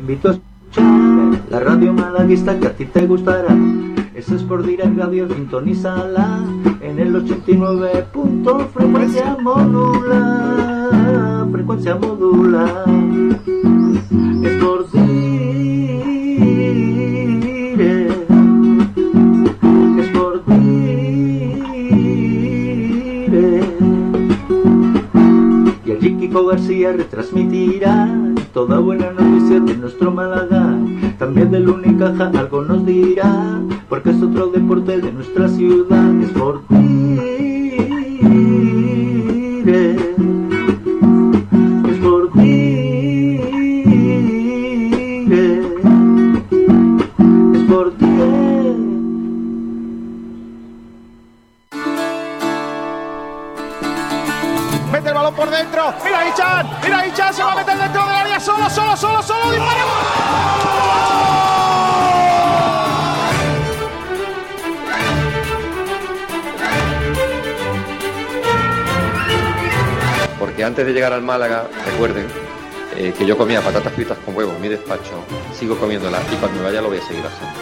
invito a escuchar la radio malaguista que a ti te gustará. Es Sport Direct Radio, sintonízala en el 89. Frecuencia modula, frecuencia modula. Sport Direct, Sport Direct. Y allí Kiko García retransmitirá toda buena noticia de nuestro Málaga. También del Unicaja algo nos dirá, porque es otro deporte de nuestra ciudad. Sport Direct, Sport Direct, Sport Direct. Mete el balón por dentro, mira Hichan, se va a meter dentro del área, solo, dispara. Porque antes de llegar al Málaga, recuerden que yo comía patatas fritas con huevo en mi despacho, sigo comiéndolas y cuando me vaya lo voy a seguir haciendo.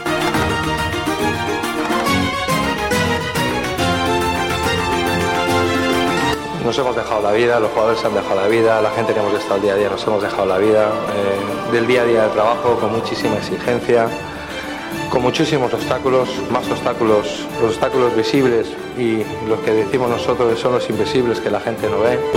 Nos hemos dejado la vida, los jugadores se han dejado la vida, la gente que hemos estado el día a día nos hemos dejado la vida, del día a día de trabajo, con muchísima exigencia, con muchísimos obstáculos, más obstáculos, los obstáculos visibles y los que decimos nosotros son los invisibles que la gente no ve.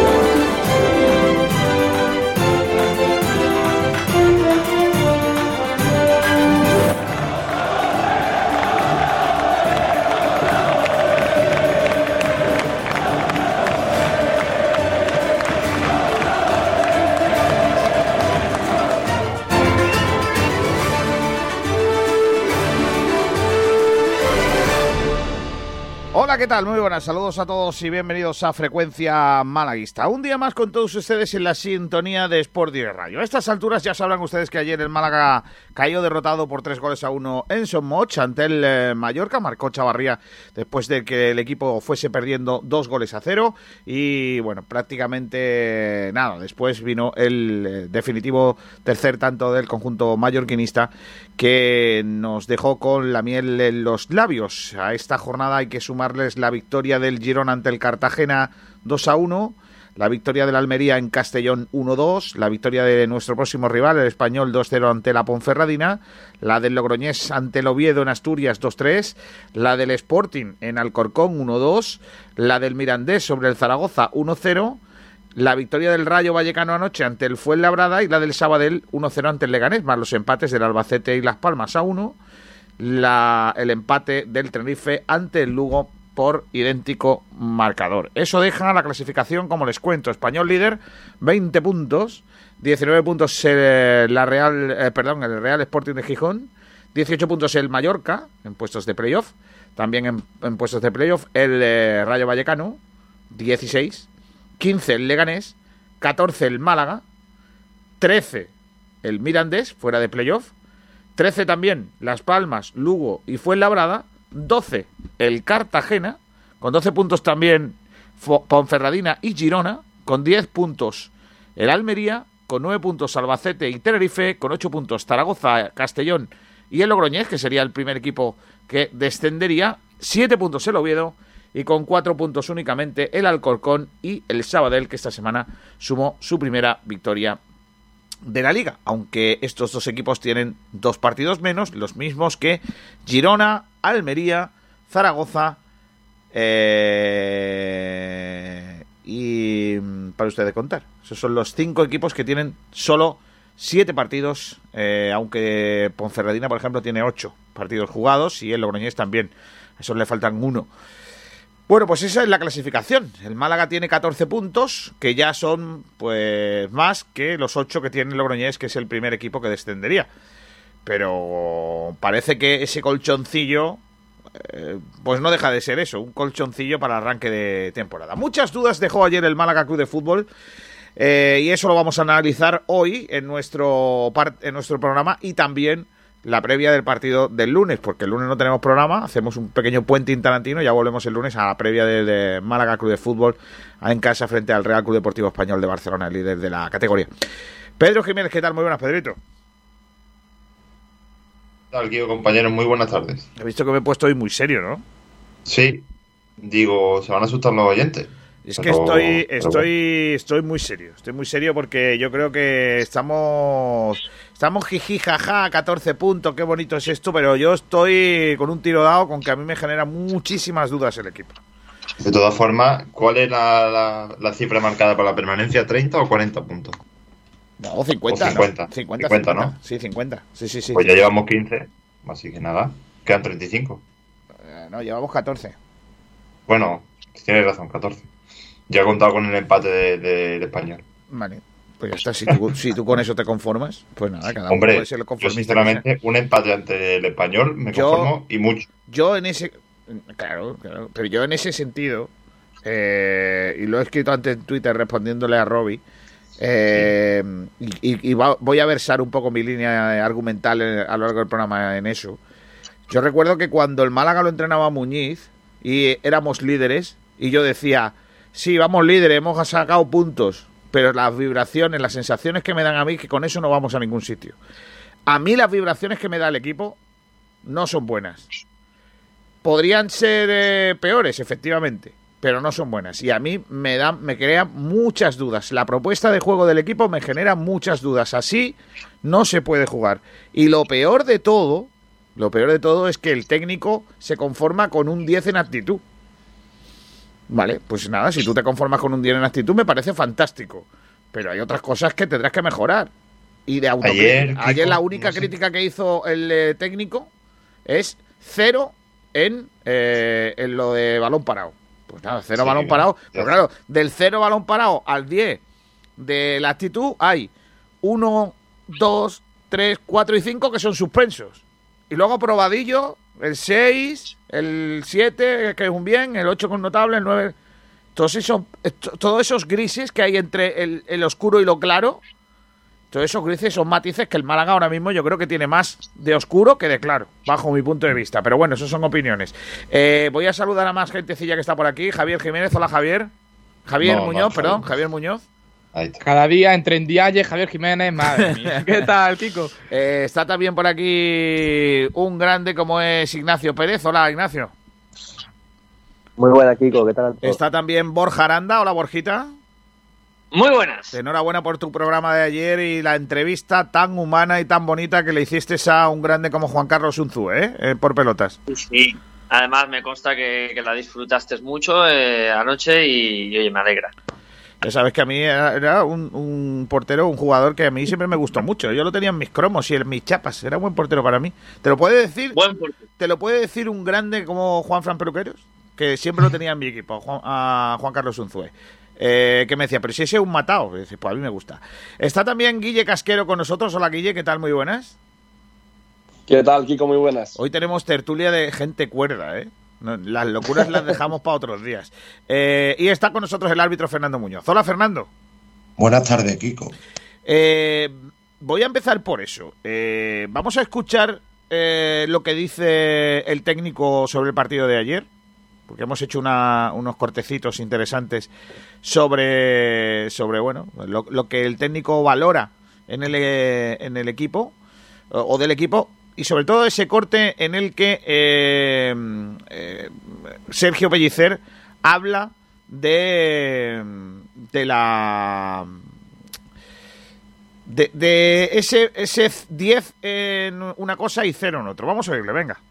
Hola, ¿qué tal? Muy buenas, saludos a todos y bienvenidos a Frecuencia Malaguista. Un día más con todos ustedes en la sintonía de Sport Direct Radio. A estas alturas ya sabrán ustedes que ayer el Málaga cayó derrotado por 3-1 en Son Moix ante el Mallorca. Marcó Chavarría después de que el equipo fuese perdiendo 2-0 y bueno, prácticamente nada. Después vino el definitivo tercer tanto del conjunto mallorquinista que nos dejó con la miel en los labios. A esta jornada hay que sumarles la victoria del Girona ante el Cartagena 2-1, la victoria del Almería en Castellón 1-2, la victoria de nuestro próximo rival, el Español 2-0 ante la Ponferradina, la del Logroñés ante el Oviedo en Asturias 2-3, la del Sporting en Alcorcón 1-2, la del Mirandés sobre el Zaragoza 1-0, la victoria del Rayo Vallecano anoche ante el Fuenlabrada y la del Sabadell 1-0 ante el Leganés, más los empates del Albacete y Las Palmas a 1, el empate del Tenerife ante el Lugo por idéntico marcador. Eso deja la clasificación, como les cuento: Español líder, 20 puntos, 19 puntos el Real Sporting de Gijón, 18 puntos el Mallorca en puestos de playoff, también en puestos de playoff el Rayo Vallecano, 16, 15 el Leganés, 14 el Málaga, 13 el Mirandés, fuera de playoff, 13 también Las Palmas, Lugo y Fuenlabrada, 12 el Cartagena, con 12 puntos también Ponferradina y Girona, con 10 puntos el Almería, con 9 puntos Albacete y Tenerife, con 8 puntos Zaragoza, Castellón y el Logroñés, que sería el primer equipo que descendería, 7 puntos el Oviedo, y con 4 puntos únicamente el Alcorcón y el Sabadell, que esta semana sumó su primera victoria de la Liga, aunque estos dos equipos tienen 2 partidos menos, los mismos que Girona, Almería, Zaragoza y para ustedes contar. Esos son los 5 equipos que tienen solo 7 partidos, aunque Ponferradina, por ejemplo, tiene 8 partidos jugados y el Logroñés también. A esos le faltan 1. Bueno, pues esa es la clasificación. El Málaga tiene 14 puntos, que ya son pues más que los 8 que tiene el Logroñés, que es el primer equipo que descendería. Pero parece que ese colchoncillo pues no deja de ser eso, un colchoncillo para el arranque de temporada. Muchas dudas dejó ayer el Málaga Club de Fútbol, y eso lo vamos a analizar hoy en nuestro programa, y también la previa del partido del lunes, porque el lunes no tenemos programa, hacemos un pequeño puente tarantino, ya volvemos el lunes a la previa de Málaga Club de Fútbol en casa frente al Real Club Deportivo Español de Barcelona, el líder de la categoría. Pedro Jiménez, ¿qué tal? Muy buenas, Pedrito. tal, Guido, compañeros? Muy buenas tardes. He visto que me he puesto hoy muy serio, ¿no? Sí, digo, se van a asustar los oyentes. Es que estoy muy serio. Estoy muy serio porque yo creo que estamos jiji, jaja, 14 puntos, qué bonito es esto, pero yo estoy con un tiro dado con que a mí me genera muchísimas dudas el equipo. De todas formas, ¿cuál es la cifra marcada para la permanencia? ¿30 o 40 puntos? No, 50. O 50. ¿No? 50, ¿no? Sí, 50. Sí. Pues ya llevamos 15, así que nada, quedan 35. No, llevamos 14. Bueno, tienes razón, 14. Ya he contado con el empate del Español. Vale, pues ya está. Si tú con eso te conformas, pues nada, cada uno puede ser el yo conformista. sinceramente, un empate ante el Español me conformo y mucho. Yo en ese... Claro, pero yo en ese sentido, y lo he escrito antes en Twitter respondiéndole a Robbie, voy a versar un poco mi línea argumental a lo largo del programa en eso. Yo recuerdo que cuando el Málaga lo entrenaba Muñiz y éramos líderes, y yo decía, sí, vamos líderes, hemos sacado puntos, pero las vibraciones, las sensaciones que me dan a mí, que con eso no vamos a ningún sitio. A mí las vibraciones que me da el equipo no son buenas. Podrían ser peores, efectivamente, pero no son buenas. Y a mí me crean muchas dudas. La propuesta de juego del equipo me genera muchas dudas. Así no se puede jugar. Y lo peor de todo es que el técnico se conforma con un 10 en actitud. Vale, pues nada, si tú te conformas con un 10 en actitud me parece fantástico. Pero hay otras cosas que tendrás que mejorar. Y de autocrítica. Ayer la única crítica que hizo el técnico es 0 en lo de balón parado. Pues nada, 0 balón parado. Pero claro, del 0 balón parado al 10 de la actitud hay 1, 2, 3, 4 y 5 que son suspensos. Y luego probadillo, el 6, el 7, que es un bien, el 8 con notable, el 9... Todos esos grises que hay entre el oscuro y lo claro, todos esos grises, esos matices que el Málaga ahora mismo yo creo que tiene más de oscuro que de claro, bajo mi punto de vista. Pero bueno, eso son opiniones. Voy a saludar a más gentecilla que está por aquí. Javier Jiménez, hola Javier. Javier Muñoz. Cada día entre Ndiaye, Javier Jiménez, madre mía. ¿Qué tal, Kiko? Está también por aquí un grande como es Ignacio Pérez. Hola, Ignacio. Muy buena, Kiko. ¿Qué tal? Está también Borja Aranda. Hola, Borjita. Muy buenas. Enhorabuena por tu programa de ayer y la entrevista tan humana y tan bonita que le hiciste a un grande como Juan Carlos Unzúe, por pelotas. Sí. Además, me consta que la disfrutaste mucho anoche y oye, me alegra. Ya sabes que a mí era un portero, un jugador que a mí siempre me gustó mucho. Yo lo tenía en mis cromos y en mis chapas. Era un buen portero para mí. ¿Te lo puede decir un grande como Juanfran Peluqueros? Que siempre lo tenía en mi equipo, a Juan Carlos Unzúe. Que me decía, pero si ese es un matado. Pues a mí me gusta. Está también Guille Casquero con nosotros. Hola, Guille, ¿qué tal? Muy buenas. ¿Qué tal, Kiko? Muy buenas. Hoy tenemos tertulia de gente cuerda, No, las locuras las dejamos para otros días. Y está con nosotros el árbitro Fernando Muñoz. Hola, Fernando. Buenas tardes, Kiko. Voy a empezar por eso. Vamos a escuchar lo que dice el técnico sobre el partido de ayer, porque hemos hecho unos cortecitos interesantes sobre bueno, lo que el técnico valora en el equipo o del equipo. Y sobre todo ese corte en el que Sergio Pellicer habla de ese 10 en una cosa y 0 en otro. Vamos a oírle, venga.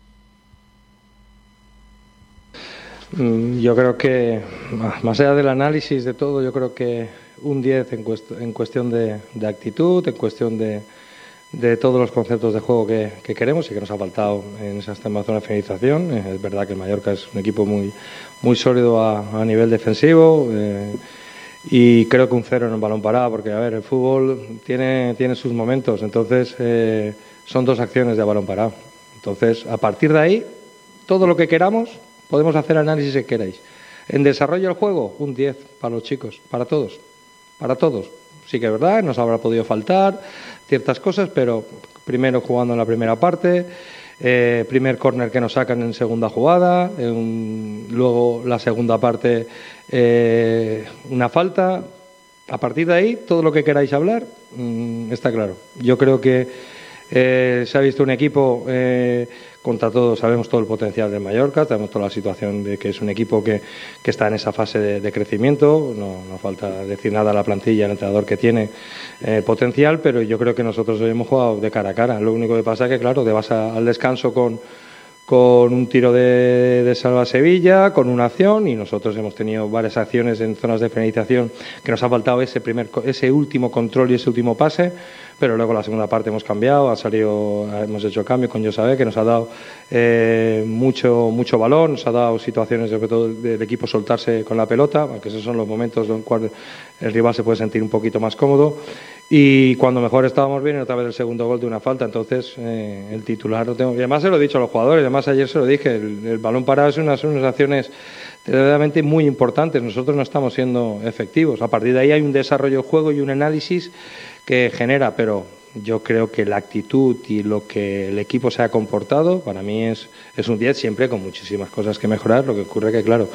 Yo creo que, más allá del análisis de todo, yo creo que un 10 en cuestión de actitud, en cuestión de todos los conceptos de juego que queremos y que nos ha faltado en esa zona de finalización. Es verdad que el Mallorca es un equipo muy sólido a nivel defensivo y creo que un 0 en el balón parado, porque a ver, el fútbol tiene sus momentos, entonces son 2 acciones de balón parado. Entonces, a partir de ahí, todo lo que queramos, podemos hacer análisis que queráis. En desarrollo del juego, un 10 para los chicos, para todos. Sí que es verdad, nos habrá podido faltar ciertas cosas, pero primero jugando en la primera parte, primer córner que nos sacan en segunda jugada, luego la segunda parte una falta. A partir de ahí, todo lo que queráis hablar está claro. Yo creo que Se ha visto un equipo contra todo, sabemos todo el potencial del Mallorca, tenemos toda la situación de que es un equipo que está en esa fase de crecimiento, no falta decir nada a la plantilla, el entrenador que tiene potencial, pero yo creo que nosotros hoy hemos jugado de cara a cara. Lo único que pasa es que, claro, te vas al descanso con un tiro de Salva Sevilla, con una acción, y nosotros hemos tenido varias acciones en zonas de finalización que nos ha faltado ese último control y ese último pase, pero luego la segunda parte hemos cambiado, hemos hecho cambio con Josabé, que nos ha dado mucho valor, nos ha dado situaciones sobre todo del equipo soltarse con la pelota, aunque esos son los momentos en los cuales el rival se puede sentir un poquito más cómodo. Y cuando mejor estábamos bien, otra vez el segundo gol de una falta, entonces el titular lo tengo. Y además se lo he dicho a los jugadores, además ayer se lo dije, el balón parado son unas acciones verdaderamente muy importantes, nosotros no estamos siendo efectivos. A partir de ahí hay un desarrollo del juego y un análisis que genera, pero yo creo que la actitud y lo que el equipo se ha comportado, para mí es un 10, siempre con muchísimas cosas que mejorar. Lo que ocurre que, claro,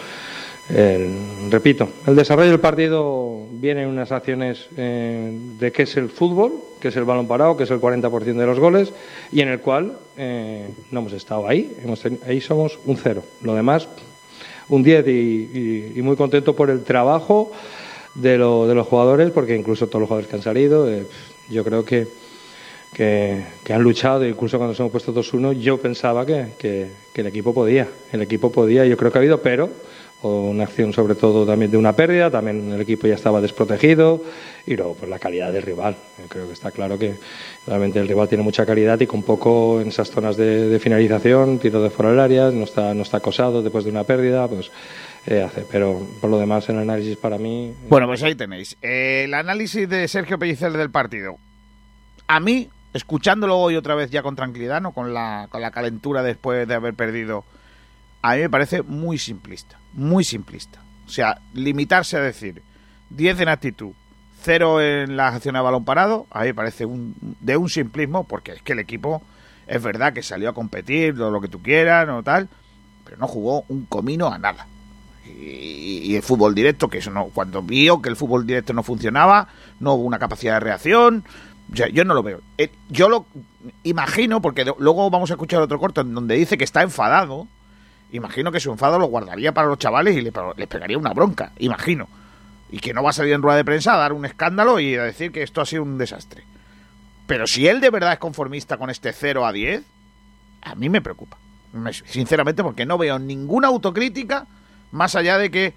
repito, el desarrollo del partido viene en unas acciones de qué es el fútbol, que es el balón parado, que es el 40% de los goles, y en el cual no hemos estado ahí, ahí somos un 0. Lo demás, un 10 y muy contento por el trabajo de los jugadores, porque incluso todos los jugadores que han salido, yo creo que han luchado, incluso cuando nos hemos puesto 2-1, yo pensaba que el equipo podía, yo creo que ha habido, pero una acción sobre todo también de una pérdida, también el equipo ya estaba desprotegido, y luego pues la calidad del rival. Creo que está claro que realmente el rival tiene mucha calidad y con poco en esas zonas de finalización, tiro de fuera del área, no está acosado después de una pérdida, pues hace. Pero por lo demás el análisis para mí... Bueno, pues ahí tenéis el análisis de Sergio Pellicer del partido. A mí, escuchándolo hoy otra vez ya con tranquilidad, no con la calentura después de haber perdido, a mí me parece muy simplista. O sea, limitarse a decir 10 en actitud, 0 en la acción de balón parado, a mí me parece de un simplismo, porque es que el equipo es verdad que salió a competir, lo que tú quieras, no tal, pero no jugó un comino a nada. Y el fútbol directo, que eso no, cuando vio que el fútbol directo no funcionaba, no hubo una capacidad de reacción. O sea, yo no lo veo. Yo lo imagino, porque luego vamos a escuchar otro corto en donde dice que está enfadado. Imagino que su enfado lo guardaría para los chavales y les pegaría una bronca, imagino. Y que no va a salir en rueda de prensa a dar un escándalo y a decir que esto ha sido un desastre. Pero si él de verdad es conformista con este 0-10, a mí me preocupa. Sinceramente, porque no veo ninguna autocrítica más allá de que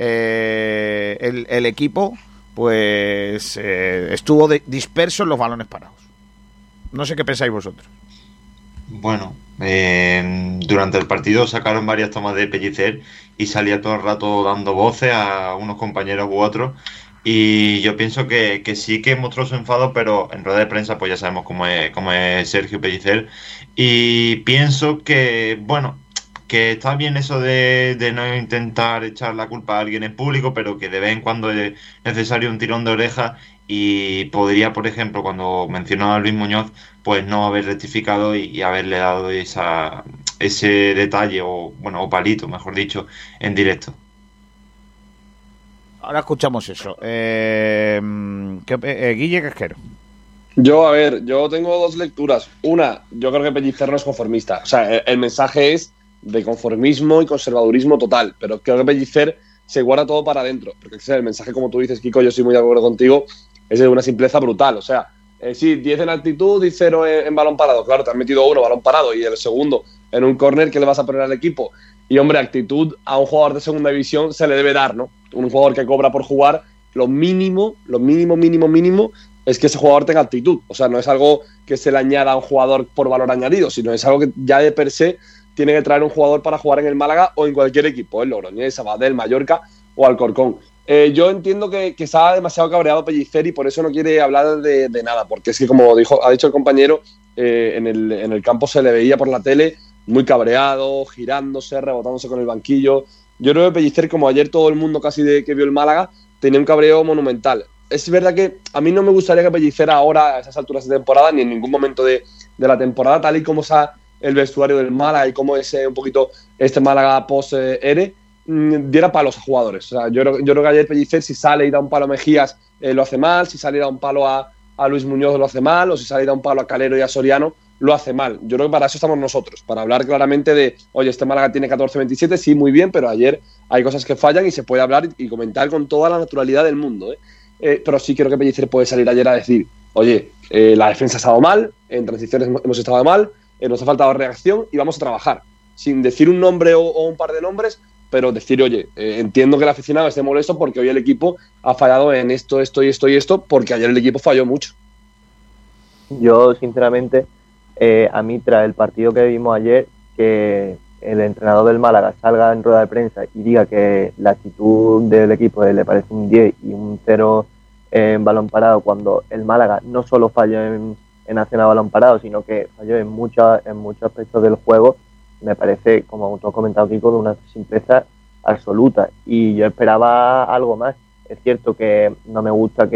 el equipo pues estuvo disperso en los balones parados. No sé qué pensáis vosotros. Bueno, durante el partido sacaron varias tomas de Pellicer y salía todo el rato dando voces a unos compañeros u otros, y yo pienso que sí que mostró su enfado, pero en rueda de prensa pues ya sabemos cómo es Sergio Pellicer, y pienso que, bueno, que está bien eso de no intentar echar la culpa a alguien en público, pero que de vez en cuando es necesario un tirón de oreja, y podría, por ejemplo, cuando mencionaba a Luis Muñoz, pues no haber rectificado y haberle dado ese detalle, o palito, mejor dicho, en directo. Ahora escuchamos eso. Guille Casquero. Yo tengo dos lecturas. Una, yo creo que Pellicer no es conformista. O sea, el mensaje es de conformismo y conservadurismo total, pero creo que Pellicer se guarda todo para adentro, porque el mensaje, como tú dices, Kiko, yo estoy muy de acuerdo contigo, es de una simpleza brutal. O sea, sí, 10 en actitud y 0 en balón parado. Claro, te has metido uno balón parado y el segundo en un córner, ¿qué le vas a poner al equipo? Y, hombre, actitud a un jugador de segunda división se le debe dar, ¿no? Un jugador que cobra por jugar, lo mínimo es que ese jugador tenga actitud. O sea, no es algo que se le añada a un jugador por valor añadido, sino es algo que ya de per se tiene que traer un jugador para jugar en el Málaga o en cualquier equipo, el Logroñés, Sabadell, Mallorca o Alcorcón. Yo entiendo que está demasiado cabreado Pellicer y por eso no quiere hablar de nada, porque es que, como ha dicho el compañero, en el campo se le veía por la tele muy cabreado, girándose, rebotándose con el banquillo. Yo creo que Pellicer, como ayer todo el mundo casi que vio el Málaga, tenía un cabreo monumental. Es verdad que a mí no me gustaría que Pellicer ahora, a esas alturas de temporada, ni en ningún momento de la temporada, tal y como está el vestuario del Málaga y cómo es un poquito este Málaga post-ERE, diera palos a jugadores. O sea, yo creo que ayer Pellicer, si sale y da un palo a Mejías, lo hace mal. Si sale y da un palo a a Luis Muñoz lo hace mal, o si sale a un palo a Calero y a Soriano lo hace mal. Yo creo que para eso estamos nosotros, para hablar claramente de, oye, este Málaga tiene 14-27, sí, muy bien, pero ayer hay cosas que fallan y se puede hablar y comentar con toda la naturalidad del mundo, pero sí creo que Pellicer puede salir ayer a decir, oye, la defensa ha estado mal, en transiciones hemos estado mal, nos ha faltado reacción y vamos a trabajar. Sin decir un nombre o un par de nombres, pero decir, oye, entiendo que el aficionado esté molesto porque hoy el equipo ha fallado en esto, porque ayer el equipo falló mucho. Yo, sinceramente, a mí tras el partido que vimos ayer, que el entrenador del Málaga salga en rueda de prensa y diga que la actitud del equipo le parece un 10 y un 0 en balón parado, cuando el Málaga no solo falló en acción a balón parado, sino que falló en muchos aspectos del juego, me parece, como tú has comentado, Kiko, de una simpleza absoluta. Y yo esperaba algo más. Es cierto que no me gusta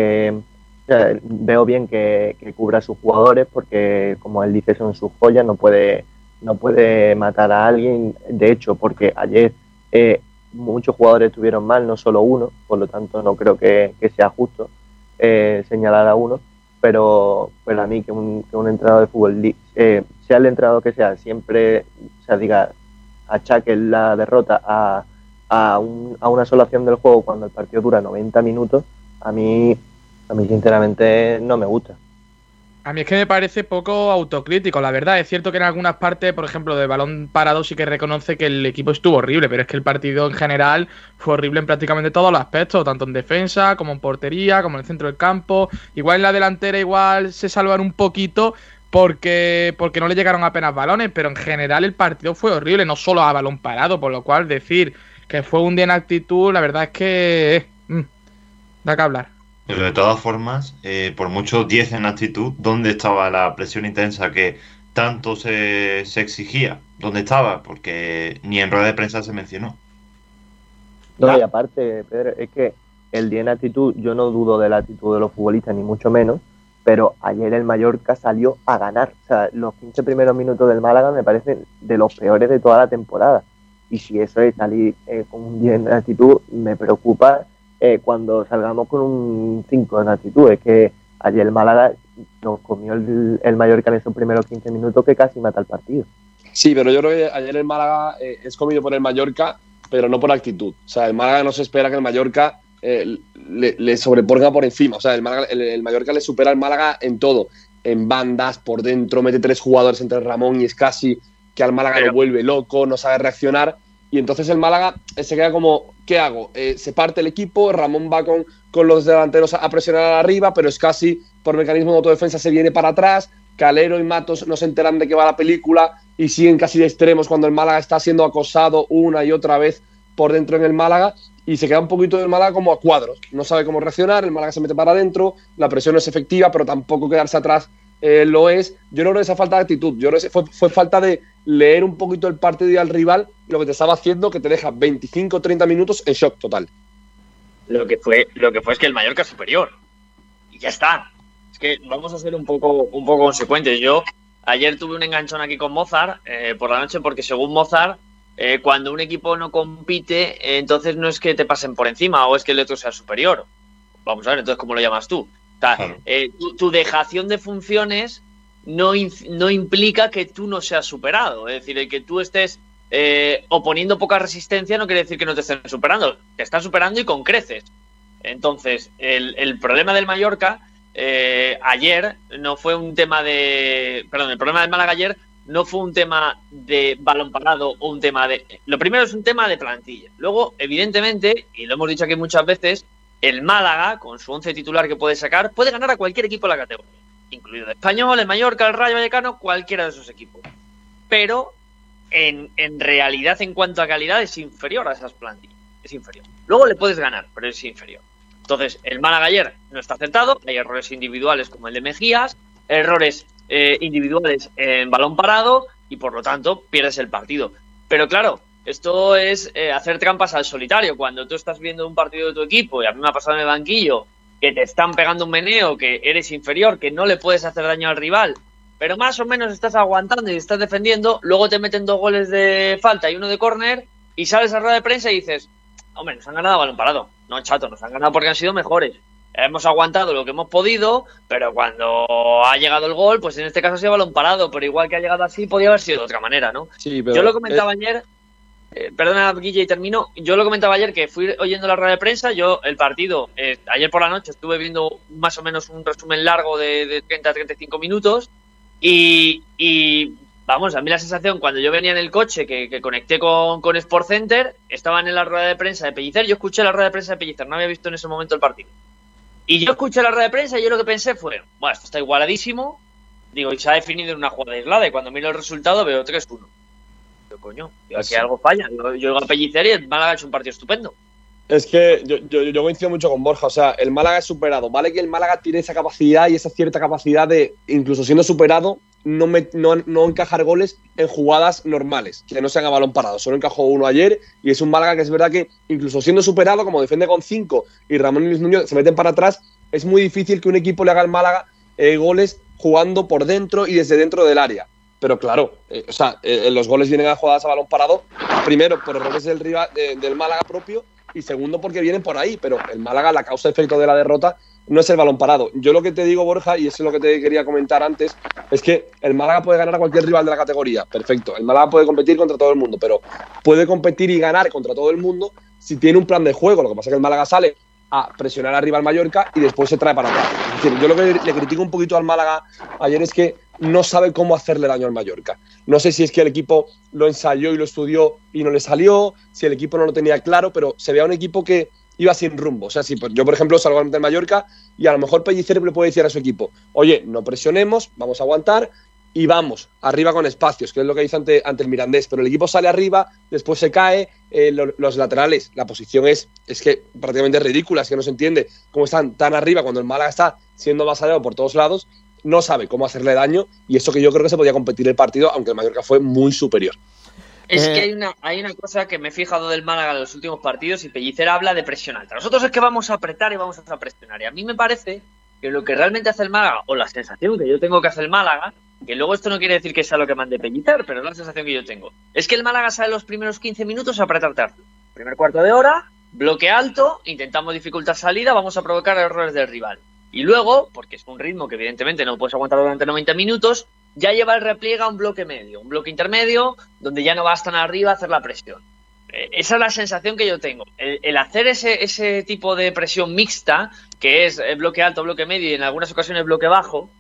veo bien que cubra a sus jugadores, porque, como él dice, son sus joyas, no puede matar a alguien. De hecho, porque ayer muchos jugadores estuvieron mal, no solo uno, por lo tanto no creo que sea justo señalar a uno, pero a mí que un entrenador de fútbol, sea el entrenador que sea, siempre achaque la derrota a una sola acción del juego cuando el partido dura 90 minutos, a mí sinceramente no me gusta. A mí es que me parece poco autocrítico, la verdad. Es cierto que en algunas partes, por ejemplo, de balón parado, sí que reconoce que el equipo estuvo horrible, pero es que el partido en general fue horrible en prácticamente todos los aspectos, tanto en defensa, como en portería, como en el centro del campo. Igual en la delantera igual se salvaron un poquito porque no le llegaron apenas balones, pero en general el partido fue horrible, no solo a balón parado, por lo cual decir que fue un día en actitud, la verdad es que da que hablar. Pero de todas formas, por mucho 10 en actitud, ¿dónde estaba la presión intensa que tanto se exigía? ¿Dónde estaba? Porque ni en rueda de prensa se mencionó. No, y aparte, Pedro, es que el 10 en actitud, yo no dudo de la actitud de los futbolistas, ni mucho menos, pero ayer el Mallorca salió a ganar. O sea, los 15 primeros minutos del Málaga me parecen de los peores de toda la temporada. Y si eso es salir con un 10 en actitud, me preocupa cuando salgamos con un 5 en actitud. Es que ayer el Málaga nos comió el Mallorca en esos primeros 15 minutos, que casi mata el partido. Sí, pero yo creo que ayer el Málaga es comido por el Mallorca, pero no por actitud. O sea, el Málaga no se espera que el Mallorca le sobreponga por encima. O sea, el Mallorca le supera al Málaga en todo. En bandas, por dentro, mete 3 jugadores entre Ramón y Escasi, que al Málaga lo vuelve loco, no sabe reaccionar. Y entonces el Málaga se queda como, ¿qué hago? Se parte el equipo, Ramón va con los delanteros a presionar arriba, pero Escasi, por mecanismo de autodefensa, se viene para atrás. Calero y Matos no se enteran de qué va la película y siguen casi de extremos cuando el Málaga está siendo acosado una y otra vez por dentro en el Málaga, y se queda un poquito del Málaga como a cuadros. No sabe cómo reaccionar, el Málaga se mete para adentro, la presión no es efectiva, pero tampoco quedarse atrás lo es. Yo no creo que esa falta de actitud, yo creo que fue falta de leer un poquito el partido y al rival, y lo que te estaba haciendo que te deja 25-30 minutos en shock total. Lo que fue es que el Mallorca es superior. Y ya está. Es que vamos a ser un poco consecuentes. Yo ayer tuve un enganchón aquí con Mozart por la noche, porque según Mozart, cuando un equipo no compite, entonces no es que te pasen por encima o es que el otro sea superior. Vamos a ver, entonces, ¿cómo lo llamas tú? O sea, claro. Tu dejación de funciones no implica que tú no seas superado. Es decir, el que tú estés oponiendo poca resistencia no quiere decir que no te estén superando. Te están superando y con creces. Entonces, el problema del Mallorca ayer no fue un tema de... Perdón, el problema del Málaga ayer no fue un tema de balón parado o un tema de... Lo primero es un tema de plantilla. Luego, evidentemente, y lo hemos dicho aquí muchas veces, el Málaga, con su 11 titular que puede sacar, puede ganar a cualquier equipo de la categoría, incluido el Español, el Mallorca, el Rayo Vallecano, cualquiera de esos equipos. Pero, en realidad, en cuanto a calidad, es inferior a esas plantillas. Es inferior. Luego le puedes ganar, pero es inferior. Entonces, el Málaga ayer no está acertado, hay errores individuales como el de Mejías, errores individuales en balón parado, y por lo tanto pierdes el partido. Pero claro, esto es hacer trampas al solitario. Cuando tú estás viendo un partido de tu equipo, y a mí me ha pasado en el banquillo, que te están pegando un meneo, que eres inferior, que no le puedes hacer daño al rival, pero más o menos estás aguantando y estás defendiendo, luego te meten 2 goles de falta y 1 de córner, y sales a rueda de prensa y dices, hombre, nos han ganado a balón parado. No, chato, nos han ganado porque han sido mejores. hemos aguantado lo que hemos podido, pero cuando ha llegado el gol, pues en este caso ha sido balón parado, pero igual que ha llegado así, podía haber sido de otra manera, ¿no? Sí, pero yo lo comentaba ayer, perdona, Guille, y termino. Yo lo comentaba ayer que fui oyendo la rueda de prensa. Yo, el partido, ayer por la noche estuve viendo más o menos un resumen largo de 30 a 35 minutos. Y vamos, a mí la sensación cuando yo venía en el coche que conecté con Sport Center, estaban en la rueda de prensa de Pellicer. Yo escuché la rueda de prensa de Pellicer, no había visto en ese momento el partido. Y yo escuché la rueda de prensa y yo lo que pensé fue, bueno, esto está igualadísimo. Digo, y se ha definido en una jugada aislada. Y cuando miro el resultado veo 3-1. Yo, coño, aquí algo falla. Yo digo a Pellicer y el Málaga ha hecho un partido estupendo. Es que yo coincido mucho con Borja. O sea, el Málaga es superado. Vale que el Málaga tiene esa capacidad y esa cierta capacidad de, incluso siendo superado, no encajar goles en jugadas normales, que no sean a balón parado. Solo encajó uno ayer y es un Málaga que es verdad que, incluso siendo superado, como defiende con 5 y Ramón y Luis Muñoz se meten para atrás, es muy difícil que un equipo le haga al Málaga goles jugando por dentro y desde dentro del área. Pero claro, los goles vienen a jugadas a balón parado, primero por errores del Málaga propio y segundo porque vienen por ahí. Pero el Málaga, la causa-efecto de la derrota no es el balón parado. Yo lo que te digo, Borja, y eso es lo que te quería comentar antes, es que el Málaga puede ganar a cualquier rival de la categoría. Perfecto. El Málaga puede competir contra todo el mundo, pero puede competir y ganar contra todo el mundo si tiene un plan de juego. Lo que pasa es que el Málaga sale a presionar arriba al Mallorca y después se trae para atrás. Es decir, yo lo que le critico un poquito al Málaga ayer es que no sabe cómo hacerle daño al Mallorca. No sé si es que el equipo lo ensayó y lo estudió y no le salió, si el equipo no lo tenía claro, pero se veía un equipo que iba sin rumbo. O sea, si yo, por ejemplo, salgo del Mallorca y a lo mejor Pellicer le puede decir a su equipo, oye, no presionemos, vamos a aguantar y vamos arriba con espacios, que es lo que hizo ante el Mirandés. Pero el equipo sale arriba, después se cae, los laterales, la posición es que prácticamente es ridícula, es que no se entiende cómo están tan arriba cuando el Málaga está siendo avasallado por todos lados. No sabe cómo hacerle daño y eso que yo creo que se podía competir el partido, aunque el Mallorca fue muy superior. Es que hay una cosa que me he fijado del Málaga en los últimos partidos y Pellicer habla de presión alta. Nosotros es que vamos a apretar y vamos a presionar. Y a mí me parece que lo que realmente hace el Málaga, o la sensación que yo tengo que hace el Málaga, que luego esto no quiere decir que sea lo que mande Pellicer, pero es la sensación que yo tengo, es que el Málaga sale los primeros 15 minutos a apretar tarde. Primer cuarto de hora, bloque alto, intentamos dificultar salida, vamos a provocar errores del rival. Y luego, porque es un ritmo que evidentemente no puedes aguantar durante 90 minutos, ya lleva el repliegue a un bloque medio, un bloque intermedio, donde ya no vas tan arriba a hacer la presión. Esa es la sensación que yo tengo. El hacer ese tipo de presión mixta, que es bloque alto, bloque medio y en algunas ocasiones bloque bajo,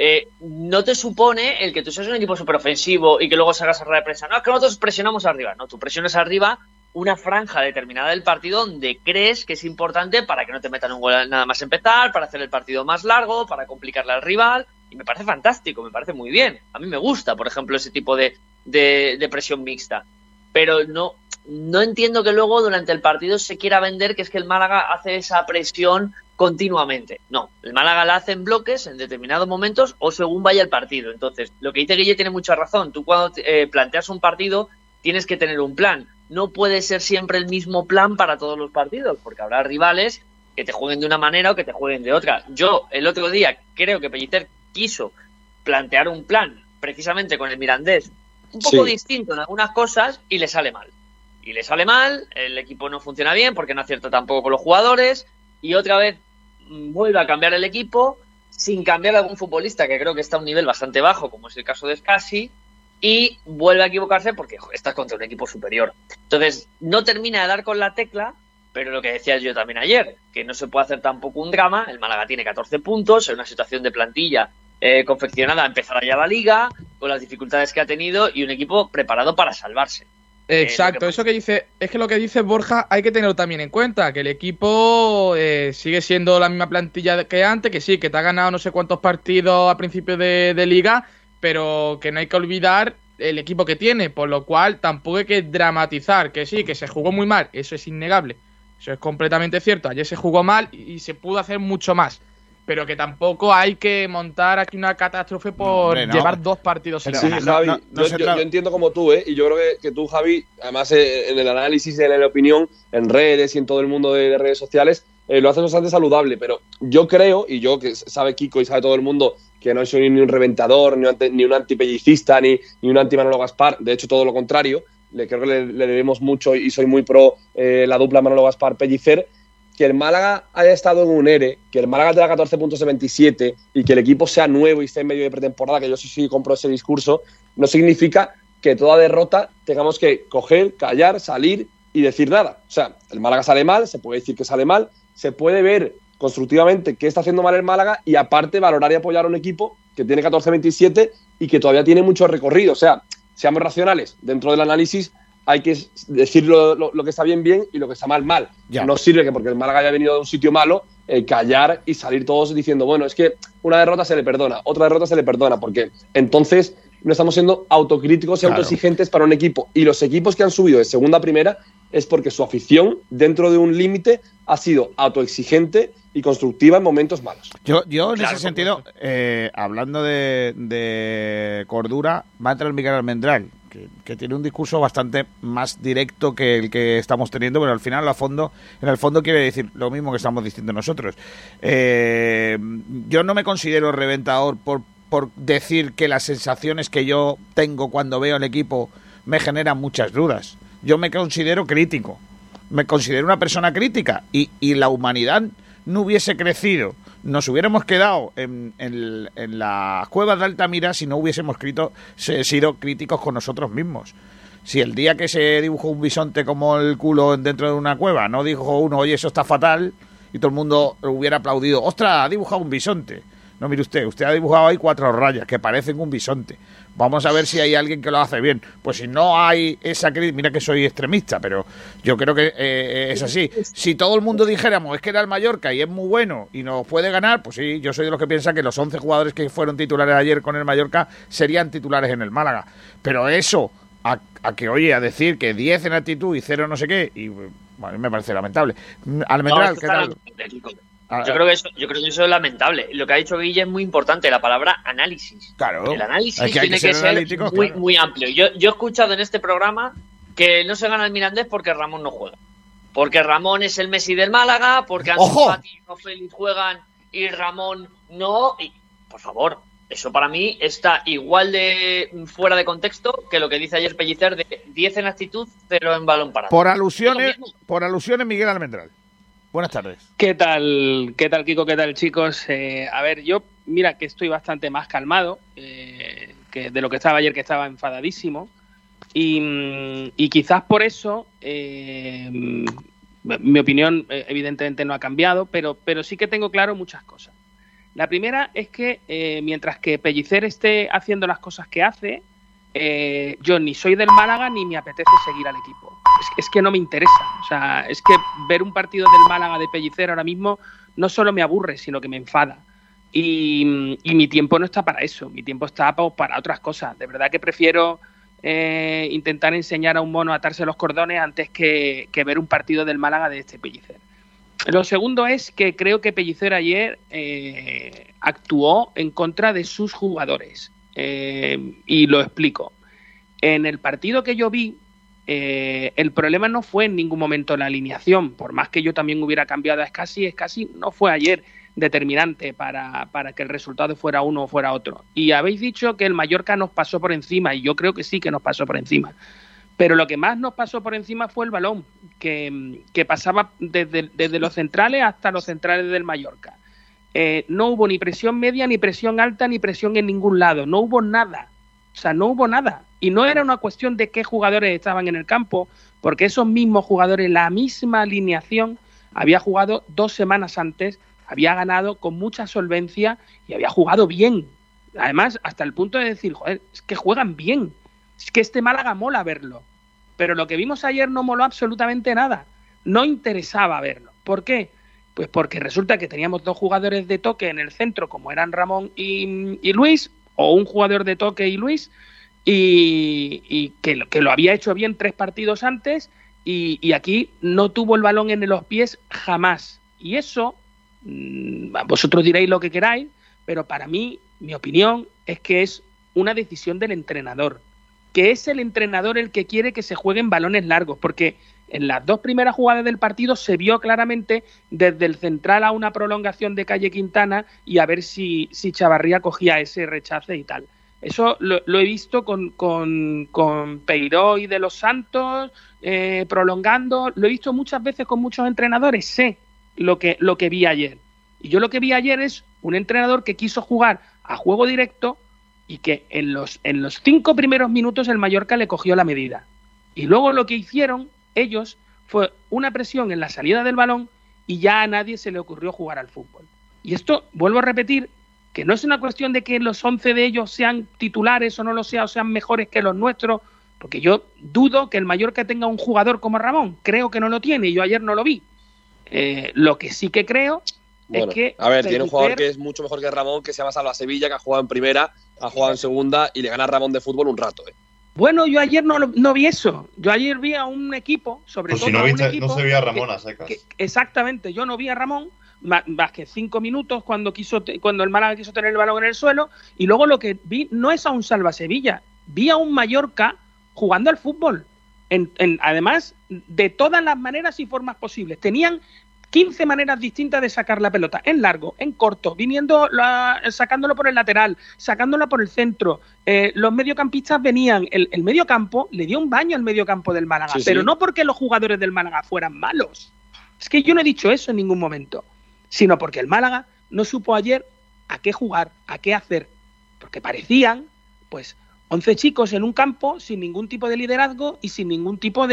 no te supone el que tú seas un equipo superofensivo y que luego salgas a la prensa. No, es que nosotros presionamos arriba. No, tú presionas arriba una franja determinada del partido donde crees que es importante para que no te metan un gol nada más empezar, para hacer el partido más largo, para complicarle al rival. Y me parece fantástico, me parece muy bien. A mí me gusta, por ejemplo, ese tipo de presión mixta. Pero no entiendo que luego durante el partido se quiera vender que es que el Málaga hace esa presión continuamente. No, el Málaga la hace en bloques en determinados momentos o según vaya el partido. Entonces, lo que dice Guille tiene mucha razón. Tú cuando planteas un partido tienes que tener un plan. No puede ser siempre el mismo plan para todos los partidos, porque habrá rivales que te jueguen de una manera o que te jueguen de otra. Yo, el otro día, creo que Pellicer quiso plantear un plan precisamente con el Mirandés un poco distinto en algunas cosas y le sale mal. Y le sale mal, el equipo no funciona bien porque no acierta tampoco con los jugadores y otra vez vuelve a cambiar el equipo sin cambiar a algún futbolista que creo que está a un nivel bastante bajo, como es el caso de Scassi, y vuelve a equivocarse porque estás contra un equipo superior. Entonces, no termina de dar con la tecla, pero lo que decía yo también ayer, que no se puede hacer tampoco un drama. El Málaga tiene 14 puntos, en una situación de plantilla confeccionada a empezar ya la Liga, con las dificultades que ha tenido y un equipo preparado para salvarse. Exacto, eso que dice, es que lo que dice Borja hay que tenerlo también en cuenta, que el equipo sigue siendo la misma plantilla que antes, que sí, que te ha ganado no sé cuántos partidos a principio de Liga, pero que no hay que olvidar el equipo que tiene, por lo cual tampoco hay que dramatizar, que sí, que se jugó muy mal, eso es innegable, eso es completamente cierto, ayer se jugó mal y se pudo hacer mucho más, pero que tampoco hay que montar aquí una catástrofe por llevar 2 partidos sin ganar. Sí, Javi, yo entiendo como tú, y yo creo que tú, Javi, además en el análisis, en la opinión, en redes y en todo el mundo de redes sociales, lo haces bastante saludable, pero yo creo, y yo que sabe Kiko y sabe todo el mundo, que no soy ni un reventador, ni un antipellicista, ni un anti-Manolo Gaspar, de hecho todo lo contrario, creo que le debemos mucho y soy muy pro la dupla Manolo Gaspar-Pellicer. que el Málaga haya estado en un ERE, que el Málaga tenga 14 puntos de 27 y que el equipo sea nuevo y esté en medio de pretemporada, que yo sí compro ese discurso, no significa que toda derrota tengamos que coger, callar, salir y decir nada. O sea, el Málaga sale mal, se puede decir que sale mal, se puede ver constructivamente qué está haciendo mal el Málaga y aparte valorar y apoyar a un equipo que tiene 14-27 y que todavía tiene mucho recorrido. O sea, seamos racionales. Dentro del análisis hay que decir lo que está bien y lo que está mal. Ya. No sirve que porque el Málaga haya venido de un sitio malo, callar y salir todos diciendo, bueno, es que una derrota se le perdona, otra derrota se le perdona, porque entonces no estamos siendo autocríticos y autoexigentes para un equipo. Y los equipos que han subido de segunda a primera es porque su afición, dentro de un límite, ha sido autoexigente y constructiva en momentos malos. Yo en ese sentido, hablando de cordura, va a entrar Miguel Almendral, que tiene un discurso bastante más directo que el que estamos teniendo, pero al final, en el fondo quiere decir lo mismo que estamos diciendo nosotros. Yo no me considero reventador por decir que las sensaciones que yo tengo cuando veo el equipo me generan muchas dudas. Yo me considero crítico, me considero una persona crítica y la humanidad no hubiese crecido, nos hubiéramos quedado en las cuevas de Altamira si no hubiésemos sido críticos con nosotros mismos. Si el día que se dibujó un bisonte como el culo dentro de una cueva no dijo uno, oye, eso está fatal, y todo el mundo hubiera aplaudido, ¡ostras, ha dibujado un bisonte! No, mire usted ha dibujado ahí 4 rayas que parecen un bisonte. Vamos a ver si hay alguien que lo hace bien. Pues si no hay esa crítica, mira que soy extremista, pero yo creo que es así. Si todo el mundo dijéramos, es que era el Mallorca y es muy bueno y nos puede ganar, pues sí, yo soy de los que piensa que los 11 jugadores que fueron titulares ayer con el Mallorca serían titulares en el Málaga. Pero eso, a que oye, a decir que 10 en actitud y 0 no sé qué, y bueno, me parece lamentable. Almendral, ¿qué tal? Yo creo que eso es lamentable. Lo que ha dicho Guille es muy importante, la palabra análisis. Claro. El análisis tiene que ser muy amplio. Yo he escuchado en este programa que no se gana el Mirandés porque Ramón no juega. Porque Ramón es el Messi del Málaga, porque Ansu Fati y Félix juegan y Ramón no. Y, por favor, eso para mí está igual de fuera de contexto que lo que dice ayer Pellicer de 10 en actitud, 0 en balón parado. Por alusiones, Miguel Almendral. Buenas tardes. ¿Qué tal, Kiko? ¿Qué tal, chicos? A ver, yo, mira que estoy bastante más calmado que de lo que estaba ayer, que estaba enfadadísimo. Y quizás por eso mi opinión evidentemente no ha cambiado, pero sí que tengo claro muchas cosas. La primera es que mientras que Pellicer esté haciendo las cosas que hace, yo ni soy del Málaga ni me apetece seguir al equipo. Es que no me interesa. O sea, es que ver un partido del Málaga de Pellicer ahora mismo no solo me aburre, sino que me enfada. Y mi tiempo no está para eso. Mi tiempo está para otras cosas. De verdad que prefiero intentar enseñar a un mono a atarse los cordones antes que ver un partido del Málaga de este Pellicer. Lo segundo es que creo que Pellicer ayer actuó en contra de sus jugadores. Y lo explico. En el partido que yo vi, el problema no fue en ningún momento la alineación. Por más que yo también hubiera cambiado a Escasi no fue ayer determinante para que el resultado fuera uno o fuera otro. Y habéis dicho que el Mallorca nos pasó por encima, y yo creo que sí que nos pasó por encima. Pero lo que más nos pasó por encima fue el balón, que pasaba desde los centrales hasta los centrales del Mallorca. No hubo ni presión media, ni presión alta, ni presión en ningún lado. No hubo nada. O sea, no hubo nada. Y no era una cuestión de qué jugadores estaban en el campo, porque esos mismos jugadores, la misma alineación, había jugado 2 semanas antes, había ganado con mucha solvencia y había jugado bien. Además, hasta el punto de decir, joder, es que juegan bien. Es que este Málaga mola verlo. Pero lo que vimos ayer no moló absolutamente nada. No interesaba verlo. ¿Por qué? Pues porque resulta que teníamos 2 jugadores de toque en el centro, como eran Ramón y Luis, o un jugador de toque y Luis, y que lo había hecho bien 3 partidos antes, y aquí no tuvo el balón en los pies jamás. Y eso, vosotros diréis lo que queráis, pero para mí, mi opinión, es que es una decisión del entrenador, que es el entrenador el que quiere que se jueguen balones largos, porque en las 2 primeras jugadas del partido se vio claramente desde el central a una prolongación de Calle Quintana y a ver si Chavarría cogía ese rechace y tal. Eso lo he visto con Peiró y de los Santos prolongando, lo he visto muchas veces con muchos entrenadores, sé lo que vi ayer. Y yo lo que vi ayer es un entrenador que quiso jugar a juego directo y que en los 5 primeros minutos el Mallorca le cogió la medida. Y luego lo que hicieron ellos fue una presión en la salida del balón y ya a nadie se le ocurrió jugar al fútbol. Y esto, vuelvo a repetir, que no es una cuestión de que los 11 de ellos sean titulares o no lo sean, o sean mejores que los nuestros, porque yo dudo que el Mallorca tenga un jugador como Ramón. Creo que no lo tiene, y yo ayer no lo vi. Lo que sí que creo es que... A ver, tiene un jugador que es mucho mejor que Ramón, que se llama Salva Sevilla, que ha jugado en primera, ha jugado en segunda y le gana a Ramón de fútbol un rato. Bueno, yo ayer no vi eso. Yo ayer vi a un equipo, sobre pues todo si no, a un equipo... no se vio a Ramón a secas. Exactamente, yo no vi a Ramón más que 5 minutos cuando el Málaga quiso tener el balón en el suelo, y luego lo que vi no es a un Salva Sevilla, vi a un Mallorca jugando al fútbol, además de todas las maneras y formas posibles. Tenían 15 maneras distintas de sacar la pelota, en largo, en corto, sacándolo por el lateral, sacándola por el centro. Los mediocampistas venían, el mediocampo le dio un baño al mediocampo del Málaga, pero no porque los jugadores del Málaga fueran malos. Es que yo no he dicho eso en ningún momento, sino porque el Málaga no supo ayer a qué jugar, a qué hacer, porque parecían, pues, 11 chicos en un campo sin ningún tipo de liderazgo y sin ningún tipo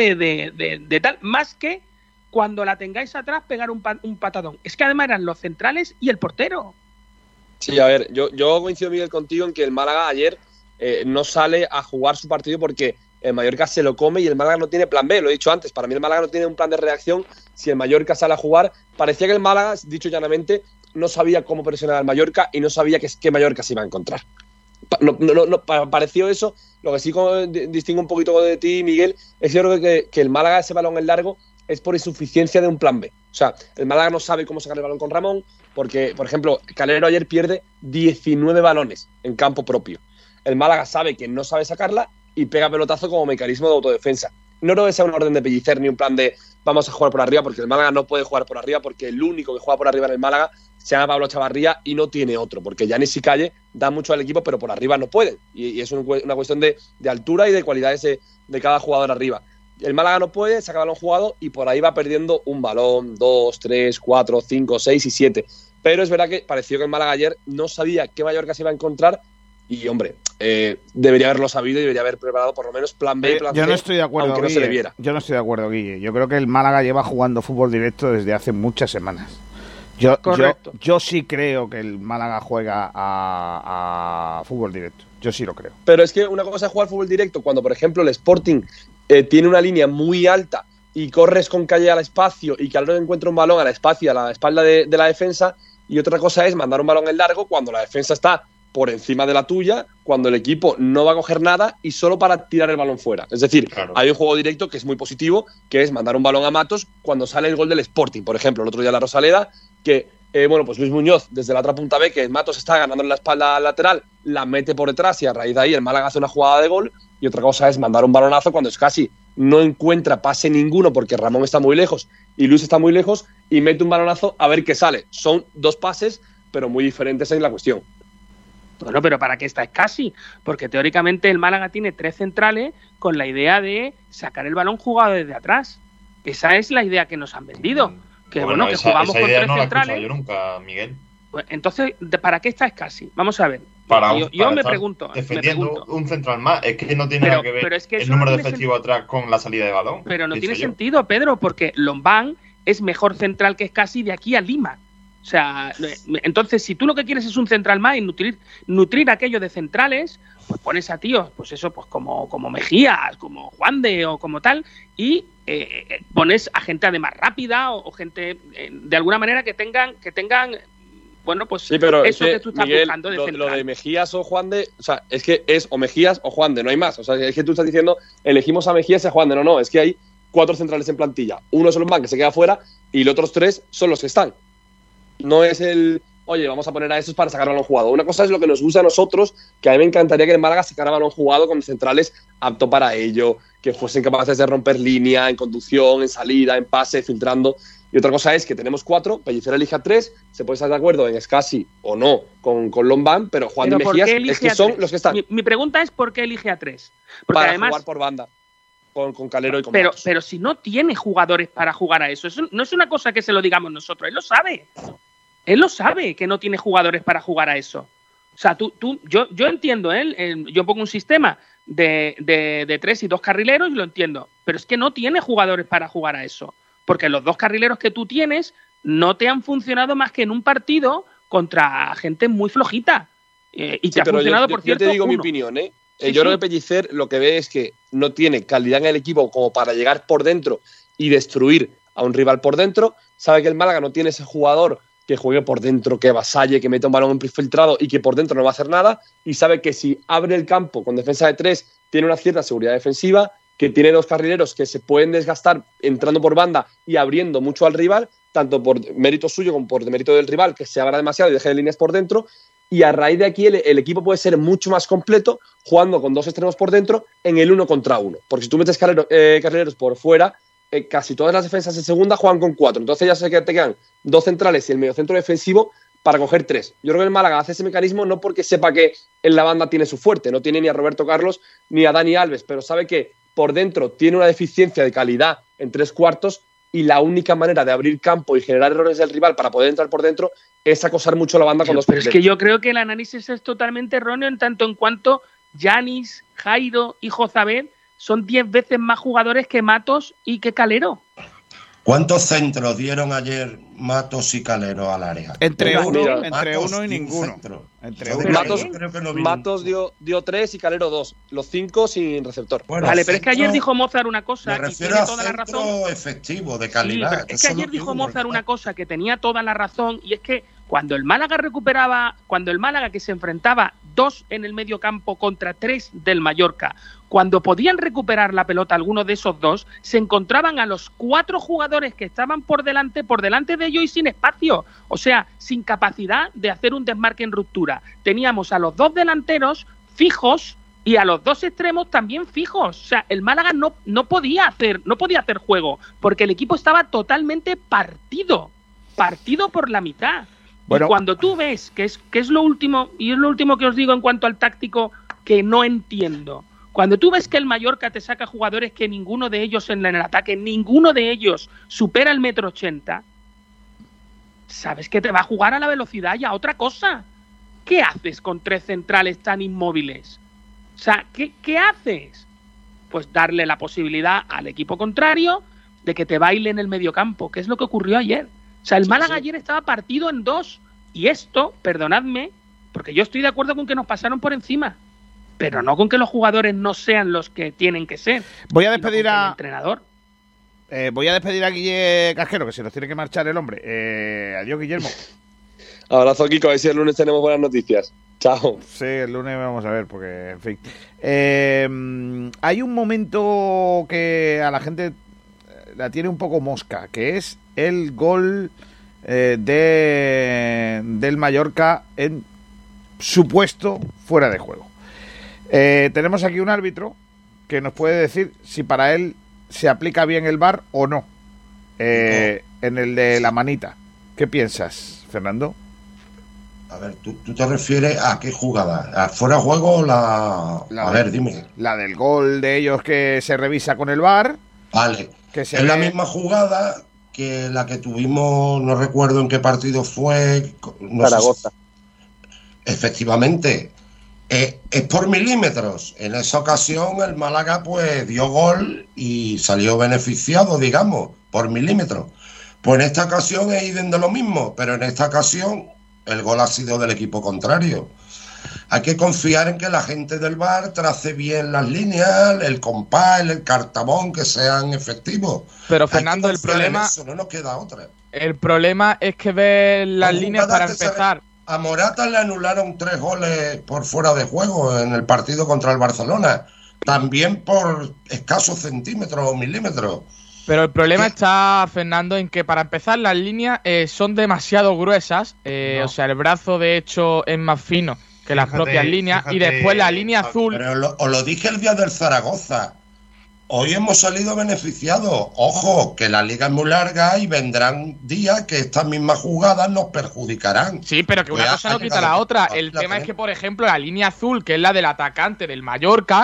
de tal, más que cuando la tengáis atrás pegar un patadón. Es que además eran los centrales y el portero. Sí, a ver, yo coincido, Miguel, contigo en que el Málaga ayer no sale a jugar su partido porque el Mallorca se lo come y el Málaga no tiene plan B. Lo he dicho antes, para mí el Málaga no tiene un plan de reacción. Si el Mallorca sale a jugar, parecía que el Málaga, dicho llanamente, no sabía cómo presionar al Mallorca y no sabía qué Mallorca se iba a encontrar. No, pareció eso. Lo que sí distingo un poquito de ti, Miguel, es yo creo que el Málaga, ese balón en largo, es por insuficiencia de un plan B. O sea, el Málaga no sabe cómo sacar el balón con Ramón, porque, por ejemplo, Calero ayer pierde 19 balones en campo propio. El Málaga sabe que no sabe sacarla y pega pelotazo como mecanismo de autodefensa. No creo que sea una orden de Pellicer ni un plan de vamos a jugar por arriba, porque el Málaga no puede jugar por arriba, porque el único que juega por arriba en el Málaga se llama Pablo Chavarría y no tiene otro, porque Yanis y Calle dan mucho al equipo, pero por arriba no pueden. Y es una cuestión de altura y de cualidades de cada jugador arriba. El Málaga no puede, saca balón jugado y por ahí va perdiendo un balón, 2, 3, 4, 5, 6 y 7. Pero es verdad que pareció que el Málaga ayer no sabía qué Mallorca se iba a encontrar y, hombre, debería haberlo sabido y debería haber preparado por lo menos plan B y plan C. Yo no estoy de acuerdo, aunque no se le viera. Yo no estoy de acuerdo, Guille. Yo creo que el Málaga lleva jugando fútbol directo desde hace muchas semanas. Yo sí creo que el Málaga juega a fútbol directo. Yo sí lo creo. Pero es que una cosa es jugar fútbol directo cuando, por ejemplo, el Sporting tiene una línea muy alta y corres con Calle al espacio y que al encuentra un balón al espacio, a la espalda de la defensa, y otra cosa es mandar un balón en largo cuando la defensa está por encima de la tuya, cuando el equipo no va a coger nada y solo para tirar el balón fuera. Es decir, claro, hay un juego directo que es muy positivo, que es mandar un balón a Matos cuando sale el gol del Sporting. Por ejemplo, el otro día la Rosaleda, que pues Luis Muñoz, desde la otra punta B, que Matos está ganando en la espalda lateral, la mete por detrás y a raíz de ahí el Málaga hace una jugada de gol. Y otra cosa es mandar un balonazo cuando es casi no encuentra pase ninguno porque Ramón está muy lejos y Luis está muy lejos y mete un balonazo a ver qué sale. Son dos pases, pero muy diferentes en la cuestión. Bueno, pero ¿para qué está Escasi? Porque teóricamente el Málaga tiene 3 centrales con la idea de sacar el balón jugado desde atrás. Esa es la idea que nos han vendido. Que bueno, que jugamos con 3 centrales. Yo nunca, Miguel. Pues, entonces, ¿para qué está Escasi? Vamos a ver. Yo me pregunto. Defendiendo un central más, es que no tiene nada que ver el número de efectivo atrás con la salida de balón. Pero no tiene sentido, Pedro, porque Lombán es mejor central que Escasi de aquí a Lima. O sea, entonces, si tú lo que quieres es un central más y nutrir aquello de centrales, pues pones a tíos, pues eso, pues como Mejías, como Juan de o como tal, y pones a gente además rápida o gente de alguna manera que tengan bueno, pues sí, pero eso es que tú estás Miguel, buscando de central. Lo de Mejías o Juan de, o sea, es que es o Mejías o Juan de, no hay más. O sea, es que tú estás diciendo, elegimos a Mejías y a Juan de. No, es que hay 4 centrales en plantilla. Uno es Lombán, que se queda fuera, y los otros 3 son los que están. No es oye, vamos a poner a esos para sacar balón jugado. Una cosa es lo que nos gusta a nosotros, que a mí me encantaría que el Málaga sacara balón jugado con centrales apto para ello, que fuesen capaces de romper línea en conducción, en salida, en pase, filtrando. Y otra cosa es que tenemos 4, Pellicer elige a 3, se puede estar de acuerdo en Escasi o no con Lombán, pero Juan de Mejías es que son los que están. Mi pregunta es ¿por qué elige a 3? Porque para además, jugar por banda. con Calero y con pero, Matos. pero si no tiene jugadores para jugar a eso no es una cosa que se lo digamos nosotros, él lo sabe. Él lo sabe que no tiene jugadores para jugar a eso. O sea, yo entiendo, yo pongo un sistema de 3 y 2 carrileros y lo entiendo, pero es que no tiene jugadores para jugar a eso, porque los 2 carrileros que tú tienes no te han funcionado más que en un partido contra gente muy flojita. Y te ha funcionado, por cierto, yo te digo mi uno. opinión, ¿eh? Sí, Yo creo sí. que Pellicer lo que ve es que no tiene calidad en el equipo como para llegar por dentro y destruir a un rival por dentro. Sabe que el Málaga no tiene ese jugador que juegue por dentro, que avasalle, que meta un balón infiltrado y que por dentro no va a hacer nada. Y sabe que si abre el campo con defensa de 3 tiene una cierta seguridad defensiva, que tiene 2 carrileros que se pueden desgastar entrando por banda y abriendo mucho al rival, tanto por mérito suyo como por mérito del rival, que se abra demasiado y deje de líneas por dentro. Y a raíz de aquí el equipo puede ser mucho más completo jugando con 2 extremos por dentro en el 1 contra 1. Porque si tú metes carrileros por fuera, casi todas las defensas en segunda juegan con 4. Entonces ya sé que te quedan 2 centrales y el mediocentro defensivo para coger 3. Yo creo que el Málaga hace ese mecanismo no porque sepa que en la banda tiene su fuerte, no tiene ni a Roberto Carlos ni a Dani Alves, pero sabe que por dentro tiene una deficiencia de calidad en 3/4 y la única manera de abrir campo y generar errores del rival para poder entrar por dentro es acosar mucho la banda con los Pero es que yo creo que el análisis es totalmente erróneo en tanto en cuanto Yanis, Jairo y Jozabed son 10 veces más jugadores que Matos y que Calero. ¿Cuántos centros dieron ayer Matos y Calero al área? Entre Mira, uno, mira. entre Matos uno y dio un ninguno. centro. Entre Yo uno de y Matos- Calero creo que no vi Matos dio 3 y Calero 2. Los 5 sin receptor. Bueno, Vale, pero es que ayer centro, dijo Mozart una cosa me y refiero tiene a toda la razón. centro efectivo, de Sí, calidad. pero es Eso que ayer lo dijo digo, Mozart ¿verdad? una cosa que tenía toda la razón, y es que cuando el Málaga que se enfrentaba 2 en el medio campo contra 3 del Mallorca, cuando podían recuperar la pelota algunos de esos 2, se encontraban a los 4 jugadores que estaban por delante de ellos y sin espacio, o sea, sin capacidad de hacer un desmarque en ruptura. Teníamos a los 2 delanteros fijos y a los 2 extremos también fijos. O sea, el Málaga no podía hacer juego, porque el equipo estaba totalmente partido por la mitad. Bueno. Y cuando tú ves, que es lo último, y es lo último que os digo en cuanto al táctico que no entiendo, cuando tú ves que el Mallorca te saca jugadores que ninguno de ellos en el ataque, ninguno de ellos supera el 1,80 m, sabes que te va a jugar a la velocidad y a otra cosa. ¿Qué haces con 3 centrales tan inmóviles? O sea, ¿qué haces? Pues darle la posibilidad al equipo contrario de que te baile en el mediocampo, que es lo que ocurrió ayer. O sea, el Málaga ayer estaba partido en 2. Y esto, perdonadme, porque yo estoy de acuerdo con que nos pasaron por encima, pero no con que los jugadores no sean los que tienen que ser. Voy a sino despedir con que a- el entrenador. Voy a despedir a Guille Casquero, que se nos tiene que marchar el hombre. Adiós, Guillermo. Abrazo, Kiko. A ver si el lunes tenemos buenas noticias. Chao. Sí, el lunes vamos a ver, porque, en fin. Hay un momento que a la gente la tiene un poco mosca, que es el gol del Mallorca en supuesto fuera de juego. Tenemos aquí un árbitro que nos puede decir si para él se aplica bien el VAR o no. En el de la manita. ¿Qué piensas, Fernando? A ver, ¿tú te refieres a qué jugada? ¿A fuera de juego o a ver, dime. La del gol de ellos que se revisa con el VAR. Vale. Que se es la ve- misma jugada que la que tuvimos, no recuerdo en qué partido fue. No sé Zaragoza. Efectivamente. Es por milímetros. En esa ocasión el Málaga pues dio gol y salió beneficiado, digamos, por milímetros. Pues en esta ocasión es idem de lo mismo, pero en esta ocasión el gol ha sido del equipo contrario. Hay que confiar en que la gente del VAR trace bien las líneas, el compás, el cartabón, que sean efectivos. Pero Hay que Fernando, el confiar en problema, eso, no nos queda otra. el problema es que ves las Hay líneas jugadas para que se empezar. A Morata le anularon 3 goles por fuera de juego en el partido contra el Barcelona. También por escasos centímetros o milímetros. Pero el problema está, Fernando, en que para empezar las líneas son demasiado gruesas. No. O sea, el brazo de hecho es más fino que las propias líneas. Y después la línea azul. Pero os lo dije el día del Zaragoza. Hoy hemos salido beneficiados. Ojo, que la liga es muy larga y vendrán días que estas mismas jugadas nos perjudicarán. Sí, pero que una Pues cosa no hay quita la otra. la El tema es tenemos. que, por ejemplo, la línea azul, que es la del atacante del Mallorca,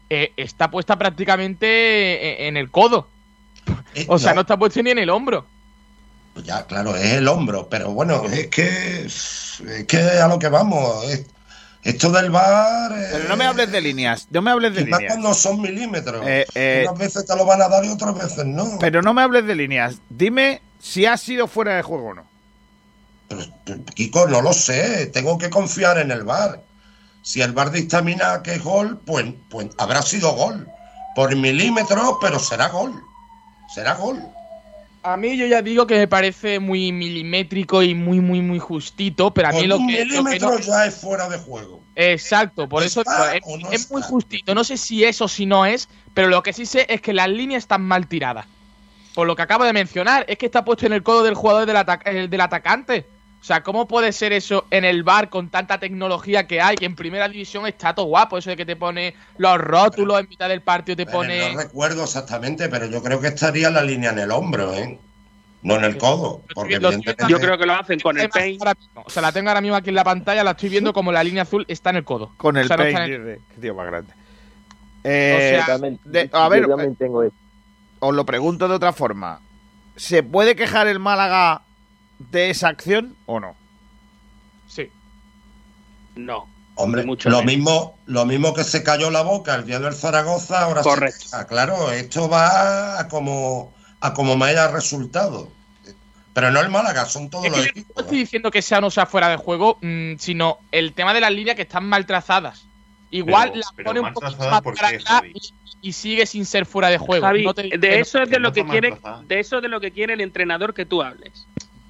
está puesta prácticamente en el codo. O sea, no está puesto ni en el hombro. Pues ya, claro, es el hombro, pero bueno, es que a lo que vamos. Esto del VAR. Pero no me hables de líneas. No me hables de líneas. Cuando son milímetros. Unas veces te lo van a dar y otras veces no. Pero no me hables de líneas. Dime si ha sido fuera de juego o no. Pero, Kiko, no lo sé. Tengo que confiar en el VAR. Si el VAR dictamina que es gol, pues habrá sido gol. Por milímetros, pero será gol. Será gol. A mí yo ya digo que me parece muy milimétrico y muy justito, pero a mí lo que milímetro ya es fuera de juego. Exacto, por eso es muy justito. No sé si es o si no es, pero lo que sí sé es que las líneas están mal tiradas. Por lo que acabo de mencionar, es que está puesto en el codo del jugador del atacante. O sea, ¿cómo puede ser eso en el VAR con tanta tecnología que hay? Que en primera división está todo guapo, eso de que te pone los rótulos en mitad del partido, te pone... No recuerdo exactamente, pero yo creo que estaría la línea en el hombro, ¿eh? No en el codo. Porque evidentemente... Yo creo que lo hacen con el paint. O sea, la tengo ahora mismo aquí en la pantalla, la estoy viendo como la línea azul está en el codo. Con el paint, qué tío más grande. A ver, yo también tengo eso. Os lo pregunto de otra forma. ¿Se puede quejar el Málaga de esa acción o no? Sí. No. Hombre, lo mismo que se cayó la boca el día del Zaragoza, ahora correcto. Claro, esto va a como me haya resultado. Pero no el Málaga, son todos los equipos. No estoy diciendo que sea o no sea fuera de juego, sino el tema de las líneas que están mal trazadas. Igual la pone un poco más para acá y sigue sin ser fuera de juego. Javi, de eso es de lo que quiere el entrenador que tú hables.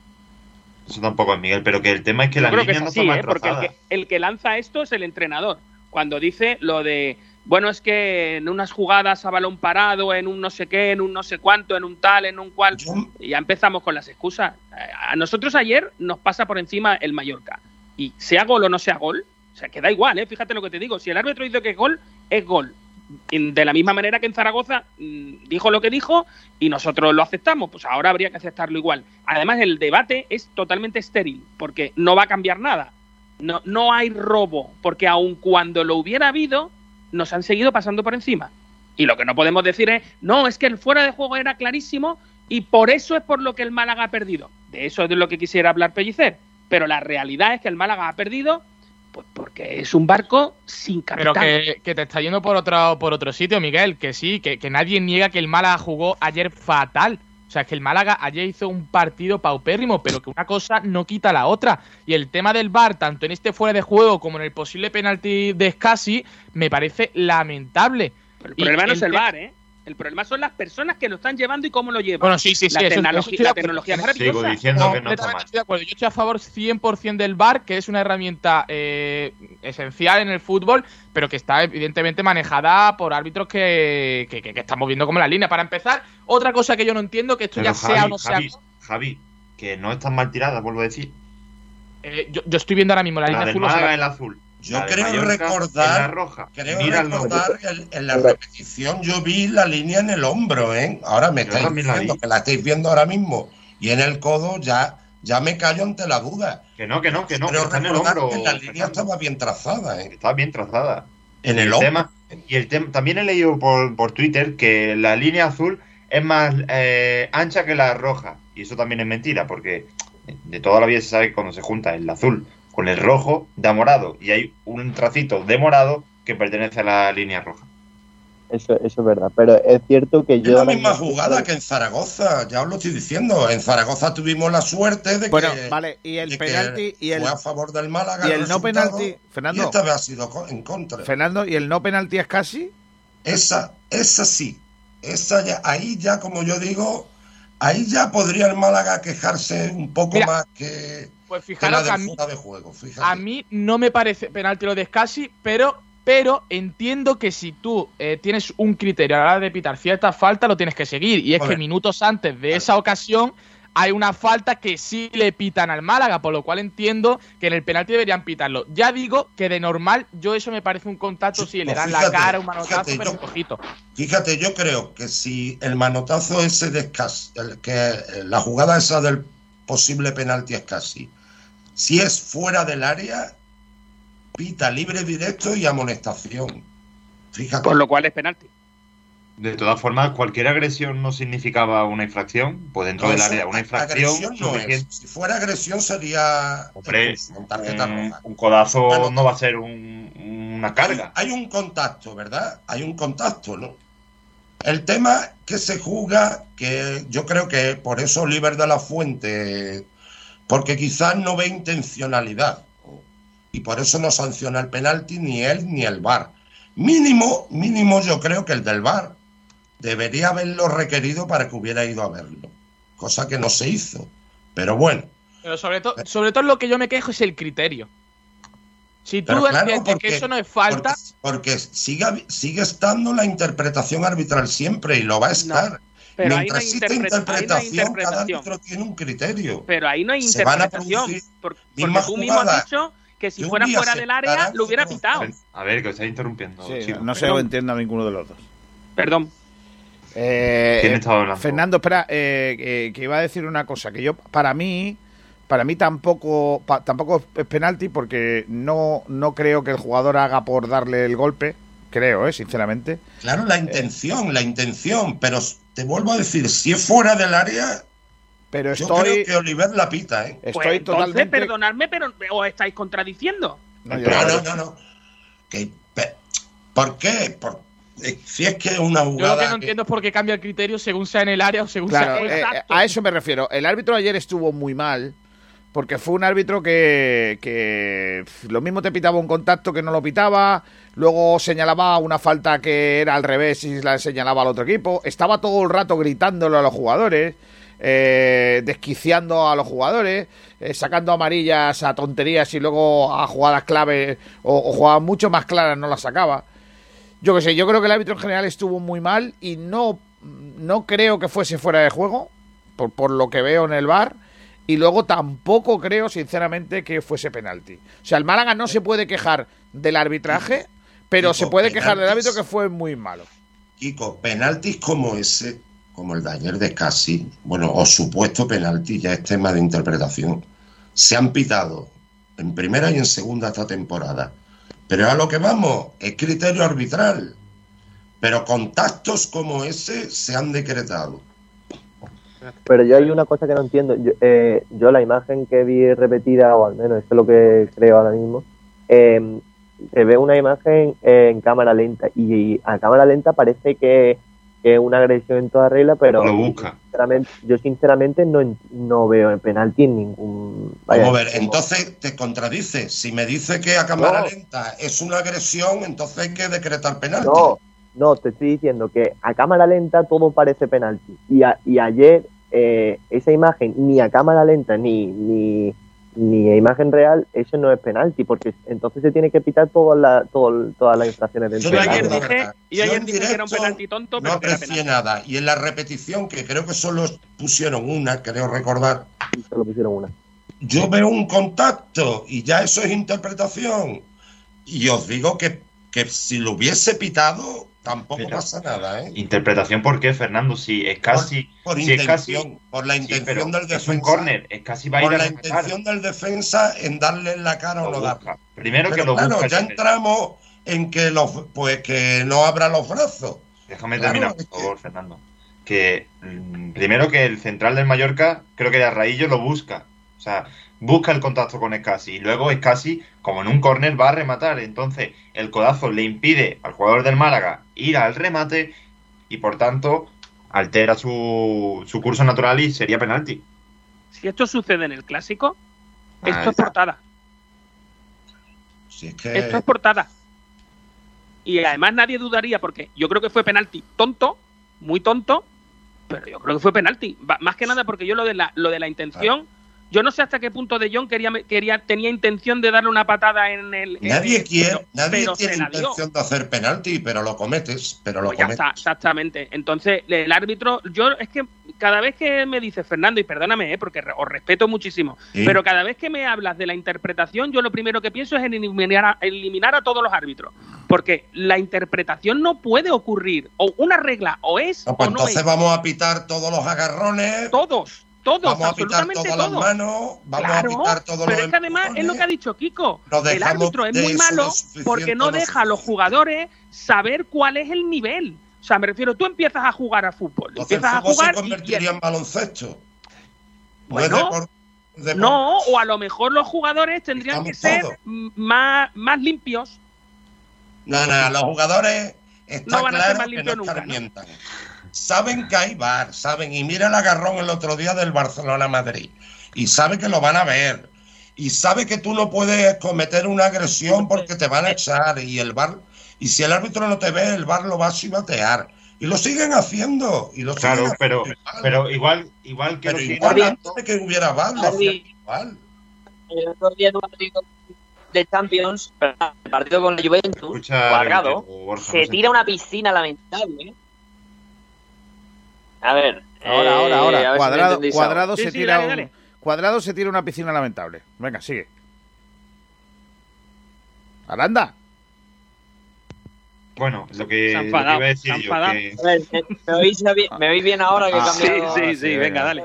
Eso tampoco es, Miguel, pero que el tema es que las líneas no están mal trazadas. Porque el que lanza esto es el entrenador. Cuando dice lo de, bueno, es que en unas jugadas a balón parado, en un no sé qué, en un no sé cuánto, en un tal, en un cual, ya empezamos con las excusas. A nosotros ayer nos pasa por encima el Mallorca. Y sea gol o no sea gol, o sea, que da igual, fíjate lo que te digo. Si el árbitro dice que es gol, es gol. De la misma manera que en Zaragoza dijo lo que dijo y nosotros lo aceptamos, pues ahora habría que aceptarlo igual. Además, el debate es totalmente estéril, porque no va a cambiar nada. No hay robo, porque aun cuando lo hubiera habido, nos han seguido pasando por encima. Y lo que no podemos decir es, no, es que el fuera de juego era clarísimo y por eso es por lo que el Málaga ha perdido. De eso es de lo que quisiera hablar Pellicer. Pero la realidad es que el Málaga ha perdido pues porque es un barco sin capitán. Pero que te está yendo por otro sitio, Miguel, que sí, que nadie niega que el Málaga jugó ayer fatal. O sea, es que el Málaga ayer hizo un partido paupérrimo, pero que una cosa no quita la otra. Y el tema del VAR, tanto en este fuera de juego como en el posible penalti de Scassi, me parece lamentable. Pero el problema no es el VAR, ¿eh? El problema son las personas que lo están llevando y cómo lo llevan. Bueno, sí. La tecnología es maravillosa. Sigo diciendo que no está mal. Estoy de acuerdo. Yo estoy a favor 100% del VAR, que es una herramienta esencial en el fútbol, pero que está evidentemente manejada por árbitros que estamos viendo como la línea. Para empezar, otra cosa que yo no entiendo, que esto pero ya sea o no sea... Javi, que no están mal tiradas, vuelvo a decir. Yo estoy viendo ahora mismo la línea del azul. Málaga, el azul. Yo creo recordar que en la repetición yo vi la línea en el hombro, ¿eh? Ahora me estáis diciendo que la estáis viendo ahora mismo y en el codo, ya me callo ante la duda. Que no, pero que está en el hombro. Que la línea estaba bien trazada, ¿eh? Está bien trazada. En el hombro. También he leído por Twitter que la línea azul es más ancha que la roja. Y eso también es mentira, porque de toda la vida se sabe que cuando se junta el azul con el rojo da morado y hay un tracito de morado que pertenece a la línea roja. Eso es verdad, pero es cierto que yo... Es la misma jugada que en Zaragoza, ya os lo estoy diciendo. En Zaragoza tuvimos la suerte de y el penalti fue a favor del Málaga. Y el no penalti, Fernando. Y esta vez ha sido en contra. Fernando, ¿y el no penalti es casi? Esa sí. Esa ya, ahí ya, como yo digo, ahí ya podría el Málaga quejarse un poco más que... Pues fijaros que a mí no me parece penalti lo de Scassi, pero entiendo que si tú tienes un criterio a la hora de pitar cierta falta, lo tienes que seguir. Y es que minutos antes de esa ocasión hay una falta que sí le pitan al Málaga, por lo cual entiendo que en el penalti deberían pitarlo. Ya digo que de normal yo eso me parece un contacto, si le dan la cara, un manotazo, pero un cojito. Fíjate, yo creo que si el manotazo ese de Scassi, la jugada esa del posible penalti es Scassi, si es fuera del área, pita libre directo y amonestación. Fíjate. Por lo cual es penalti. De todas formas, cualquier agresión no significaba una infracción. Pues dentro del área, una infracción. Agresión no es. Si fuera agresión sería. Hombre, tarjeta roja. Un codazo no va a ser una carga. Hay un contacto, ¿verdad? Hay un contacto, ¿no? El tema que se juzga, que yo creo que por eso Oliver de la Fuente, porque quizás no ve intencionalidad. Y por eso no sanciona el penalti ni él ni el VAR. Mínimo yo creo que el del VAR debería haberlo requerido para que hubiera ido a verlo, cosa que no se hizo, pero bueno. Pero sobre todo lo que yo me quejo es el criterio. Si tú entiendes que eso no es falta... Porque sigue estando la interpretación arbitral siempre y lo va a estar. No, pero mientras existe interpretación, cada árbitro tiene un criterio. Pero ahí no hay interpretación, porque tú mismo has dicho que si fuera fuera del área lo hubiera pitado. A ver, que os está interrumpiendo. Sí, no se lo entiendo a ninguno de los dos. Perdón. ¿Quién estaba hablando? Fernando, espera, que iba a decir una cosa, que yo, para mí tampoco es penalti, porque no creo que el jugador haga por darle el golpe, creo, sinceramente. Claro, la intención, pero te vuelvo a decir, si es fuera del área, pero yo creo que Oliver la pita, Pues entonces, totalmente... perdonadme, pero os estáis contradiciendo. No. ¿Por qué? Si es que una jugada... Yo lo que no entiendo es por qué cambia el criterio según sea en el área o según sea... A eso me refiero. El árbitro ayer estuvo muy mal, porque fue un árbitro que lo mismo te pitaba un contacto que no lo pitaba, luego señalaba una falta que era al revés y la señalaba al otro equipo, estaba todo el rato gritándole a los jugadores, desquiciando a los jugadores, sacando amarillas a tonterías y luego a jugadas clave o jugadas mucho más claras no las sacaba. Yo qué sé, yo creo que el árbitro en general estuvo muy mal y no creo que fuese fuera de juego, por lo que veo en el VAR, y luego tampoco creo, sinceramente, que fuese penalti. O sea, el Málaga no se puede quejar del arbitraje, pero se puede quejar del árbitro, que fue muy malo. Kiko, penaltis como ese, como el de ayer de Casi, bueno, o supuesto penalti, ya es tema de interpretación, se han pitado en primera y en segunda esta temporada. Pero a lo que vamos, es criterio arbitral. Pero contactos como ese se han decretado. Pero yo hay una cosa que no entiendo. Yo la imagen que vi repetida, o al menos eso es lo que creo ahora mismo, se ve una imagen en cámara lenta. Y a cámara lenta parece que es una agresión en toda regla, pero lo busca. Yo sinceramente no veo el penalti en ningún... Vamos a ver, entonces te contradice. Si me dice que a cámara lenta es una agresión, entonces hay que decretar penalti. No, te estoy diciendo que a cámara lenta todo parece penalti. Y ayer esa imagen, ni a cámara lenta ni a imagen real, eso no es penalti, porque entonces se tiene que pitar todas las infracciones del penalti. Yo ayer dije que era un penalti tonto, pero no aprecié nada. Y en la repetición, que creo que solo pusieron una, creo recordar. Solo pusieron una. Yo veo un contacto y ya eso es interpretación. Y os digo que si lo hubiese pitado, tampoco pasa nada, ¿Interpretación por qué, Fernando? Si es casi... Por si intención, es casi, por la intención del defensa. Es un córner, es casi va a ir por a la rematar. intención del defensa en darle en la cara o no darle. Primero pero que lo claro, busca. Ya entramos en que que no abra los brazos. Déjame terminar, por favor, Fernando. Que primero que el central del Mallorca, creo que de Arraillo lo busca. O sea, busca el contacto con Escasi y luego Escasi, como en un córner, va a rematar. Entonces, el codazo le impide al jugador del Málaga ir al remate y, por tanto, altera su curso natural y sería penalti. Si esto sucede en el Clásico, esto es portada. Si es que... Esto es portada. Y además nadie dudaría, porque yo creo que fue penalti tonto, muy tonto, pero yo creo que fue penalti. Más que nada porque yo lo de la intención... Yo no sé hasta qué punto De Jong tenía intención de darle una patada en el... Nadie tiene intención de hacer penalti, pero lo cometes. Ya está, exactamente. Entonces, el árbitro... Yo es que cada vez que me dice Fernando, y perdóname, porque os respeto muchísimo, pero cada vez que me hablas de la interpretación, yo lo primero que pienso es en eliminar a todos los árbitros. Porque la interpretación no puede ocurrir. O una regla o es... No, pues o no entonces es. Vamos a pitar todos los agarrones... Todos. vamos a pitar absolutamente todas todo. las manos, vamos a pitar todos los pero es que además es lo que ha dicho Kiko. Nos El dejamos árbitro es de muy eso malo lo suficiente porque no deja a los jugadores saber cuál es el nivel. O sea, me refiero, tú empiezas a jugar a fútbol, Entonces empiezas a el fútbol jugar se convertiría en baloncesto. Bueno, no, o a lo mejor los jugadores tendrían que ser todos. más limpios. No, los jugadores está No van a ser claro más que limpios no nunca, escarmientan. Saben que hay VAR, saben, y mira el agarrón el otro día del Barcelona-Madrid, y sabe que lo van a ver, y sabe que tú no puedes cometer una agresión porque te van a echar, y el VAR, y si el árbitro no te ve, el VAR lo va a chivatear. Y lo siguen haciendo. Y lo Claro, siguen pero igual que pero lo igual siguen- antes de que hubiera VAR, lo hacían igual. El otro día en un partido de Champions, el partido con la Juventus, Escucha, Cuadrado, Borja, se no sé. tira a una piscina lamentable. A ver. Ahora. a ver si me Cuadrado, entendéis Cuadrado ahora. se tira Cuadrado se tira una piscina lamentable. Venga, sigue. Aranda. Bueno, lo que Se ha iba enfadado, a decir se ha yo, enfadado. que A ver, ¿me oís bien ahora que he cambiado? Sí, venga, dale.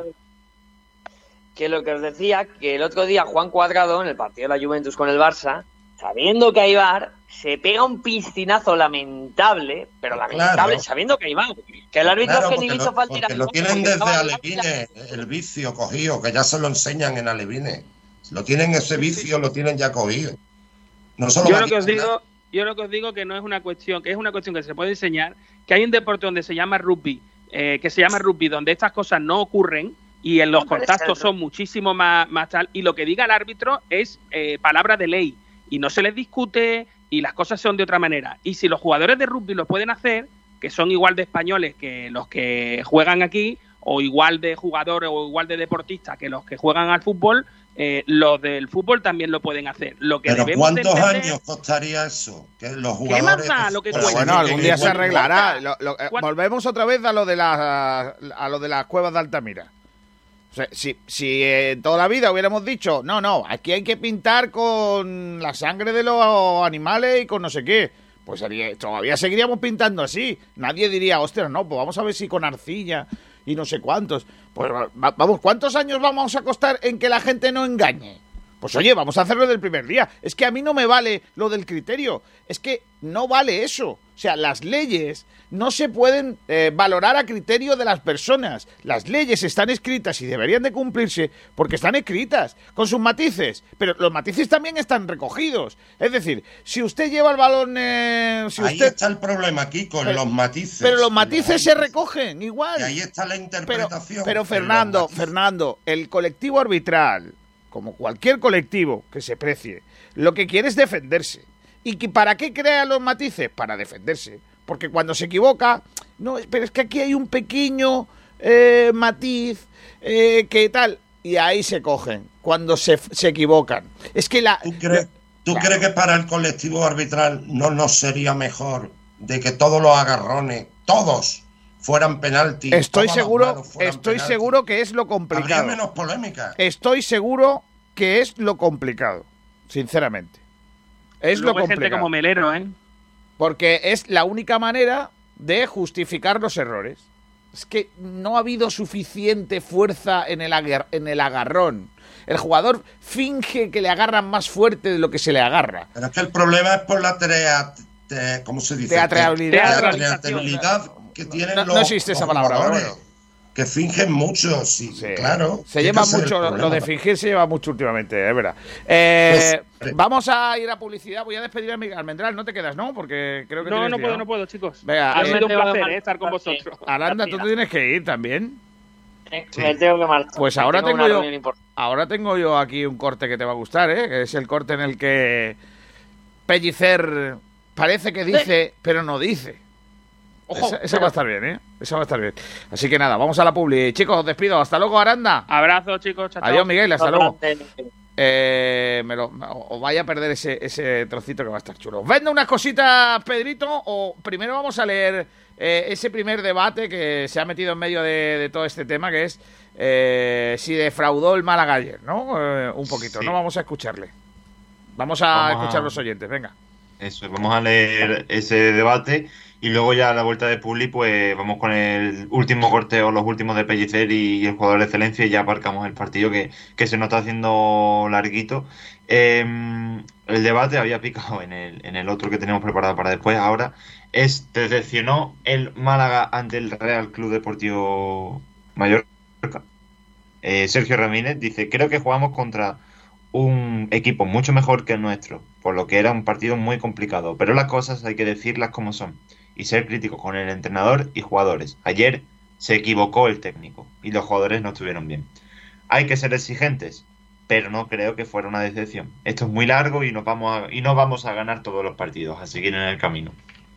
Que lo que os decía, que el otro día Juan Cuadrado, en el partido de la Juventus con el Barça, sabiendo que hay VAR, se pega un piscinazo lamentable, pero lamentable, Claro. sabiendo que hay VAR. Que el árbitro Claro, es que ni porque le hizo falta ir porque al lo VAR, tienen porque desde estaba Alevine, el vicio cogido, que ya se lo enseñan en Alevine. Lo tienen ese vicio, lo tienen ya cogido. No solo Yo va lo que a os quitar digo que no es una cuestión, que es una cuestión que se puede enseñar, que hay un deporte donde se llama rugby, donde estas cosas no ocurren y en los contactos son muchísimo más tal, y lo que diga el árbitro es palabra de ley y no se les discute y las cosas son de otra manera. Y si los jugadores de rugby lo pueden hacer, que son igual de españoles que los que juegan aquí, o igual de jugadores o igual de deportistas que los que juegan al fútbol, los del fútbol también lo pueden hacer. Lo que Pero debemos de ¿cuántos entender- años costaría eso? Que los ¿Qué más jugadores. da lo que Pero cuesta? bueno, algún día se igual- arreglará. Volvemos otra vez a lo de las cuevas de Altamira. O sea, si toda la vida hubiéramos dicho, no, aquí hay que pintar con la sangre de los animales y con no sé qué, pues todavía seguiríamos pintando así. Nadie diría, ostras, no, pues vamos a ver si con arcilla y no sé cuántos. Pues vamos, ¿cuántos años vamos a costar en que la gente no engañe? Pues oye, vamos a hacerlo desde el primer día. Es que a mí no me vale lo del criterio. Es que no vale eso. O sea, las leyes no se pueden valorar a criterio de las personas. Las leyes están escritas y deberían de cumplirse porque están escritas, con sus matices. Pero los matices también están recogidos. Es decir, si usted lleva el balón... Ahí está el problema aquí con los matices. Pero los matices se recogen igual. Y ahí está la interpretación. Pero Fernando, el colectivo arbitral, como cualquier colectivo que se precie, lo que quiere es defenderse. ¿Y para qué crea los matices? Para defenderse. Porque cuando se equivoca, no, pero es que aquí hay un pequeño matiz que tal, y ahí se cogen, cuando se equivocan. Es que ¿Tú crees que para el colectivo arbitral no sería mejor de que todos los agarrones, todos, fueran penalti? Estoy seguro que es lo complicado. Habría menos polémica. Estoy seguro que es lo complicado, sinceramente. Es Luego lo hay gente complicado. como Melero, Porque es la única manera de justificar los errores. Es que no ha habido suficiente fuerza en el agarrón. El jugador finge que le agarran más fuerte de lo que se le agarra. Pero es que el problema es por la ¿cómo se dice? Teatralidad que tienen no existe esa palabra, jugadores, bueno. que fingen mucho, sí, claro. Se lleva mucho, lo de fingir se lleva mucho últimamente, es verdad. Vamos a ir a publicidad, voy a despedir a Miguel Almendral, no te quedas, ¿no? Porque creo que no puedo, chicos. Venga, ha sido un placer estar con vosotros. Aranda, tú te tienes que ir también. Sí. Me tengo que marchar. Pues ahora tengo yo aquí un corte que te va a gustar, que es el corte en el que Pellicer parece que dice, pero no dice. Ojo, esa va a estar bien, Esa va a estar bien. Así que nada, vamos a la publi. Chicos, os despido. Hasta luego, Aranda. Abrazo, chicos. Chao, Adiós, Miguel. Hasta luego. luego. Os vaya a perder ese trocito que va a estar chulo. ¿Os vendo unas cositas, Pedrito? O primero vamos a leer ese primer debate que se ha metido en medio de todo este tema, que es si defraudó el Málaga ayer, ¿no? Un poquito, Sí. ¿no? Vamos a escucharle. Vamos a escuchar a los oyentes, venga. Eso, vamos a leer ese debate y luego ya a la vuelta de Publi pues vamos con el último corteo, los últimos de Pellicer y el jugador de excelencia y ya aparcamos el partido que se nos está haciendo larguito. El debate había picado en el otro que tenemos preparado para después. Ahora ¿te decepcionó el Málaga ante el Real Club Deportivo Mallorca? Sergio Ramírez dice: creo que jugamos contra un equipo mucho mejor que el nuestro, por lo que era un partido muy complicado, pero las cosas hay que decirlas como son y ser crítico con el entrenador y jugadores. Ayer se equivocó el técnico y los jugadores no estuvieron bien. Hay que ser exigentes, pero no creo que fuera una decepción. Esto es muy largo y no vamos a ganar todos los partidos, a seguir en el camino.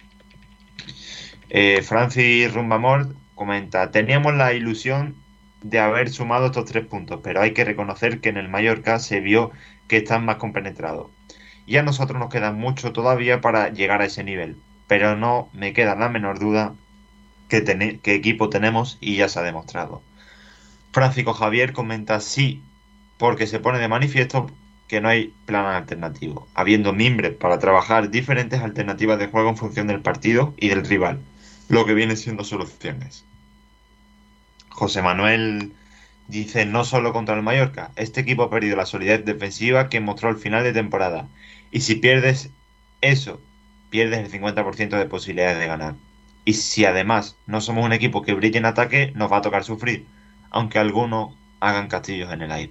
Francis Rumbamor comenta: teníamos la ilusión de haber sumado estos 3 puntos, pero hay que reconocer que en el Mallorca se vio que están más compenetrados. Y a nosotros nos queda mucho todavía para llegar a ese nivel, pero no me queda la menor duda que equipo tenemos y ya se ha demostrado. Francisco Javier comenta: sí, porque se pone de manifiesto que no hay plan alternativo, habiendo mimbres para trabajar diferentes alternativas de juego en función del partido y del rival, lo que viene siendo soluciones. José Manuel dice: no solo contra el Mallorca, este equipo ha perdido la solidez defensiva que mostró al final de temporada, y si pierdes eso, pierdes el 50% de posibilidades de ganar. Y si además no somos un equipo que brille en ataque, nos va a tocar sufrir, aunque algunos hagan castillos en el aire.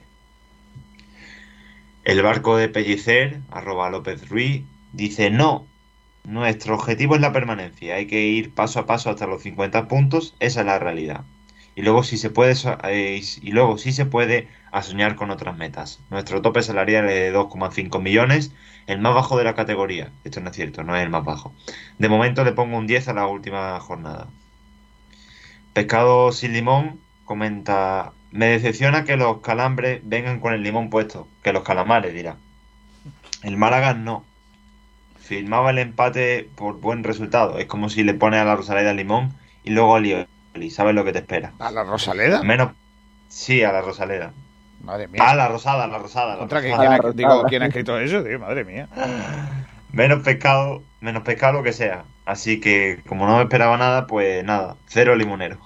El barco de Pellicer, @López Ruiz, dice: no, nuestro objetivo es la permanencia, hay que ir paso a paso hasta los 50 puntos, esa es la realidad. Y luego si se puede a soñar con otras metas. Nuestro tope salarial es de 2,5 millones, el más bajo de la categoría. Esto no es cierto, no es el más bajo. De momento le pongo un 10 a la última jornada. Pescado sin limón comenta: me decepciona que los calambres vengan con el limón puesto, que los calamares, dirá. El Málaga no. Firmaba el empate por buen resultado. Es como si le pones a la Rosaleda limón y luego al y sabes lo que te espera. ¿A la Rosaleda? Sí, a la Rosaleda. Madre mía. La rosada. ¿Quién ha escrito eso, tío? Madre mía. Menos pescado lo que sea. Así que, como no me esperaba nada, pues nada, 0 limonero.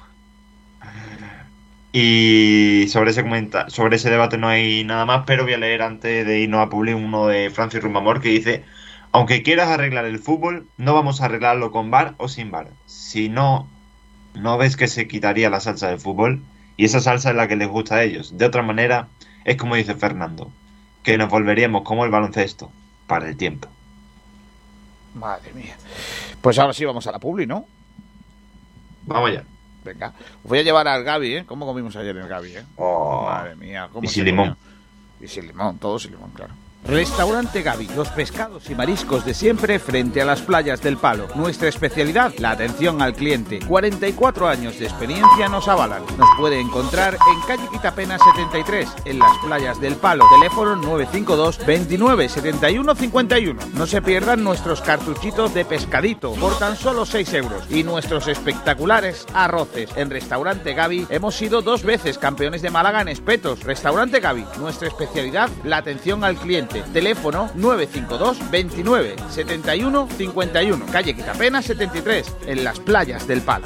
Y sobre ese debate no hay nada más, pero voy a leer antes de irnos a Publi uno de Francis Rumbamor que dice: aunque quieras arreglar el fútbol, no vamos a arreglarlo con VAR o sin VAR. Si no ves que se quitaría la salsa del fútbol, y esa salsa es la que les gusta a ellos. De otra manera, es como dice Fernando, que nos volveríamos como el baloncesto, para el tiempo. Madre mía. Pues ahora sí vamos a la Publi, ¿no? Vamos allá. Venga. Voy a llevar al Gaby, ¿eh? ¿Cómo comimos ayer el Gaby, eh? Oh. Madre mía. Y sin limón. Y sin limón, todo sin limón, claro. Restaurante Gaby, los pescados y mariscos de siempre frente a las playas del Palo. Nuestra especialidad, la atención al cliente. 44 años de experiencia nos avalan. Nos puede encontrar en calle Quitapena 73, en las playas del Palo. Teléfono 952 29 71 51. No se pierdan nuestros cartuchitos de pescadito por tan solo 6 euros y nuestros espectaculares arroces. En Restaurante Gaby hemos sido 2 veces campeones de Málaga en espetos. Restaurante Gaby, nuestra especialidad, la atención al cliente. Teléfono 952 29 71 51, calle Quitapena 73, en las playas del Palo.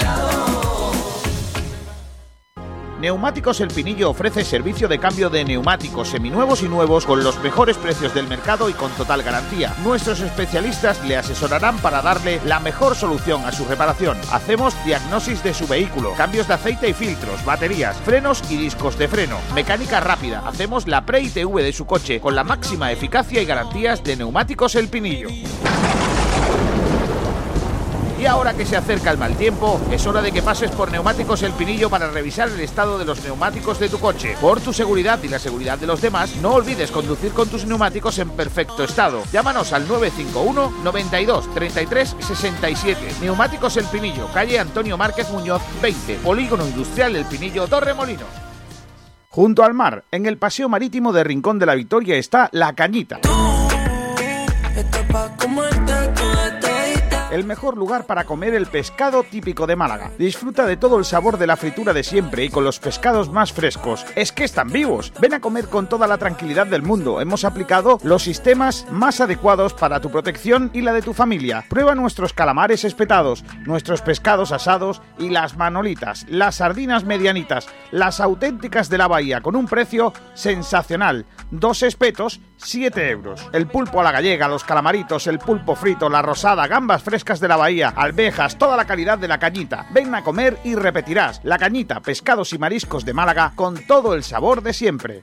Neumáticos El Pinillo ofrece servicio de cambio de neumáticos seminuevos y nuevos con los mejores precios del mercado y con total garantía. Nuestros especialistas le asesorarán para darle la mejor solución a su reparación. Hacemos diagnosis de su vehículo, cambios de aceite y filtros, baterías, frenos y discos de freno, mecánica rápida. Hacemos la pre-ITV de su coche con la máxima eficacia y garantías de Neumáticos El Pinillo. Y ahora que se acerca el mal tiempo, es hora de que pases por Neumáticos El Pinillo para revisar el estado de los neumáticos de tu coche. Por tu seguridad y la seguridad de los demás, no olvides conducir con tus neumáticos en perfecto estado. Llámanos al 951 92 33 67. Neumáticos El Pinillo, calle Antonio Márquez Muñoz 20, Polígono Industrial El Pinillo, Torremolinos. Junto al mar, en el paseo marítimo de Rincón de la Victoria está La Cañita. el mejor lugar para comer el pescado típico de Málaga. Disfruta de todo el sabor de la fritura de siempre y con los pescados más frescos. Es que están vivos. Ven a comer con toda la tranquilidad del mundo. Hemos aplicado los sistemas más adecuados para tu protección y la de tu familia. Prueba nuestros calamares espetados, nuestros pescados asados y las manolitas, las sardinas medianitas, las auténticas de la bahía con un precio sensacional. 2 espetos, 7 euros. El pulpo a la gallega, los calamaritos, el pulpo frito, la rosada, gambas frescas de la bahía, almejas, toda la calidad de La Cañita. Ven a comer y repetirás. La Cañita, pescados y mariscos de Málaga con todo el sabor de siempre.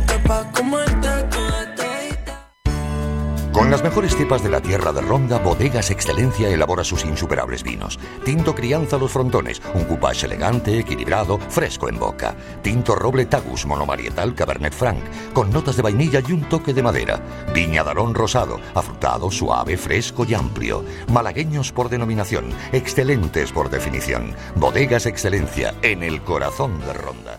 Con las mejores cepas de la tierra de Ronda, Bodegas Excelencia elabora sus insuperables vinos. Tinto Crianza Los Frontones, un coupage elegante, equilibrado, fresco en boca. Tinto Roble Tagus monomarietal Cabernet Franc, con notas de vainilla y un toque de madera. Viña Darón Rosado, afrutado, suave, fresco y amplio. Malagueños por denominación, excelentes por definición. Bodegas Excelencia, en el corazón de Ronda.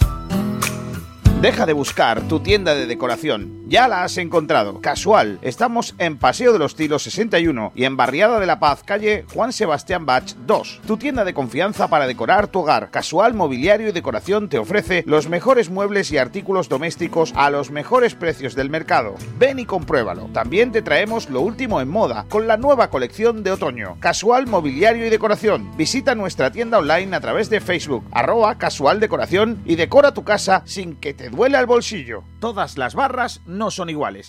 Deja de buscar tu tienda de decoración. Ya la has encontrado. Casual. Estamos en Paseo de los Tilos 61 y en Barriada de la Paz, calle Juan Sebastián Bach 2. Tu tienda de confianza para decorar tu hogar. Casual Mobiliario y Decoración te ofrece los mejores muebles y artículos domésticos a los mejores precios del mercado. Ven y compruébalo. También te traemos lo último en moda con la nueva colección de otoño. Casual Mobiliario y Decoración. Visita nuestra tienda online a través de Facebook, @casualdecoración, y decora tu casa sin que te duele al bolsillo. Todas las barras no son iguales.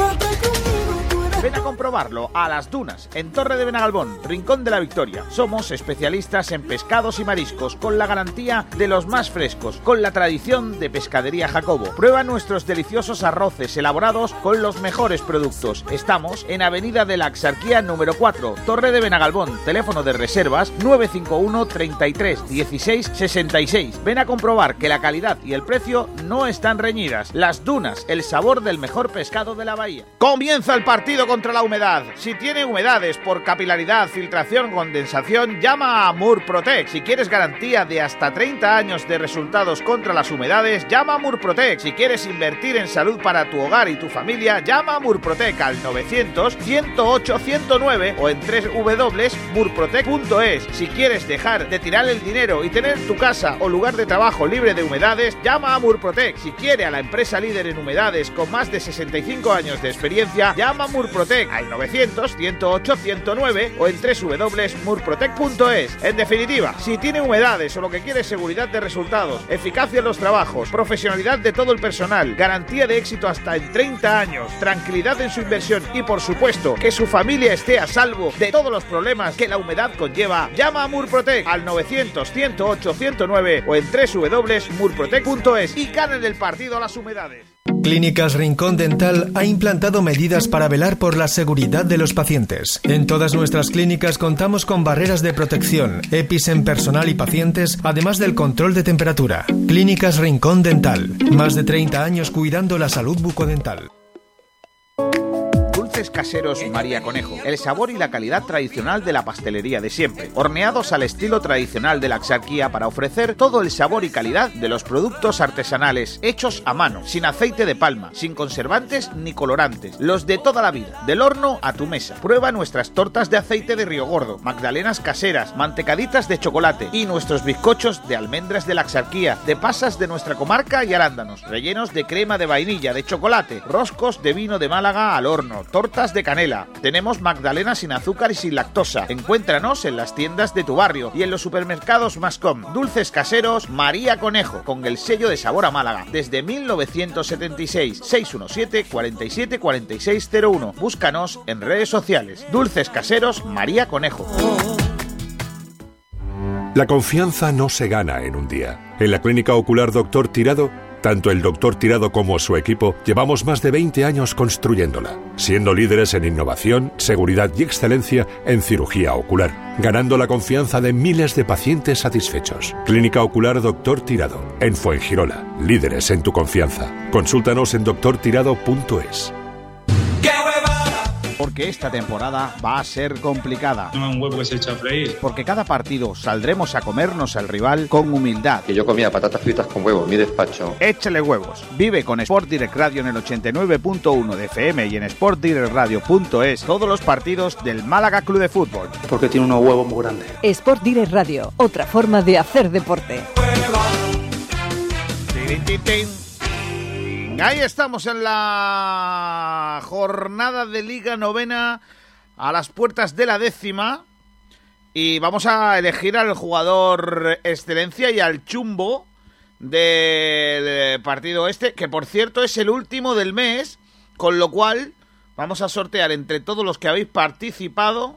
Ven a comprobarlo a Las Dunas, en Torre de Benagalbón, Rincón de la Victoria. Somos especialistas en pescados y mariscos, con la garantía de los más frescos, con la tradición de Pescadería Jacobo. Prueba nuestros deliciosos arroces elaborados con los mejores productos. Estamos en Avenida de la Axarquía número 4, Torre de Benagalbón. Teléfono de reservas 951 33 16 66. Ven a comprobar que la calidad y el precio no están reñidas. Las Dunas, el sabor del mejor pescado de la bahía. Comienza el partido contra la humedad. Si tiene humedades por capilaridad, filtración, condensación, llama a Murprotec. Si quieres garantía de hasta 30 años de resultados contra las humedades, llama a Murprotec. Si quieres invertir en salud para tu hogar y tu familia, llama a Murprotec al 900-108-109 o en www.murprotec.es. Si quieres dejar de tirar el dinero y tener tu casa o lugar de trabajo libre de humedades, llama a Murprotec. Si quiere a la empresa líder en humedades con más de 65 años de experiencia, llama a Murprotec al 900-108-109 o en www.murprotec.es. En definitiva, si tiene humedades o lo que quiere es seguridad de resultados, eficacia en los trabajos, profesionalidad de todo el personal, garantía de éxito hasta en 30 años, tranquilidad en su inversión y, por supuesto, que su familia esté a salvo de todos los problemas que la humedad conlleva, llama a Murprotec al 900-108-109 o en www.murprotec.es y ganen el partido a las humedades. Clínicas Rincón Dental ha implantado medidas para velar por la seguridad de los pacientes. En todas nuestras clínicas contamos con barreras de protección, EPIs en personal y pacientes, además del control de temperatura. Clínicas Rincón Dental. Más de 30 años cuidando la salud bucodental. Dulces caseros María Conejo, el sabor y la calidad tradicional de la pastelería de siempre, horneados al estilo tradicional de la Axarquía para ofrecer todo el sabor y calidad de los productos artesanales hechos a mano, sin aceite de palma, sin conservantes ni colorantes, los de toda la vida, del horno a tu mesa. Prueba nuestras tortas de aceite de Río Gordo, magdalenas caseras, mantecaditas de chocolate y nuestros bizcochos de almendras de la Axarquía, de pasas de nuestra comarca y arándanos, rellenos de crema de vainilla, de chocolate, roscos de vino de Málaga al horno, tortas de canela. Tenemos magdalenas sin azúcar y sin lactosa. Encuéntranos en las tiendas de tu barrio y en los supermercados Mascom. Dulces caseros María Conejo, con el sello de sabor a Málaga. Desde 1976, 617 47 4601. Búscanos en redes sociales. Dulces caseros María Conejo. La confianza no se gana en un día. En la Clínica Ocular Dr. Tirado, tanto el Dr. Tirado como su equipo llevamos más de 20 años construyéndola, siendo líderes en innovación, seguridad y excelencia en cirugía ocular, ganando la confianza de miles de pacientes satisfechos. Clínica Ocular Dr. Tirado, en Fuengirola, líderes en tu confianza. Consúltanos en drtirado.es. ¿Por porque esta temporada va a ser complicada. No es un huevo que se echa a freír. Porque cada partido saldremos a comernos al rival con humildad. Que yo comía patatas fritas con huevo en mi despacho. Échale huevos. Vive con Sport Direct Radio en el 89.1 de FM y en sportdirectradio.es todos los partidos del Málaga Club de Fútbol. Porque tiene unos huevos muy grandes. Sport Direct Radio, otra forma de hacer deporte. Ahí estamos en la jornada de Liga Novena, a las puertas de la 10ª, y vamos a elegir al jugador excelencia y al chumbo del partido este, que por cierto es el último del mes, con lo cual vamos a sortear entre todos los que habéis participado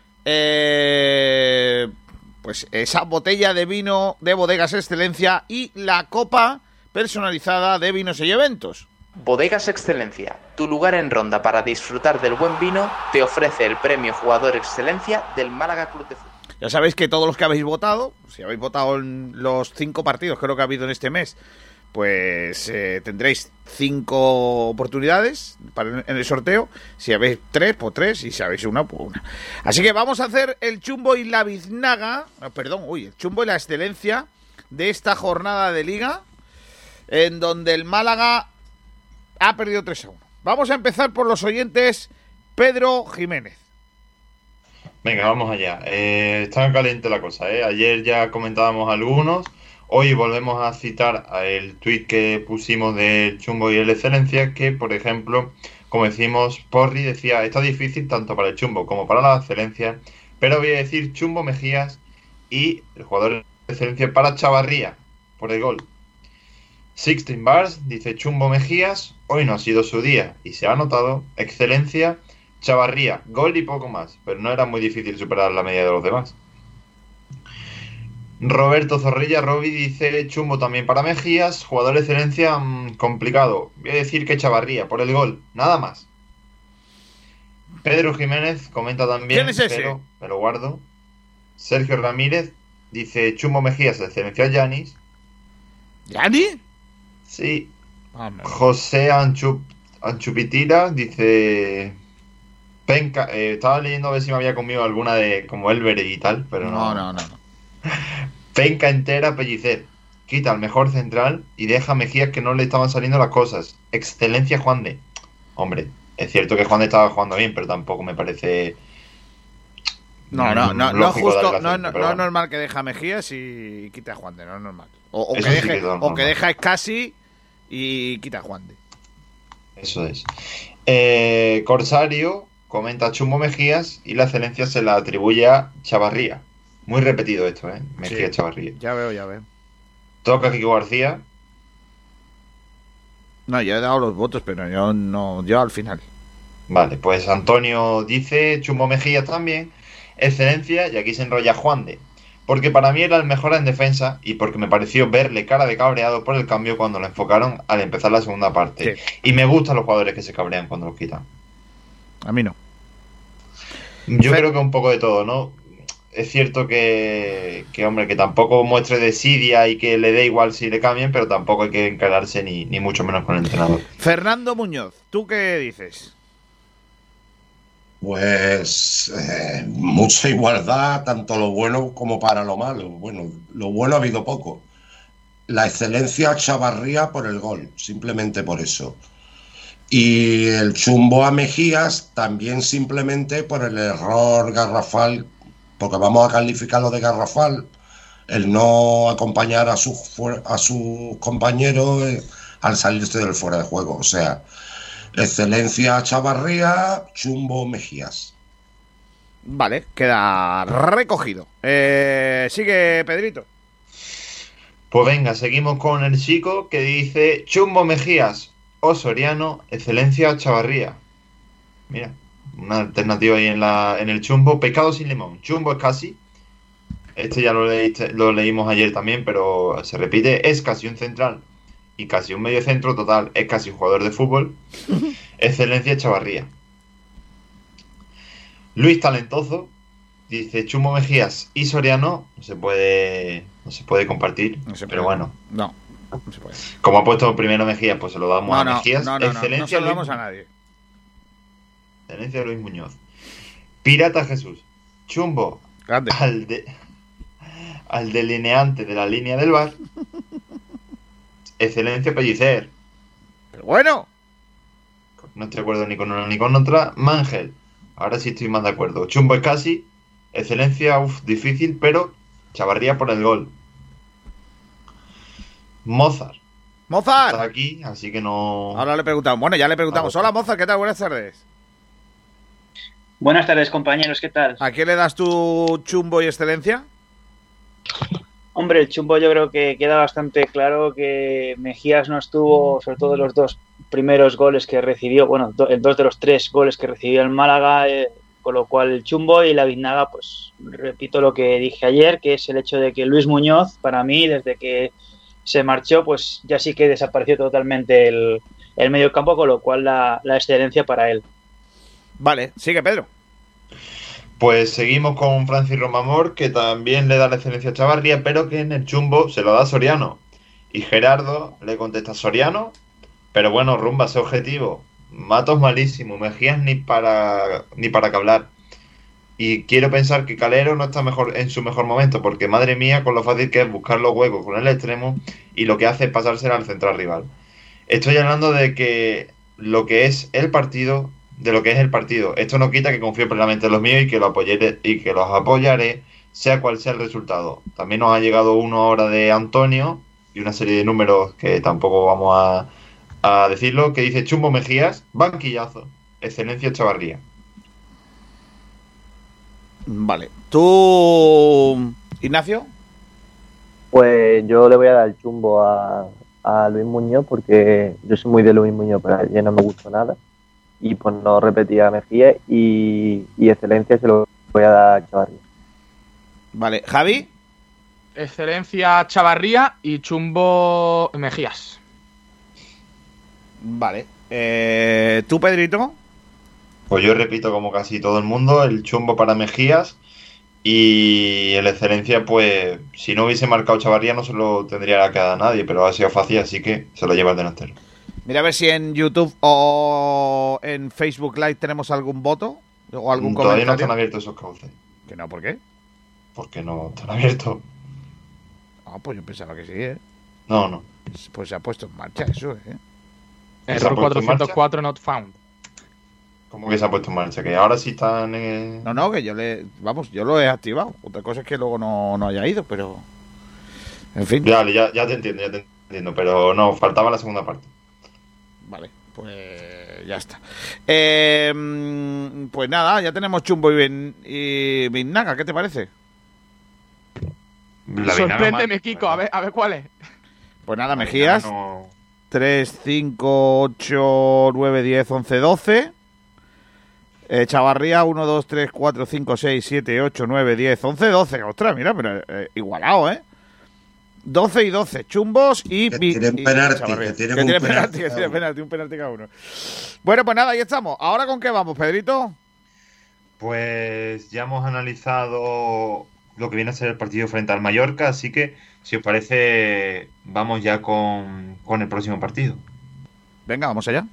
pues esa botella de vino de Bodegas Excelencia y la copa personalizada de Vinos y Eventos. Bodegas Excelencia, tu lugar en Ronda para disfrutar del buen vino, te ofrece el premio Jugador Excelencia del Málaga Club de Fútbol. Ya sabéis que todos los que habéis votado, si habéis votado en los 5 partidos creo que ha habido en este mes, pues tendréis 5 oportunidades en el sorteo. Si habéis 3, pues 3, y si habéis una, pues una. Así que vamos a hacer el chumbo y la biznaga, el chumbo y la excelencia de esta jornada de Liga, en donde el Málaga ha perdido 3-1. Vamos a empezar por los oyentes. Pedro Jiménez. Venga, vamos allá. Está caliente la cosa, ¿eh? Ayer ya comentábamos algunos. Hoy volvemos a citar el tuit que pusimos del chumbo y el excelencia, que, por ejemplo, como decimos, Porri decía, está difícil tanto para el chumbo como para la excelencia, pero voy a decir chumbo Mejías y el jugador de excelencia para Chavarría, por el gol. Sixteen Bars dice chumbo Mejías, hoy no ha sido su día y se ha notado, excelencia, Chavarría, gol y poco más, pero no era muy difícil superar la media de los demás. Roberto Zorrilla Robi dice chumbo también para Mejías, jugador de excelencia complicado, voy a decir que Chavarría, por el gol, nada más. Pedro Jiménez comenta también, ¿quién es ese? Pero me lo guardo. Sergio Ramírez dice chumbo Mejías, excelencia Yanis. ¿Yani? Sí. José Anchupitira dice penca, estaba leyendo a ver si me había comido alguna de como Elber y tal, pero no. Penca entera Pellicer, quita al mejor central y deja a Mejías que no le estaban saliendo las cosas. Excelencia Juan de. Hombre, es cierto que Juan de estaba jugando bien, pero tampoco me parece. No es justo, no es normal que deja a Mejías y quita a Juan de, no es normal. O que deja a Escasi y quita a Juan de. Eso es. Corsario comenta chumbo Mejías y la excelencia se la atribuye a Chavarría. Muy repetido esto, Mejías, sí. Chavarría. Ya veo. Toca Kiko García. No, yo he dado los votos, pero yo al final. Vale, pues Antonio dice chumbo Mejías también, excelencia, y aquí se enrolla Juan de. Porque para mí era el mejor en defensa y porque me pareció verle cara de cabreado por el cambio cuando lo enfocaron al empezar la segunda parte. Sí. Y me gustan los jugadores que se cabrean cuando los quitan. A mí no. Yo creo que un poco de todo, ¿no? Es cierto que hombre, que tampoco muestre desidia y que le dé igual si le cambian, pero tampoco hay que encararse ni mucho menos con el entrenador. Fernando Muñoz, ¿tú qué dices? Pues mucha igualdad, tanto lo bueno como para lo malo. Bueno, lo bueno ha habido poco. La excelencia Chavarría por el gol, simplemente por eso. Y el chumbo a Mejías también simplemente por el error garrafal, porque vamos a calificarlo de garrafal, el no acompañar a sus compañeros al salirse del fuera de juego. O sea, excelencia Chavarría, chumbo Mejías. Vale, queda recogido. Sigue Pedrito. Pues venga, seguimos con el chico que dice chumbo Mejías o Soriano, excelencia Chavarría. Mira, una alternativa ahí en el chumbo. Pescado sin limón, chumbo es casi. Este ya lo leímos ayer también, pero se repite. Es casi un central y casi un medio centro total. Es casi un jugador de fútbol. Excelencia Chavarría. Luis Talentoso dice chumbo Mejías y Soriano. No se puede compartir, pero bueno. No se puede. Como ha puesto primero Mejías, pues se lo damos a Mejías. No se lo damos a nadie. Excelencia Luis Muñoz. Pirata Jesús. Chumbo. Grande. Al delineante de la línea del bar. Excelencia Pellicer. Pero bueno. No estoy de acuerdo ni con una ni con otra. Mangel. Ahora sí estoy más de acuerdo. Chumbo es casi. Excelencia, difícil, pero Chavarría por el gol. Mozart. Está aquí, así que no... Ahora le preguntamos. Bueno, ya le preguntamos. Hola, Mozart, ¿qué tal? Buenas tardes. Buenas tardes, compañeros, ¿qué tal? ¿A quién le das tu chumbo y excelencia? Hombre, el chumbo yo creo que queda bastante claro que Mejías no estuvo, sobre todo los dos primeros goles que recibió, bueno, dos de los 3 goles que recibió el Málaga, con lo cual el chumbo y la biznaga, pues repito lo que dije ayer, que es el hecho de que Luis Muñoz, para mí, desde que se marchó, pues ya sí que desapareció totalmente el medio campo, con lo cual la excelencia para él. Vale, sigue Pedro. Pues seguimos con Francis Romamor, que también le da la excelencia a Chavarría, pero que en el chumbo se lo da a Soriano. Y Gerardo le contesta a Soriano, pero bueno, Rumba, ese objetivo. Matos malísimo, Mejías ni para que hablar. Y quiero pensar que Calero no está en su mejor momento, porque madre mía, con lo fácil que es buscar los huecos con el extremo, y lo que hace es pasársela al central rival. Estoy hablando de lo que es el partido. Esto no quita que confío plenamente en los míos y que los apoyaré, sea cual sea el resultado. También nos ha llegado uno ahora de Antonio y una serie de números que tampoco vamos a decirlo, que dice Chumbo Mejías, banquillazo, excelencia Chavarría. Vale. ¿Tú, Ignacio? Pues yo le voy a dar el chumbo a Luis Muñoz, porque yo soy muy de Luis Muñoz, pero ayer no me gustó nada. Y pues no repetía Mejía, y excelencia se lo voy a dar a Chavarría. Vale, Javi. Excelencia Chavarría y chumbo Mejías. Vale. ¿Tú, Pedrito? Pues yo repito como casi todo el mundo, el chumbo para Mejías y el excelencia, pues si no hubiese marcado Chavarría no se lo tendría que dar a nadie, pero ha sido fácil, así que se lo lleva el delantero. Mira a ver si en YouTube o en Facebook Live tenemos algún voto o algún comentario. Todavía no están abiertos esos cauces. ¿Que no? ¿Por qué? Porque no están abiertos. Ah, pues yo pensaba que sí, ¿eh? No. Pues se ha puesto en marcha eso, ¿eh? Error 404 not found. ¿Cómo que se ha puesto en marcha? Que ahora sí están en... No, que yo lo he activado. Otra cosa es que luego no haya ido, pero... En fin. Ya te entiendo, pero no, faltaba la segunda parte. Vale, pues ya está. Pues nada, ya tenemos chumbo y biznaga, ¿qué te parece? Sorpréndeme, Kiko, a ver cuál es. Pues nada, Mejías. 3, 5, 8, 9, 10, 11, 12. Chavarría 1, 2, 3, 4, 5, 6, 7, 8, 9, 10, 11, 12. Ostras, mira, pero igualado, ¿eh? 12 y 12, chumbos y... Que tienen penalti, un penalti cada uno. Bueno, pues nada, ahí estamos. ¿Ahora con qué vamos, Pedrito? Pues ya hemos analizado lo que viene a ser el partido frente al Mallorca, así que, si os parece, vamos ya con el próximo partido. Venga, vamos allá.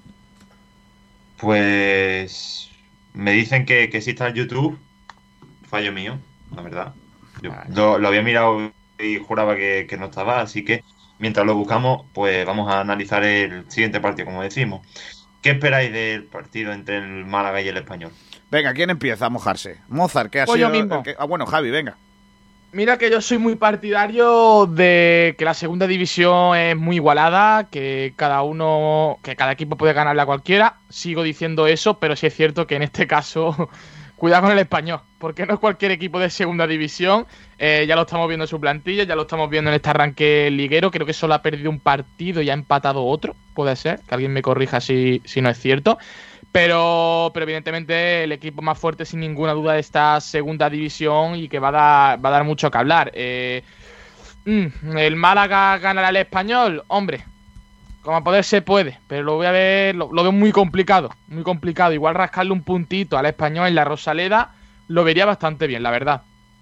Pues me dicen que sí está en YouTube. Fallo mío, la verdad. Yo lo había mirado y juraba que no estaba, así que mientras lo buscamos, pues vamos a analizar el siguiente partido, como decimos. ¿Qué esperáis del partido entre el Málaga y el Español? Venga, ¿quién empieza a mojarse? Mozart, ¿qué ha sido? Yo mismo. Bueno, Javi, venga. Mira que yo soy muy partidario de que la segunda división es muy igualada, que cada equipo puede ganarle a cualquiera. Sigo diciendo eso, pero sí es cierto que en este caso cuidado con el Español, porque no es cualquier equipo de segunda división. Ya lo estamos viendo en su plantilla, ya lo estamos viendo en este arranque liguero. Creo que solo ha perdido un partido y ha empatado otro. Puede ser, que alguien me corrija si no es cierto. Pero evidentemente el equipo más fuerte sin ninguna duda de esta segunda división y que va a dar mucho que hablar. ¿El Málaga ganará al Español? Hombre, como a poder se puede, pero lo veo muy complicado, muy complicado. Igual rascarle un puntito al Español en la Rosaleda lo vería bastante bien, la verdad.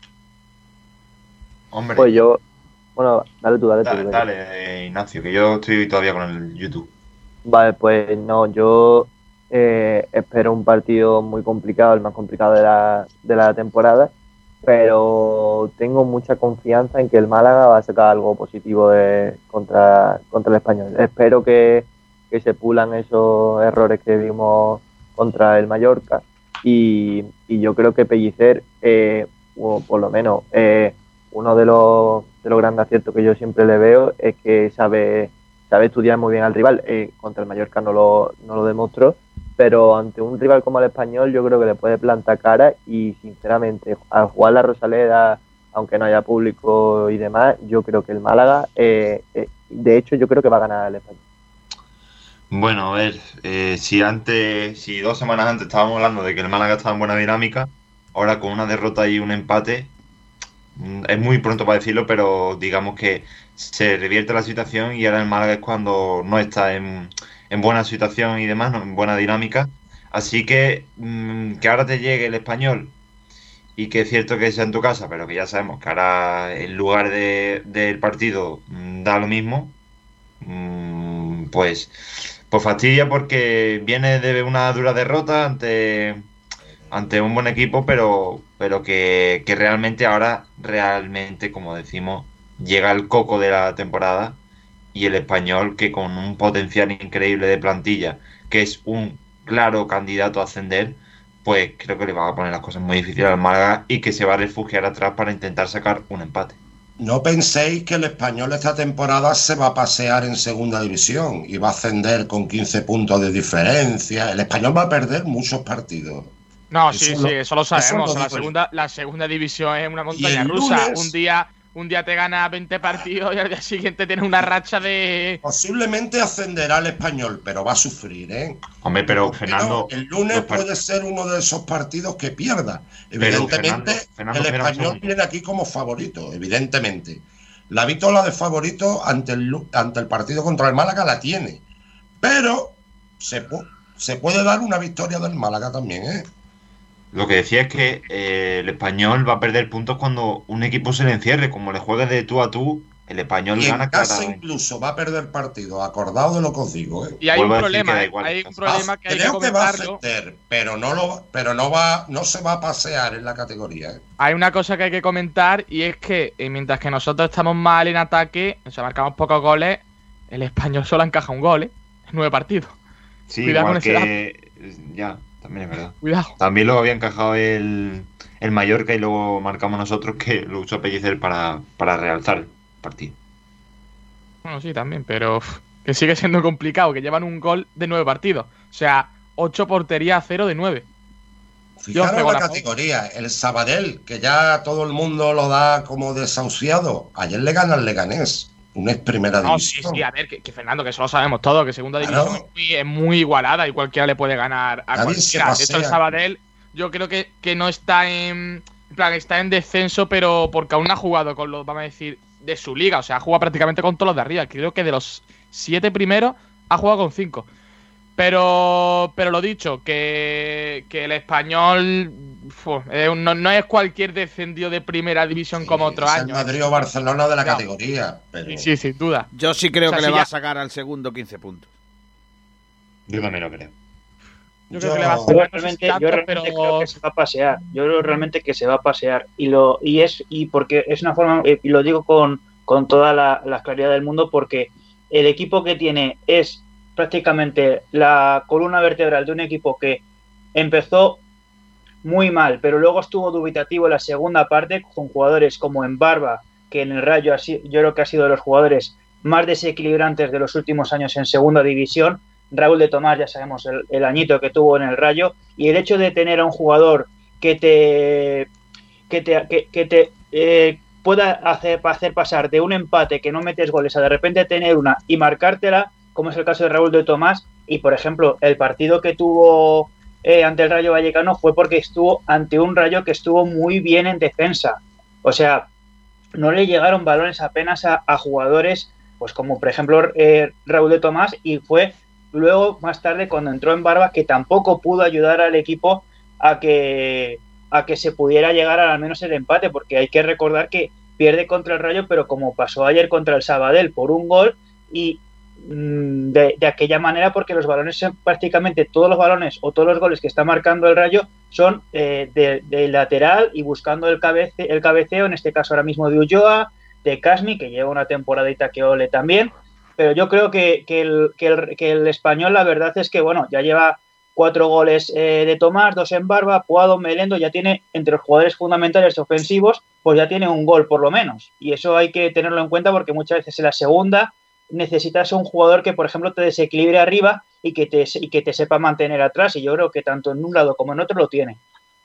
Hombre. Pues yo... Bueno, dale tú. Dale, Ignacio, que yo estoy todavía con el YouTube. Vale, pues no, yo espero un partido muy complicado, el más complicado de la temporada, pero tengo mucha confianza en que el Málaga va a sacar algo positivo contra el Español. Espero que se pulan esos errores que vimos contra el Mallorca y yo creo que Pellicer, o por lo menos uno de los grandes aciertos que yo siempre le veo es que sabe estudiar muy bien al rival. Contra el Mallorca no lo demostró, pero ante un rival como el Español yo creo que le puede plantar cara y sinceramente al jugar la Rosaleda, aunque no haya público y demás, yo creo que el Málaga, de hecho yo creo que va a ganar el Español. Bueno, a ver, si 2 semanas antes estábamos hablando de que el Málaga estaba en buena dinámica, ahora con una derrota y un empate, es muy pronto para decirlo, pero digamos que se revierte la situación y ahora el Málaga es cuando no está en buena situación y demás, en buena dinámica. Así que ahora te llegue el Español y que es cierto que sea en tu casa, pero que ya sabemos que ahora el lugar del partido da lo mismo, pues fastidia porque viene de una dura derrota ante un buen equipo, pero que realmente ahora, como decimos, llega el coco de la temporada y el Español, que con un potencial increíble de plantilla, que es un claro candidato a ascender, pues creo que le va a poner las cosas muy difíciles al Málaga y que se va a refugiar atrás para intentar sacar un empate. No penséis que el Español esta temporada se va a pasear en segunda división y va a ascender con 15 puntos de diferencia. El Español va a perder muchos partidos. No, eso lo sabemos. La segunda división es una montaña rusa. Un día te gana 20 partidos y al día siguiente tienes una racha de... Posiblemente ascenderá el Español, pero va a sufrir, ¿eh? Hombre, pero Fernando... El lunes puede ser uno de esos partidos que pierda. Evidentemente, el Español viene aquí como favorito, evidentemente. La vitola de favorito ante el partido contra el Málaga la tiene. Pero se puede dar una victoria del Málaga también, ¿eh? Lo que decía es que el Español va a perder puntos cuando un equipo se le encierre, como le juegue de tú a tú, el Español gana cada... incluso va a perder partido, acordado de lo que os digo, ¿eh? Y hay un problema, que hay que comentarlo. Creo que va a ascender, pero no se va a pasear en la categoría, ¿eh? Hay una cosa que hay que comentar y es que mientras que nosotros estamos mal en ataque, o sea, marcamos pocos goles, el Español solo encaja un gol, ¿eh? En 9 partidos. Sí, cuidado con ese dato. Ya. También es verdad. Cuidado. También lo había encajado el Mallorca y luego marcamos nosotros, que lo usó Pellicer para realzar el partido. Bueno, sí, también, pero que sigue siendo complicado, que llevan un gol de 9 partidos. O sea, 8 porterías a 0 de 9. Fijaros la categoría. El Sabadell, que ya todo el mundo lo da como desahuciado. Ayer le gana al Leganés. No es primera división. Sí, a ver, que Fernando, que eso lo sabemos todos, que segunda división es muy igualada y cualquiera le puede ganar a cualquiera. De hecho, el Sabadell, yo creo que no está en plan, está en descenso, pero porque aún no ha jugado con los, vamos a decir, de su liga. O sea, ha jugado prácticamente con todos los de arriba. Creo que de los 7 primeros ha jugado con 5. Pero lo dicho, que el Español no es cualquier descendido de primera división como otro año. Es el Madrid o Barcelona de la categoría. Pero... Sí, sin duda. Yo sí creo que le va a sacar al segundo 15 puntos. Yo también lo creo. Yo creo que le va a sacar, creo que se va a pasear. Yo creo realmente que se va a pasear. Y porque es una forma, y lo digo con toda la claridad del mundo, porque el equipo que tiene es prácticamente la columna vertebral de un equipo que empezó muy mal, pero luego estuvo dubitativo en la segunda parte, con jugadores como Embarba, que en el Rayo yo creo que ha sido de los jugadores más desequilibrantes de los últimos años en segunda división. Raúl de Tomás, ya sabemos el añito que tuvo en el Rayo, y el hecho de tener a un jugador que te pueda hacer pasar de un empate que no metes goles a de repente tener una y marcártela, como es el caso de Raúl de Tomás. Y por ejemplo, el partido que tuvo ante el Rayo Vallecano fue porque estuvo ante un Rayo que estuvo muy bien en defensa. O sea, no le llegaron balones apenas a jugadores, pues como por ejemplo Raúl de Tomás, y fue luego más tarde cuando entró Embarba que tampoco pudo ayudar al equipo a que se pudiera llegar al menos el empate, porque hay que recordar que pierde contra el Rayo, pero como pasó ayer contra el Sabadell por un gol, y de aquella manera, porque los balones, prácticamente todos los balones o todos los goles que está marcando el Rayo son de lateral y buscando el cabeceo, en este caso ahora mismo de Ulloa, de Kasmi, que lleva una temporadita que ole también, pero yo creo que el Español, la verdad es que, bueno, ya lleva 4 goles de Tomás, 2 en Barba, Puado, Melendo, ya tiene, entre los jugadores fundamentales ofensivos, pues ya tiene un gol por lo menos, y eso hay que tenerlo en cuenta, porque muchas veces en la segunda necesitas un jugador que, por ejemplo, te desequilibre arriba y que te sepa mantener atrás, y yo creo que tanto en un lado como en otro lo tiene.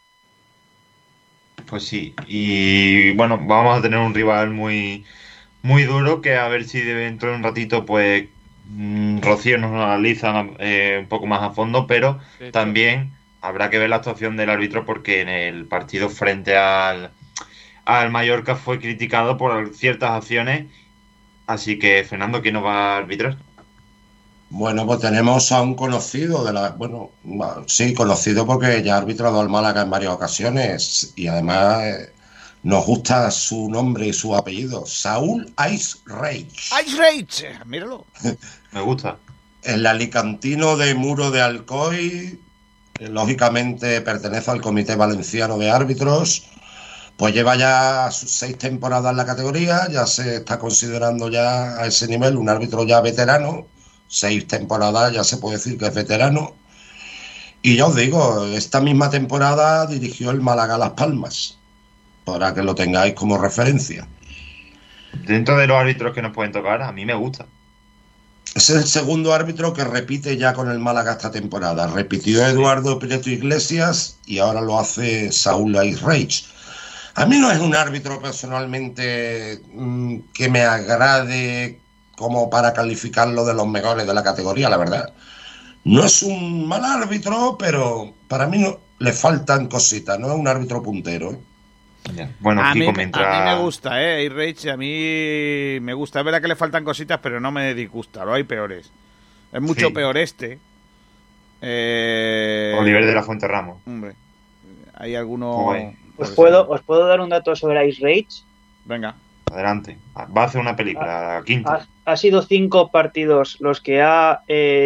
Pues sí, y bueno, vamos a tener un rival muy, muy duro, que a ver si dentro de un ratito, pues Rocío nos analiza un poco más a fondo, pero también habrá que ver la actuación del árbitro, porque en el partido frente al Mallorca fue criticado por ciertas acciones. Así que, Fernando, ¿quién nos va a arbitrar? Bueno, pues tenemos a un conocido conocido porque ya ha arbitrado al Málaga en varias ocasiones, y además nos gusta su nombre y su apellido, Saúl Ice Reich. ¡Ice Reich! Míralo. Me gusta. El alicantino de Muro de Alcoy, lógicamente pertenece al Comité Valenciano de Árbitros. Pues lleva ya 6 temporadas en la categoría, ya se está considerando ya a ese nivel un árbitro ya veterano. 6 temporadas ya se puede decir que es veterano. Y ya os digo, esta misma temporada dirigió el Málaga Las Palmas, para que lo tengáis como referencia. Dentro de los árbitros que nos pueden tocar, a mí me gusta. Es el segundo árbitro que repite ya con el Málaga esta temporada. Repitió Eduardo Prieto Iglesias y ahora lo hace Saúl Ice Reich. A mí no es un árbitro personalmente que me agrade como para calificarlo de los mejores de la categoría, la verdad. No es un mal árbitro, pero para mí no, le faltan cositas, no es un árbitro puntero. Bueno, a mí me gusta, Reich, a mí me gusta. Es verdad que le faltan cositas, pero no me disgusta, lo hay peores. Es mucho peor este. Oliver de la Fuente Ramos. Hombre, hay algunos... ¿Os puedo dar un dato sobre Ice Reich? Venga. Adelante. Va a hacer una película, la quinta. Ha sido 5 partidos los que ha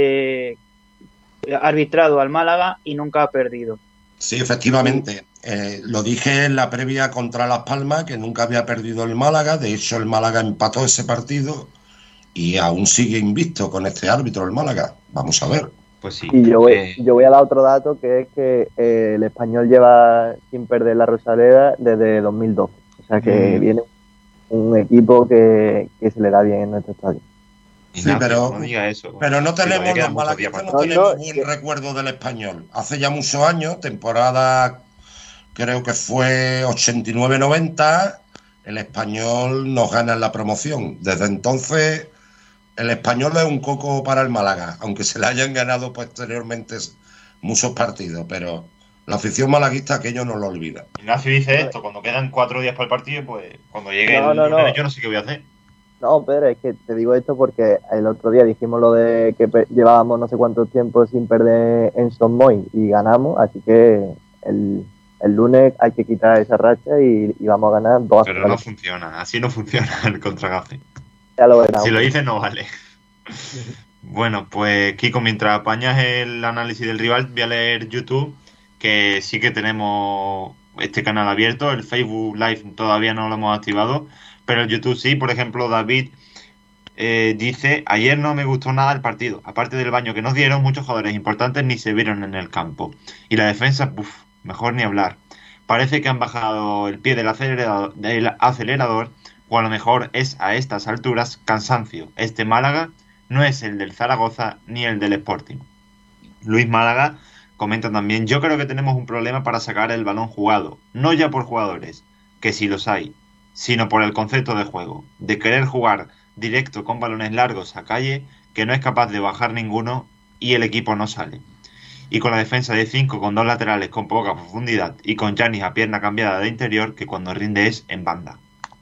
arbitrado al Málaga y nunca ha perdido. Sí, efectivamente. Lo dije en la previa contra Las Palmas, que nunca había perdido el Málaga. De hecho, el Málaga empató ese partido y aún sigue invicto con este árbitro el Málaga. Vamos a ver. Pues sí. Y yo voy a dar otro dato, que es que el Español lleva sin perder la Rosaleda desde 2012. O sea que viene un equipo que se le da bien en nuestro estadio. Sí, pero no diga eso. Pero no tenemos, los malaguistas no tenemos buen recuerdo del Español. Hace ya muchos años, temporada creo que fue 89-90, el Español nos gana en la promoción. Desde entonces el Español es un coco para el Málaga, aunque se le hayan ganado posteriormente muchos partidos, pero la afición malaguista aquello no lo olvida. Ignacio dice esto, cuando quedan 4 días para el partido, pues cuando llegue el lunes yo no sé qué voy a hacer. No, Pedro, es que te digo esto porque el otro día dijimos lo de que llevábamos no sé cuánto tiempo sin perder en Son Moy y ganamos, así que el lunes hay que quitar esa racha y vamos a ganar 2. Pero no funciona, así no funciona el contragafe. Ya lo verás. Si lo dices no vale. Bueno, pues Kiko, mientras apañas el análisis del rival, voy a leer YouTube, que sí que tenemos este canal abierto. El Facebook Live todavía no lo hemos activado, pero el YouTube sí. Por ejemplo, David dice: ayer no me gustó nada el partido. Aparte del baño que nos dieron, muchos jugadores importantes ni se vieron en el campo. Y la defensa, mejor ni hablar. Parece que han bajado el pie del acelerador, o a lo mejor es a estas alturas cansancio. Este Málaga no es el del Zaragoza ni el del Sporting. Luis Málaga comenta también: yo creo que tenemos un problema para sacar el balón jugado, no ya por jugadores, que sí los hay, sino por el concepto de juego, de querer jugar directo con balones largos a calle, que no es capaz de bajar ninguno y el equipo no sale. Y con la defensa de 5 con 2 laterales con poca profundidad y con Yanis a pierna cambiada de interior, que cuando rinde es en banda.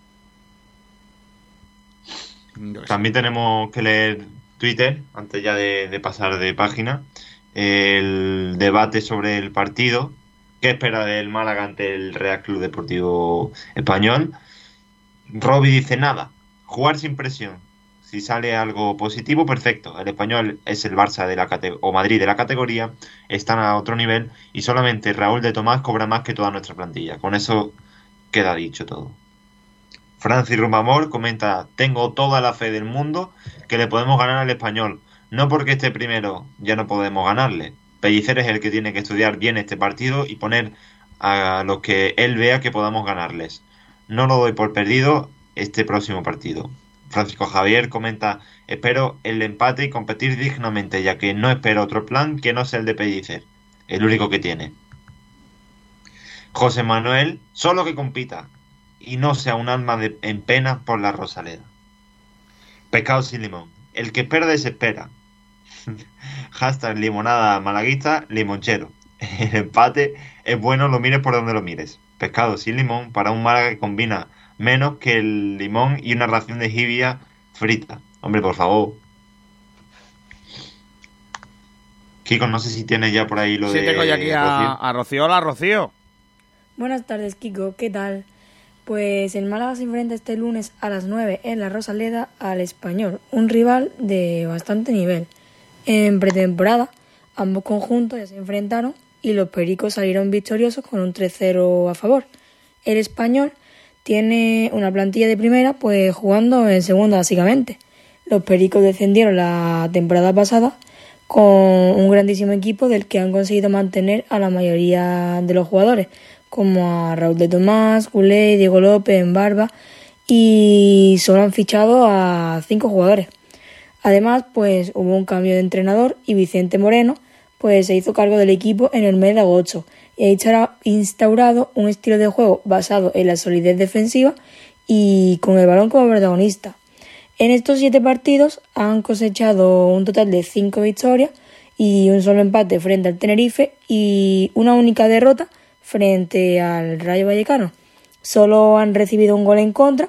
También tenemos que leer Twitter, antes ya de pasar de página, el debate sobre el partido. ¿Qué espera del Málaga ante el Real Club Deportivo Español? Robbie dice: nada, jugar sin presión, Si sale algo positivo, perfecto. El Español es el Barça o Madrid de la categoría, están a otro nivel y solamente Raúl de Tomás cobra más que toda nuestra plantilla. Con eso queda dicho todo. Francis Rumamor comenta: tengo toda la fe del mundo que le podemos ganar al Español. No porque esté primero ya no podemos ganarle. Pellicer es el que tiene que estudiar bien este partido y poner a los que él vea que podamos ganarles. No lo doy por perdido este próximo partido. Francisco Javier comenta: espero el empate y competir dignamente, ya que no espero otro plan que no sea el de Pellicer, el único que tiene. José Manuel: solo que compita y no sea un alma en pena por la Rosaleda. Pescado sin limón: el que espera desespera. Hashtag limonada malaguista, limonchero. El empate es bueno, lo mires por donde lo mires. Pescado sin limón para un Málaga que combina menos que el limón y una ración de jibia frita. Hombre, por favor. Kiko, no sé si tienes ya por ahí lo de... Sí, tengo ya aquí a Rocío. Hola, Rocío. Buenas tardes, Kiko. ¿Qué tal? Pues el Málaga se enfrenta este lunes a las 9 en la Rosaleda al Español, un rival de bastante nivel. En pretemporada, ambos conjuntos ya se enfrentaron y los pericos salieron victoriosos con un 3-0 a favor. El Español tiene una plantilla de primera, pues jugando en segunda básicamente. Los pericos descendieron la temporada pasada con un grandísimo equipo del que han conseguido mantener a la mayoría de los jugadores, como a Raúl de Tomás, Goulet, Diego López, Barba, y solo han fichado a 5 jugadores. Además, pues hubo un cambio de entrenador y Vicente Moreno pues se hizo cargo del equipo en el mes de agosto y ha instaurado un estilo de juego basado en la solidez defensiva y con el balón como protagonista. En estos 7 partidos han cosechado un total de 5 victorias y un solo empate frente al Tenerife y una única derrota frente al Rayo Vallecano. Solo han recibido un gol en contra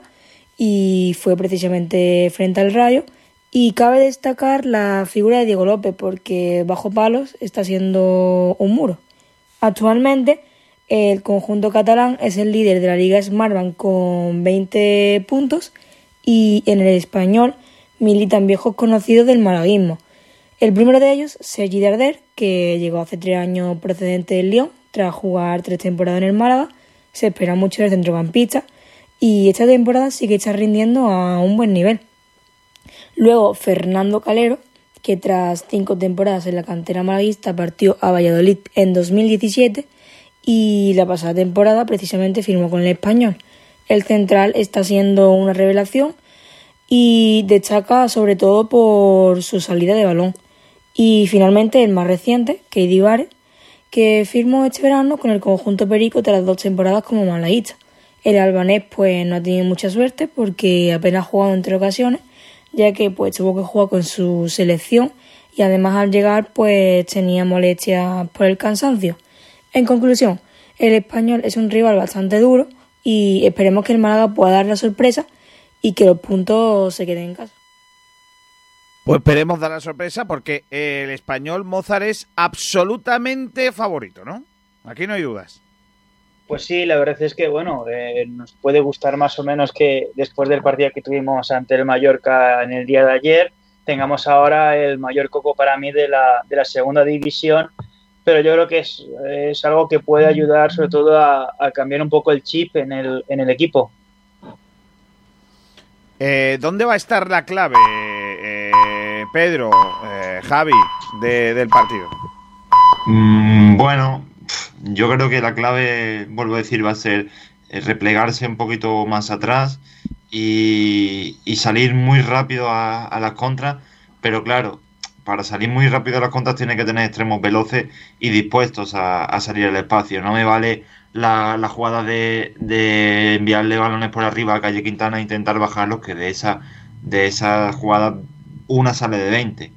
y fue precisamente frente al Rayo. Y cabe destacar la figura de Diego López porque bajo palos está siendo un muro. Actualmente el conjunto catalán es el líder de la Liga Smartbank con 20 puntos y en el Español militan viejos conocidos del malaguismo. El primero de ellos, Sergi Darder, que llegó hace 3 años procedente del Lyon tras jugar 3 temporadas en el Málaga. Se espera mucho del centrocampista y esta temporada sí que está rindiendo a un buen nivel. Luego Fernando Calero, que tras 5 temporadas en la cantera malaguista partió a Valladolid en 2017 y la pasada temporada precisamente firmó con el Español. El central está siendo una revelación y destaca sobre todo por su salida de balón. Y finalmente el más reciente, Keidi Vare, que firmó este verano con el conjunto perico tras 2 temporadas como malaguista. El albanés pues no ha tenido mucha suerte porque apenas ha jugado en 3 ocasiones, ya que pues tuvo que jugar con su selección y además al llegar pues tenía molestias por el cansancio. En conclusión, el Español es un rival bastante duro y esperemos que el Málaga pueda dar la sorpresa y que los puntos se queden en casa. Pues esperemos dar la sorpresa porque el Español Mozart es absolutamente favorito, ¿no? Aquí no hay dudas. Pues sí, la verdad es que, bueno, nos puede gustar más o menos que después del partido que tuvimos ante el Mallorca en el día de ayer, tengamos ahora el mayor coco para mí de la segunda división, pero yo creo que es algo que puede ayudar sobre todo a cambiar un poco el chip en el equipo. ¿Dónde va a estar la clave, Pedro, Javi, del partido? Bueno, yo creo que la clave, vuelvo a decir, va a ser replegarse un poquito más atrás y salir muy rápido a las contras, pero claro, para salir muy rápido a las contras tiene que tener extremos veloces y dispuestos a salir al espacio. No me vale la jugada de enviarle balones por arriba a Calle Quintana e intentar bajarlos, que de esa jugada una sale de 20.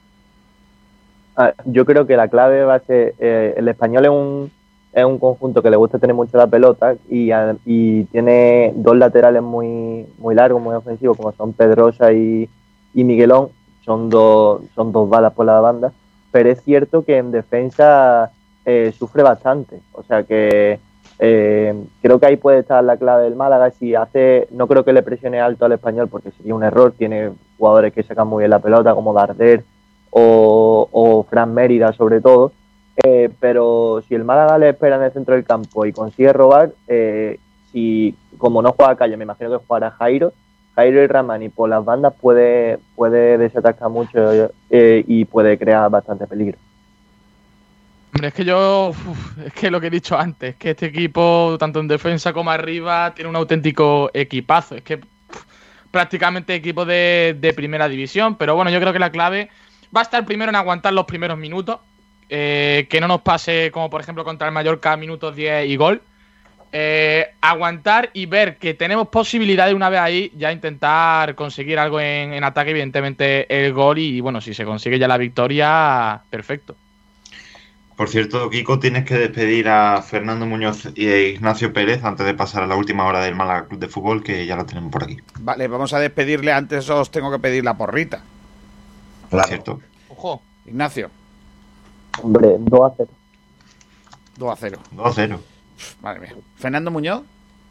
Yo creo que la clave va a ser el Español es un conjunto que le gusta tener mucho la pelota y tiene 2 laterales muy largos, muy ofensivos, como son Pedrosa y Miguelón. Son dos balas por la banda, pero es cierto que en defensa sufre bastante. O sea que creo que ahí puede estar la clave del Málaga. No creo que le presione alto al Español porque sería un error. Tiene jugadores que sacan muy bien la pelota, como Darder o Fran Mérida sobre todo, pero si el Málaga le espera en el centro del campo y consigue robar, si como no juega Calle, me imagino que jugará Jairo y Ramani por las bandas puede desatascar mucho y puede crear bastante peligro. Hombre, es que lo que he dicho antes, que este equipo, tanto en defensa como arriba, tiene un auténtico equipazo. Es que prácticamente equipo de primera división, pero bueno, yo creo que la clave va a estar primero en aguantar los primeros minutos, que no nos pase como por ejemplo contra el Mallorca, minutos 10 y gol. Aguantar y ver que tenemos posibilidades una vez ahí, ya intentar conseguir algo en ataque, evidentemente el gol, y bueno, si se consigue ya la victoria, perfecto. Por cierto, Kiko, tienes que despedir a Fernando Muñoz y a Ignacio Pérez antes de pasar a la última hora del Málaga Club de Fútbol, que ya lo tenemos por aquí. Vale, vamos a despedirle. Antes os tengo que pedir la porrita. Claro. ¿Cierto? Ojo. Ignacio. Hombre, 2-0. 2-0. 2-0. Madre mía. Fernando Muñoz.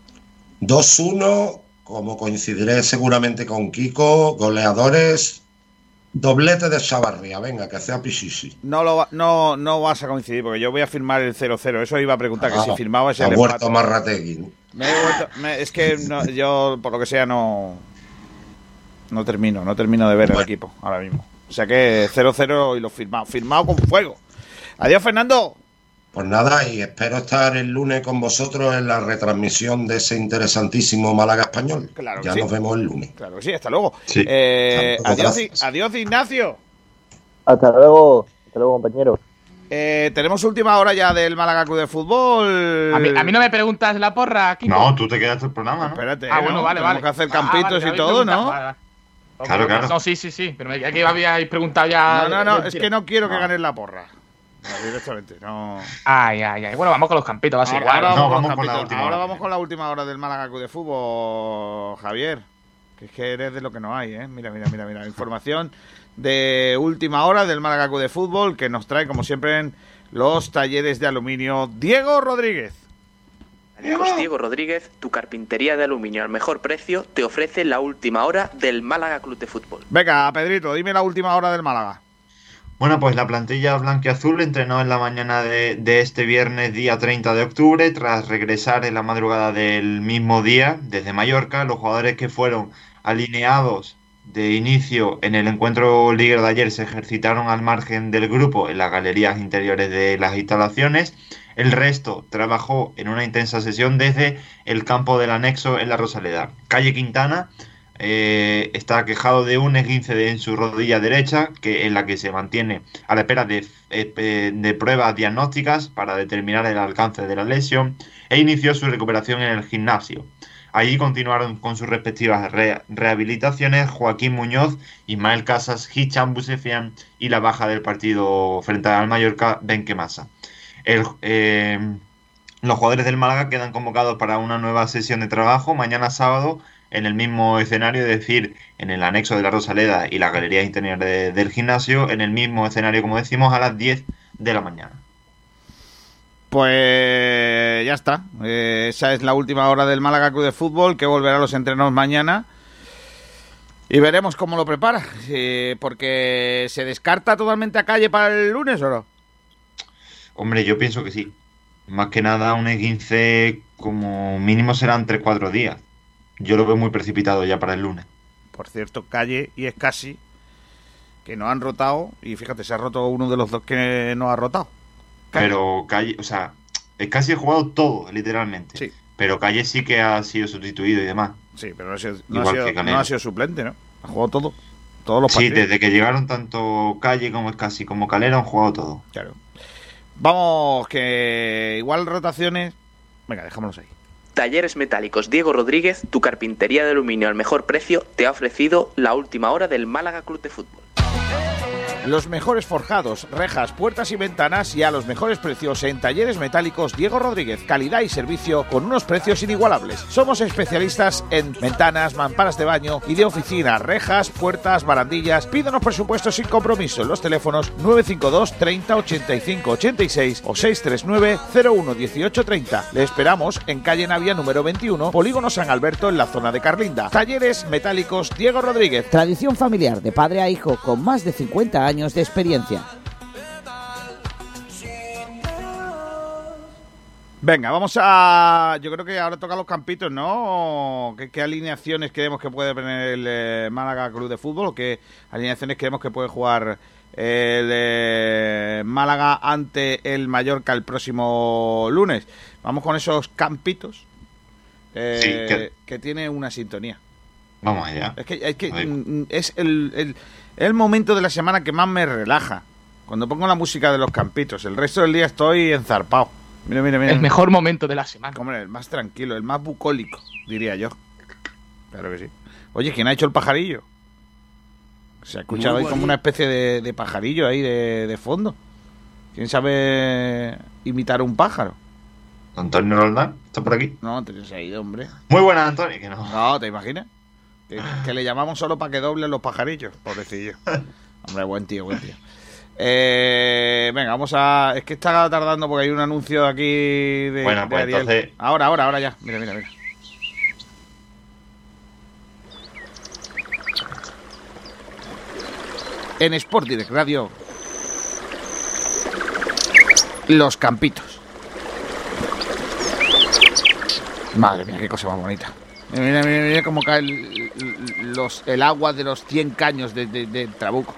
2-1, como coincidiré seguramente con Kiko, goleadores... Doblete de Chavarría, venga, que sea Pichichi. No vas a coincidir, porque yo voy a firmar el 0-0. Eso iba a preguntar, que si firmabas el empate. Ha vuelto empate. Marrategui. Es que yo, por lo que sea, no termino de ver el equipo ahora mismo. O sea que 0-0 y lo firmado con fuego. Adiós, Fernando. Pues nada, y espero estar el lunes con vosotros en la retransmisión de ese interesantísimo Málaga Español. Claro que ya sí. Nos vemos el lunes. Claro que sí, hasta luego. Sí. Adiós, Ignacio. Hasta luego, compañeros. Tenemos última hora ya del Málaga Club de Fútbol. A mí no me preguntas la porra, Kiko. No, tú te quedaste el programa, ¿no? Espérate, bueno, vale. Tenemos que hacer campitos y todo, ¿no? Vale. Claro. No, sí. Pero aquí habíais preguntado ya. No, es que no quiero que ganes la porra. No, directamente, no. Ay. Bueno, vamos con los campitos, básicamente. Ahora vamos con la última hora del Málaga Club de Fútbol, Javier. Que es que eres de lo que no hay, ¿eh? Mira. Información de última hora del Málaga Club de Fútbol que nos trae, como siempre, en los talleres de aluminio Diego Rodríguez. Diego Rodríguez, tu carpintería de aluminio al mejor precio, te ofrece la última hora del Málaga Club de Fútbol. Venga, Pedrito, dime la última hora del Málaga. Bueno, pues la plantilla blanquiazul entrenó en la mañana de este viernes, día 30 de octubre, tras regresar en la madrugada del mismo día desde Mallorca. Los jugadores que fueron alineados de inicio en el encuentro liguero de ayer se ejercitaron al margen del grupo en las galerías interiores de las instalaciones. El resto trabajó en una intensa sesión desde el campo del anexo en la Rosaleda. Calle Quintana está quejado de un esguince en su rodilla derecha, en la que se mantiene a la espera de pruebas diagnósticas para determinar el alcance de la lesión, e inició su recuperación en el gimnasio. Allí continuaron con sus respectivas rehabilitaciones Joaquín Muñoz, Ismael Casas, Hicham Busefian y la baja del partido frente al Mallorca, Benquemasa. Los jugadores del Málaga quedan convocados para una nueva sesión de trabajo mañana sábado en el mismo escenario, es decir, en el anexo de la Rosaleda y la galería interior del gimnasio, en el mismo escenario, como decimos, a las 10 de la mañana. Pues ya está. Esa es la última hora del Málaga Club de Fútbol, que volverá a los entrenos mañana. Y veremos cómo lo prepara. Porque ¿se descarta totalmente a Calle para el lunes o no? Hombre, yo pienso que sí. Más que nada, un esguince como mínimo serán 3-4 días. Yo lo veo muy precipitado ya para el lunes. Por cierto, Calle y Escasi, que no han rotado, y fíjate, se ha roto uno de los dos que no ha rotado. Calle. Pero Calle, o sea, Escasi ha jugado todo, literalmente. Sí. Pero Calle sí que ha sido sustituido y demás. Sí, pero no ha sido suplente, ¿no? Ha jugado todo. Todos los partidos. Sí, desde que llegaron tanto Calle como Escasi como Calera han jugado todo. Claro. Vamos, que igual rotaciones... Venga, dejámoslos ahí. Talleres Metálicos Diego Rodríguez, tu carpintería de aluminio al mejor precio, te ha ofrecido la última hora del Málaga Club de Fútbol. Los mejores forjados, rejas, puertas y ventanas y a los mejores precios en Talleres Metálicos Diego Rodríguez. Calidad y servicio con unos precios inigualables. Somos especialistas en ventanas, mamparas de baño y de oficina, rejas, puertas, barandillas. Pídanos presupuestos sin compromiso en los teléfonos 952 30 85 86 o 639 01 18 30. Le esperamos en calle Navia número 21, Polígono San Alberto, en la zona de Carlinda. Talleres Metálicos Diego Rodríguez. Tradición familiar de padre a hijo con más de 50 años de experiencia. Venga, vamos a... Yo creo que ahora toca los campitos, ¿no? ¿Qué alineaciones creemos que puede poner el Málaga Club de Fútbol? ¿O qué alineaciones creemos que puede jugar el Málaga ante el Mallorca el próximo lunes? Vamos con esos campitos que tiene una sintonía. Vamos allá. Es que es el momento de la semana que más me relaja. Cuando pongo la música de los campitos. El resto del día estoy enzarpado. Mira. El mejor momento de la semana. Hombre, el más tranquilo, el más bucólico, diría yo. Claro que sí. Oye, ¿quién ha hecho el pajarillo? Se ha escuchado ahí como una especie de pajarillo ahí de fondo. ¿Quién sabe imitar un pájaro? ¿Antonio Roldán? ¿Está por aquí? No, Antonio se ha ido, hombre. Muy buenas, Antonio. Que no. No, ¿te imaginas? Que le llamamos solo para que doblen los pajarillos, pobrecillo. Hombre, buen tío. Venga, vamos a... Es que está tardando porque hay un anuncio aquí de... Bueno, pues Ariel. entonces... Ahora ya. Mira. En Sport Direct Radio, los campitos. Madre mía, qué cosa más bonita. Mira cómo cae el agua de los 100 caños de Trabuco.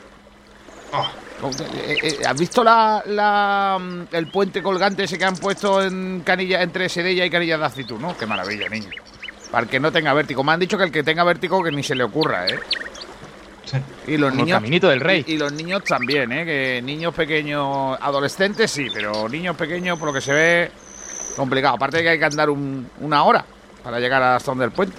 ¿Has visto el puente colgante ese que han puesto en Canilla, entre Sedella y Canillas de Acitú, ¿no? Qué maravilla, niño. Para el que no tenga vértigo. Me han dicho que el que tenga vértigo que ni se le ocurra, ¿eh? Sí. Y los niños, el Caminito del Rey. Y los niños también, ¿eh? Que niños pequeños, adolescentes sí, pero niños pequeños, por lo que se ve, complicado. Aparte de que hay que andar una hora para llegar hasta donde el puente.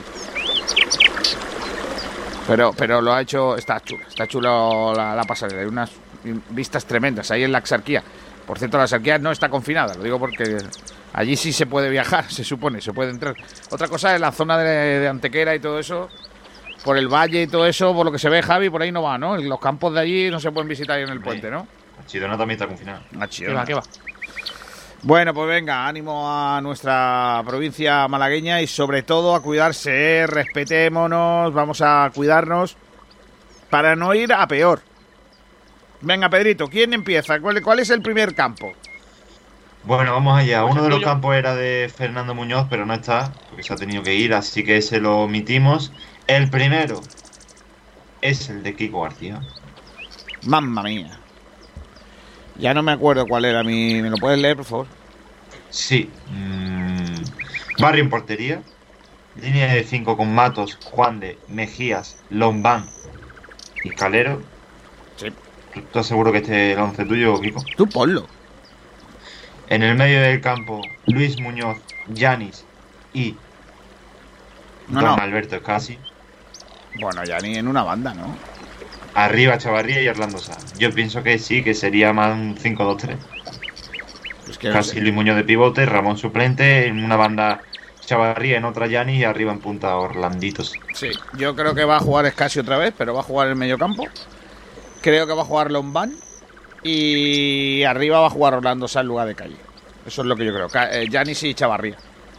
Pero lo ha hecho, está chulo la pasarela. Hay unas vistas tremendas ahí en la Axarquía. Por cierto, la Axarquía no está confinada, lo digo porque allí sí se puede viajar, se supone, se puede entrar. Otra cosa es la zona de Antequera y todo eso, por el valle y todo eso, por lo que se ve, Javi, por ahí no va, ¿no? Los campos de allí no se pueden visitar ahí en el puente, ¿no? Chidona también está confinada. ¿Qué va? Bueno, pues venga, ánimo a nuestra provincia malagueña y sobre todo a cuidarse, respetémonos, vamos a cuidarnos para no ir a peor. Venga, Pedrito, ¿quién empieza? ¿Cuál es el primer campo? Bueno, vamos allá. Uno de los campos era de Fernando Muñoz, pero no está, porque se ha tenido que ir, así que ese lo omitimos. El primero es el de Kiko García. Mamma mía. Ya no me acuerdo cuál era ¿me lo puedes leer, por favor? Sí. Barrio en portería. Línea de 5 con Matos, Juan de, Mejías, Lombán y Calero. Sí. ¿Estás seguro que este es el 11 tuyo, Kiko? Tú ponlo. En el medio del campo, Luis Muñoz, Yanis y Don Alberto Escasi. Bueno, Yanis en una banda, ¿no? Arriba Chavarría y Orlando Sá. Yo pienso que sí, que sería más un 5-2-3. Es que Casi Luis Muñoz de pivote, Ramón suplente, en una banda Chavarría, en otra Yanis y arriba en punta Orlanditos. Sí, yo creo que va a jugar Escasi otra vez, pero va a jugar en el mediocampo. Creo que va a jugar Lombán y arriba va a jugar Orlando Sá en lugar de Calle. Eso es lo que yo creo. Yanis y Chavarría.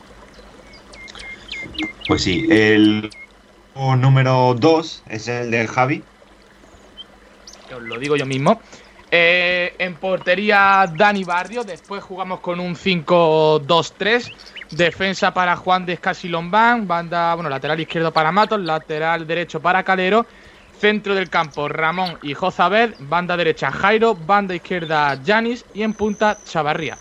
Pues sí, el número 2 es el del Javi. Os lo digo yo mismo. En portería Dani Barrio. Después jugamos con un 5-2-3. Defensa para Juan de Escasi Lombán. Banda, lateral izquierdo para Matos. Lateral derecho para Calero. Centro del campo Ramón y Jozabed. Banda derecha Jairo. Banda izquierda Yanis. Y en punta Chavarría.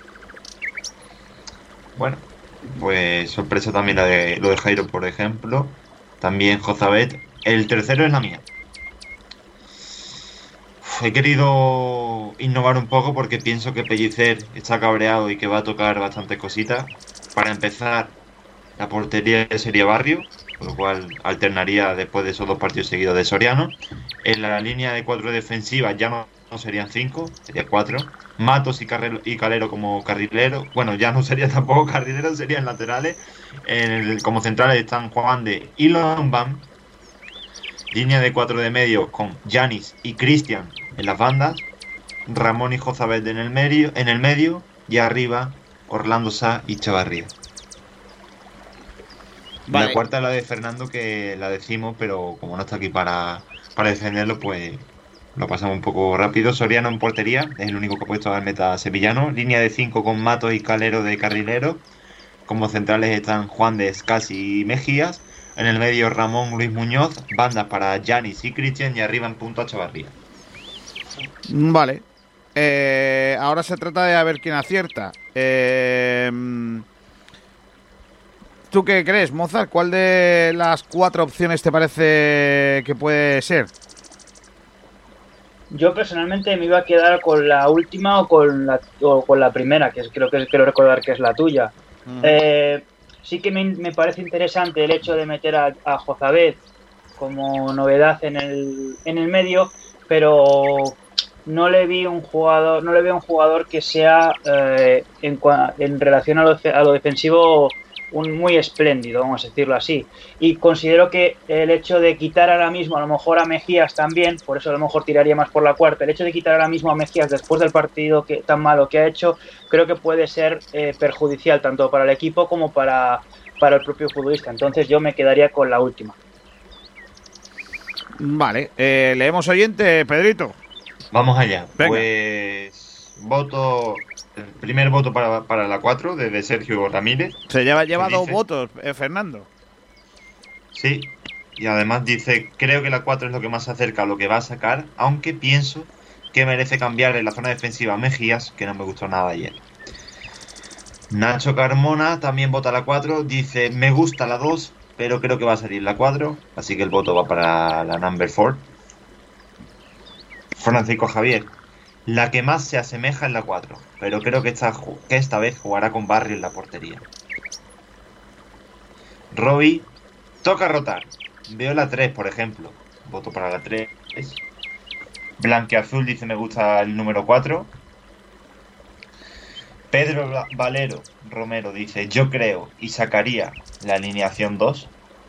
Bueno, pues sorpresa también lo de Jairo, por ejemplo. También Jozabed. El tercero es la mía. He querido innovar un poco porque pienso que Pellicer está cabreado y que va a tocar bastantes cositas. Para empezar, la portería sería Barrio, con lo cual alternaría después de esos 2 partidos seguidos de Soriano. En la línea de 4 defensivas ya no serían 5, sería 4. Matos y Calero como carrilero. Bueno, ya no sería tampoco carrilero, serían laterales. Como centrales están Juan de y Lombán. Línea de 4 de medio con Yanis y Cristian en las bandas. Ramón y Jozabed en el medio. Y arriba Orlando Sá y Chavarría. Vale. La cuarta es la de Fernando, que la decimos, pero como no está aquí para defenderlo, pues lo pasamos un poco rápido. Soriano en portería, es el único que ha puesto al meta sevillano. Línea de 5 con Matos y Calero de carrilero. Como centrales están Juan de Escasi y Mejías. En el medio Ramón, Luis Muñoz. Bandas para Yanis y Cristian. Y arriba en punto a Chavarría. Vale. Ahora se trata de a ver quién acierta. ¿Tú qué crees, Mozart? ¿Cuál de las 4 opciones te parece que puede ser? Yo personalmente me iba a quedar con la última o con la primera, que creo recordar que es la tuya. Sí que me parece interesante el hecho de meter a Jozabed como novedad en el medio, pero no le veo un jugador que sea en relación a lo defensivo muy espléndido, vamos a decirlo así. Y considero que el hecho de quitar ahora mismo, a lo mejor a Mejías también, por eso a lo mejor tiraría más por la cuarta, el hecho de quitar ahora mismo a Mejías después del partido tan malo que ha hecho, creo que puede ser perjudicial tanto para el equipo como para el propio futbolista. Entonces yo me quedaría con la última. Vale, leemos oyente, Pedrito. Vamos allá. Venga. Pues el primer voto para la 4 de Sergio Ramírez. Se lleva 2 votos, Fernando. Sí, y además dice, creo que la 4 es lo que más se acerca a lo que va a sacar, aunque pienso que merece cambiar en la zona defensiva a Mejías, que no me gustó nada ayer. Nacho Carmona también vota la 4, dice, me gusta la 2, pero creo que va a salir la 4, así que el voto va para la number 4. Francisco Javier, la que más se asemeja es la 4, pero creo que esta vez jugará con Barrio en la portería. Robbie, toca rotar. Veo la 3, por ejemplo. Voto para la 3. Blanqueazul dice me gusta el número 4. Pedro Valero Romero dice yo creo y sacaría la alineación 2.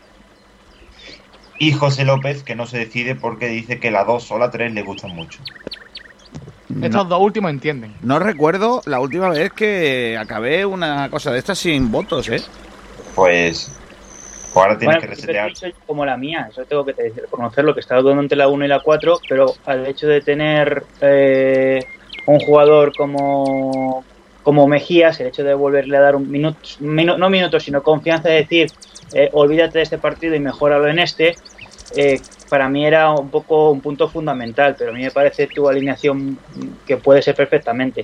Y José López, que no se decide porque dice que la 2 o la 3 le gustan mucho. Estos dos últimos entienden. No recuerdo la última vez que acabé una cosa de estas sin votos, ¿eh? Pues ahora tienes que resetear. Como la mía, eso tengo que reconocer lo que estaba dudando entre la 1 y la 4, pero al hecho de tener un jugador como Mejías, el hecho de volverle a dar no minutos, sino confianza de decir olvídate de este partido y mejóralo en este, para mí era un poco un punto fundamental, pero a mí me parece tu alineación que puede ser perfectamente.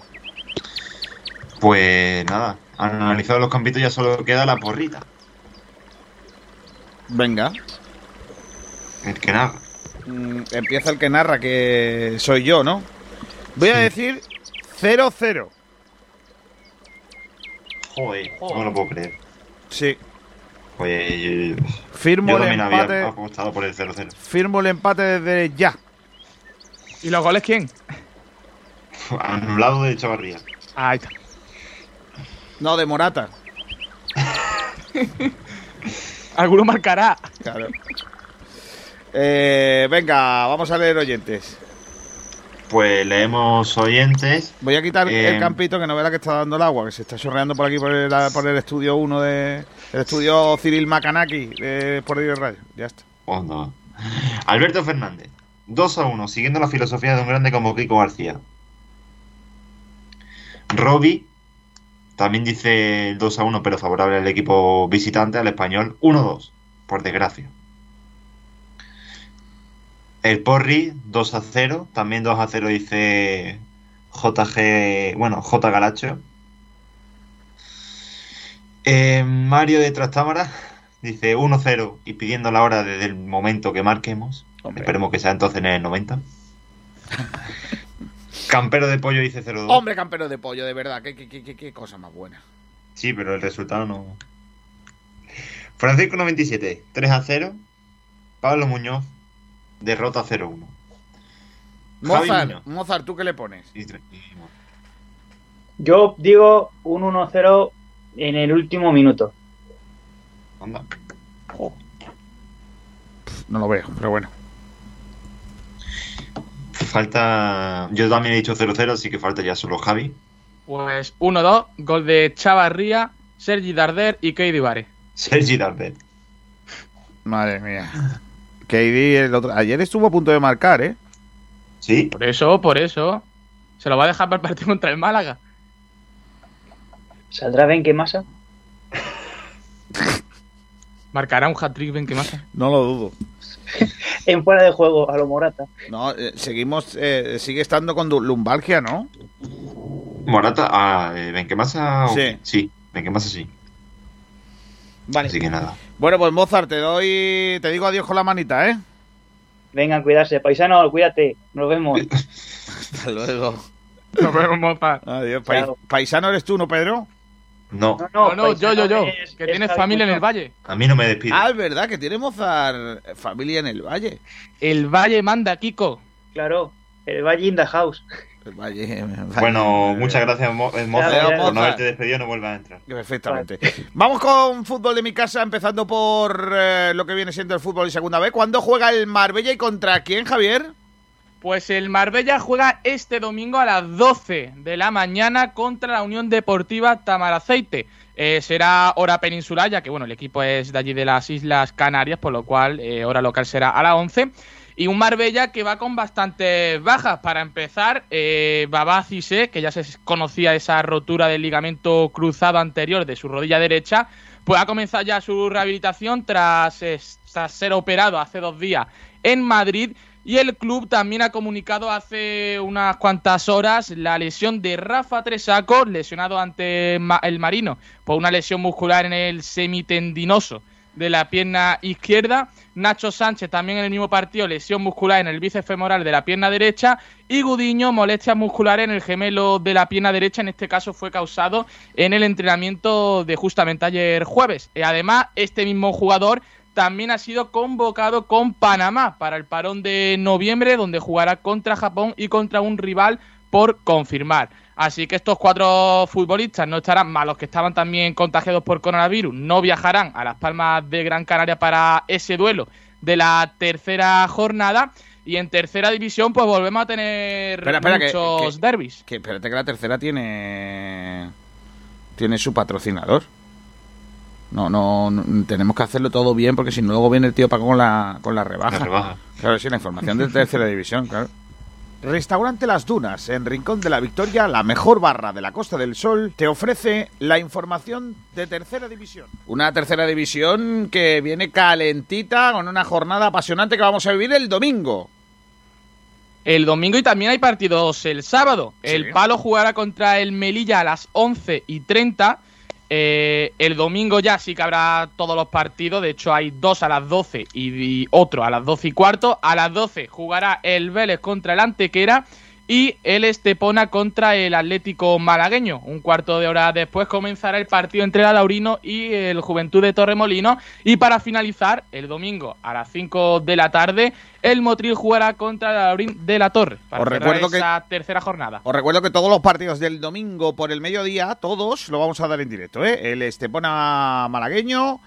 Pues nada, analizado los campitos ya solo queda la porrita. Venga. El que narra. Empieza el que narra, que soy yo, ¿no? Voy a decir 0-0. Joder, no lo puedo creer. Sí. Pues firmo yo el también empate. había apostado por el 0-0. Firmo el empate desde ya. ¿Y los goles quién? Anulado de Chavarría. Ahí está. No, de Morata. Alguno marcará. Claro. Venga, vamos a leer oyentes. Pues leemos oyentes. Voy a quitar el campito, que no verá que está dando el agua, que se está chorreando por aquí por el estudio 1 el estudio Cyril Macanaki de Por Dios Radio. Ya está. Oh, no. Alberto Fernández, 2-1, siguiendo la filosofía de un grande como Kiko García. Robbie también dice 2-1, pero favorable al equipo visitante, al Español. 1-2, por desgracia. El Porri, 2-0. También 2-0 dice J. Galacho. Mario de Trastámara dice 1-0 y pidiendo la hora desde el momento que marquemos. Hombre. Esperemos que sea entonces en el 90. Campero de Pollo dice 0-2. Hombre, Campero de Pollo, de verdad, qué cosa más buena. Sí, pero el resultado no. Francisco 97, 3-0. Pablo Muñoz, derrota 0-1. Mozart, ¿tú qué le pones? Yo digo un 1-0 en el último minuto. Anda. No lo veo, pero bueno. Falta... Yo también he dicho 0-0, así que falta ya solo Javi. Pues 1-2, gol de Chavarría, Sergi Darder y Keidi Bare. Sergi Darder. Madre mía. Keidi, ayer estuvo a punto de marcar, ¿eh? Sí. Por eso. Se lo va a dejar para el partido contra el Málaga. ¿Saldrá Benquemasa? ¿Marcará un hat-trick Benquemasa? No lo dudo. En fuera de juego, a lo Morata. No, sigue estando con lumbalgia, ¿no? Morata, Benquemasa. Sí. Sí, Benquemasa sí. Vale. Así que nada. Bueno, pues Mozart, te digo adiós con la manita, ¿eh? Vengan, cuidarse. Paisano, cuídate. Nos vemos. Hasta luego. Nos vemos, Mozart. Adiós. ¿Paisano eres tú, no, Pedro? No, yo. Que tienes familia en el Valle. A mí no me despide. Ah, es verdad, que tiene Mozart familia en el Valle. El Valle manda, Kiko. Claro, el Valle in the house. El Valle. Bueno, muchas gracias, Mozart, por no haberte despedido, no vuelvas a entrar. Perfectamente. Vamos con fútbol de mi casa, empezando por lo que viene siendo el fútbol y segunda B. ¿Cuándo juega el Marbella y contra quién, Javier? Pues el Marbella juega este domingo a las 12 de la mañana contra la Unión Deportiva Tamaraceite. Será hora peninsular, ya que bueno, el equipo es de allí de las Islas Canarias, por lo cual hora local será a las 11. Y un Marbella que va con bastantes bajas. Para empezar, Baba Cissé, que ya se conocía esa rotura del ligamento cruzado anterior de su rodilla derecha, pues ha comenzado ya su rehabilitación tras ser operado hace 2 días en Madrid. Y el club también ha comunicado hace unas cuantas horas la lesión de Rafa Tresaco, lesionado ante el Marino por una lesión muscular en el semitendinoso de la pierna izquierda. Nacho Sánchez también en el mismo partido, lesión muscular en el bíceps femoral de la pierna derecha. Y Gudiño, molestias musculares en el gemelo de la pierna derecha. En este caso fue causado en el entrenamiento de justamente ayer jueves. Además, este mismo jugador también ha sido convocado con Panamá para el parón de noviembre, donde jugará contra Japón y contra un rival por confirmar. Así que estos 4 futbolistas no estarán, más los que estaban también contagiados por coronavirus, no viajarán a Las Palmas de Gran Canaria para ese duelo de la tercera jornada. Y en tercera división pues volvemos a tener muchos derbis. Espérate que la tercera tiene su patrocinador. No, tenemos que hacerlo todo bien, porque si no luego viene el tío Paco con la rebaja. La rebaja. Claro, sí, la información de tercera división, claro. Restaurante Las Dunas, en Rincón de la Victoria, la mejor barra de la Costa del Sol, te ofrece la información de tercera división. Una tercera división que viene calentita, con una jornada apasionante que vamos a vivir el domingo. El domingo, y también hay partidos el sábado. Sí. El Palo jugará contra el Melilla a las 11:30. El domingo ya sí que habrá todos los partidos. De hecho hay 2 a las 12 y otro a las 12:15. A las 12 jugará el Vélez contra el Antequera y el Estepona contra el Atlético Malagueño. Un cuarto de hora después comenzará el partido entre el Alaurino y el Juventud de Torremolinos. Y para finalizar, el domingo a las 5 de la tarde, el Motril jugará contra el Alaurín de la Torre para cerrar esa tercera jornada. Os recuerdo que todos los partidos del domingo por el mediodía, todos lo vamos a dar en directo, ¿eh? El Estepona malagueño,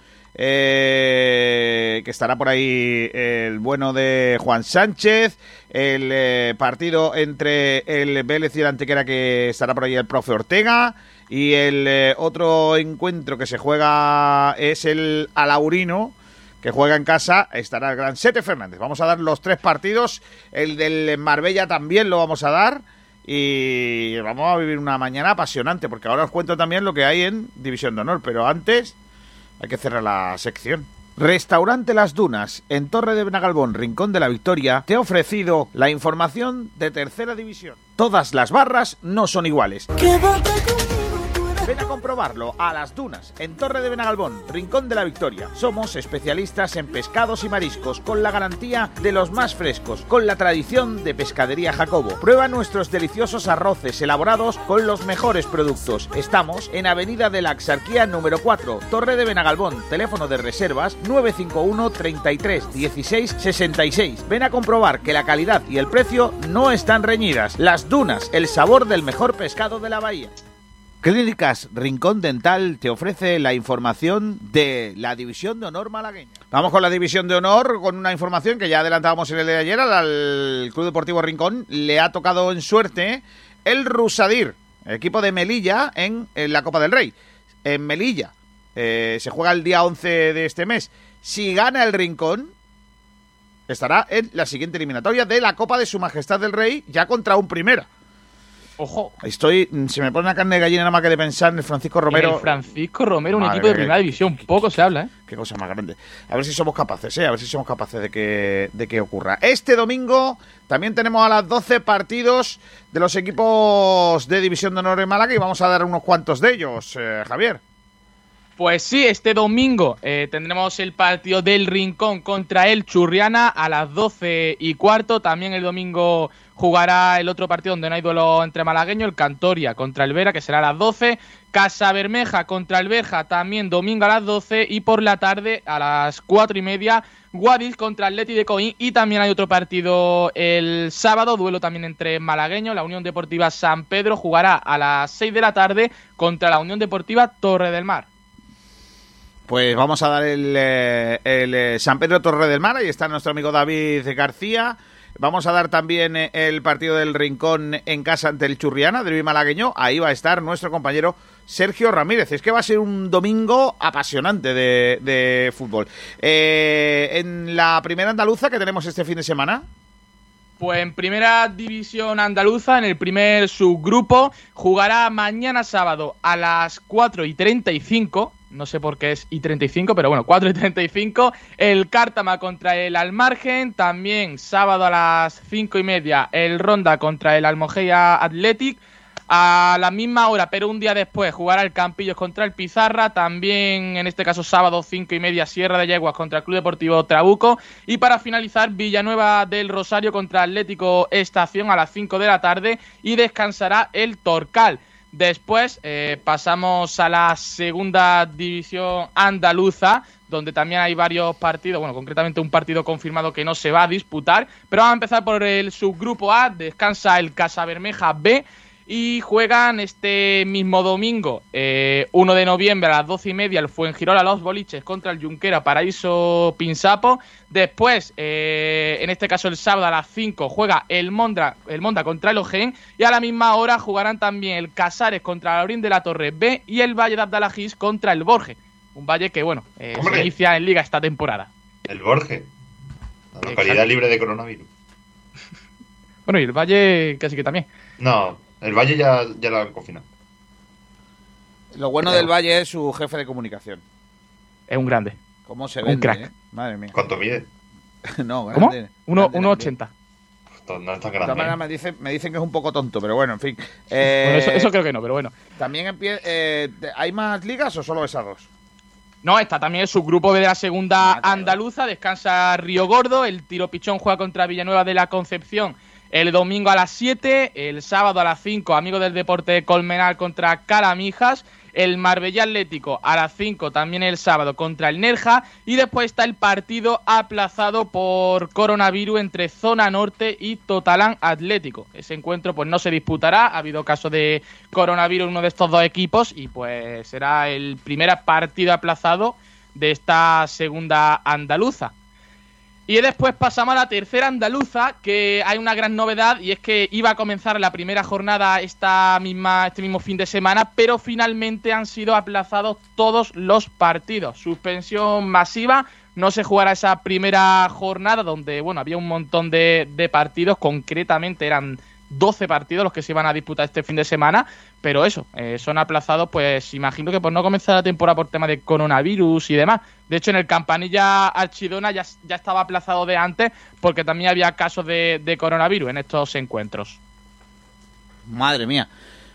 que estará por ahí el bueno de Juan Sánchez, el partido entre el Vélez y el Antequera, que estará por ahí el profe Ortega, y el otro encuentro que se juega es el Alaurino, que juega en casa, estará el gran Sete Fernández. Vamos a dar los 3 partidos, el del Marbella también lo vamos a dar, y vamos a vivir una mañana apasionante, porque ahora os cuento también lo que hay en División de Honor, pero antes hay que cerrar la sección. Restaurante Las Dunas, en Torre de Benagalbón, Rincón de la Victoria, te ha ofrecido la información de tercera división. Todas las barras no son iguales. Quédate conmigo, tú eres Ven a comprobarlo a Las Dunas, en Torre de Benagalbón, Rincón de la Victoria. Somos especialistas en pescados y mariscos, con la garantía de los más frescos, con la tradición de Pescadería Jacobo. Prueba nuestros deliciosos arroces elaborados con los mejores productos. Estamos en Avenida de la Axarquía número 4, Torre de Benagalbón. Teléfono de reservas 951 33 16 66. Ven a comprobar que la calidad y el precio no están reñidas. Las Dunas, el sabor del mejor pescado de la bahía. Clínicas Rincón Dental te ofrece la información de la División de Honor malagueña. Vamos con la División de Honor, con una información que ya adelantábamos en el de ayer. Al Club Deportivo Rincón le ha tocado en suerte el Rusadir, equipo de Melilla en la Copa del Rey. En Melilla se juega el día 11 de este mes. Si gana el Rincón, estará en la siguiente eliminatoria de la Copa de Su Majestad del Rey, ya contra un primera. Ojo. Se me pone una carne de gallina nada más que de pensar en el Francisco Romero. El Francisco Romero, un equipo de primera división. Poco se habla, ¿eh? Qué cosa más grande. A ver si somos capaces, A ver si somos capaces de que ocurra. Este domingo también tenemos a las 12 partidos de los equipos de División de Honor en Málaga y vamos a dar unos cuantos de ellos, Javier. Pues sí, este domingo tendremos el partido del Rincón contra el Churriana a las 12:15. También el domingo jugará el otro partido donde no hay duelo entre malagueños, el Cantoria contra el Vera, que será a las 12. Casa Bermeja contra el Berja, también domingo a las 12. Y por la tarde, a las 4:30, Guadix contra Atleti de Coín. Y también hay otro partido el sábado, duelo también entre malagueños. La Unión Deportiva San Pedro jugará a las 6 de la tarde contra la Unión Deportiva Torre del Mar. Pues vamos a dar el San Pedro Torre del Mar. Ahí está nuestro amigo David García. Vamos a dar también el partido del Rincón en casa ante el Churriana, derbi malagueño. Ahí va a estar nuestro compañero Sergio Ramírez. Es que va a ser un domingo apasionante de fútbol. En la primera andaluza que tenemos este fin de semana. Pues en primera división andaluza, en el primer subgrupo, jugará mañana sábado a las 4:35. No sé por qué es y35, pero bueno, 4:35. El Cártama contra el Almargen. También sábado a las 5:30 el Ronda contra el Almojeya Athletic. A la misma hora, pero un día después, jugará el Campillos contra el Pizarra. También, en este caso, sábado 5:30, Sierra de Yeguas contra el Club Deportivo Trabuco. Y para finalizar, Villanueva del Rosario contra Atlético Estación a las 5 de la tarde. Y descansará el Torcal. Después pasamos a la segunda división andaluza, donde también hay varios partidos, bueno, concretamente un partido confirmado que no se va a disputar, pero vamos a empezar por el subgrupo A. Descansa el Casa Bermeja B y juegan este mismo domingo, 1 de noviembre a las 12:30, el Fuengirola Los Boliches contra el Junquera Paraíso Pinsapo. Después, en este caso el sábado a las 5, juega el Monda contra el Ojén. Y a la misma hora jugarán también el Casares contra el Laurín de la Torre B y el Valle de Abdalajís contra el Borge. Un Valle que, bueno, se inicia en Liga esta temporada. El Borge, la localidad libre de coronavirus. Bueno, y el Valle casi que también. No, el Valle ya lo han confinado. Lo bueno del Valle es su jefe de comunicación. Es un grande. ¿Cómo se vende? Un crack. Madre mía. ¿Cuánto mide? No, grande. ¿Cómo? 1,80. Pues no es tan De grande. todas maneras me dicen que es un poco tonto, pero bueno, en fin. Bueno, eso creo que no, pero bueno. ¿También hay más ligas o solo esas dos? No, está también el subgrupo de la segunda andaluza. Descansa Río Gordo. El Tiro Pichón juega contra Villanueva de la Concepción el domingo a las 7. El sábado a las 5, Amigo del Deporte Colmenar contra Calamijas. El Marbella Atlético a las 5, también el sábado, contra el Nerja. Y después está el partido aplazado por coronavirus entre Zona Norte y Totalán Atlético. Ese encuentro pues no se disputará. Ha habido caso de coronavirus en uno de estos dos equipos y pues será el primer partido aplazado de esta segunda andaluza. Y después pasamos a la tercera andaluza, que hay una gran novedad y es que iba a comenzar la primera jornada este mismo fin de semana, pero finalmente han sido aplazados todos los partidos. Suspensión masiva, no se jugará esa primera jornada donde bueno había un montón de partidos, concretamente eran 12 partidos los que se iban a disputar este fin de semana, pero eso, son aplazados, pues imagino que por no comenzar la temporada por tema de coronavirus y demás. De hecho, en el Campanilla Archidona ya estaba aplazado de antes porque también había casos de coronavirus en estos encuentros. Madre mía.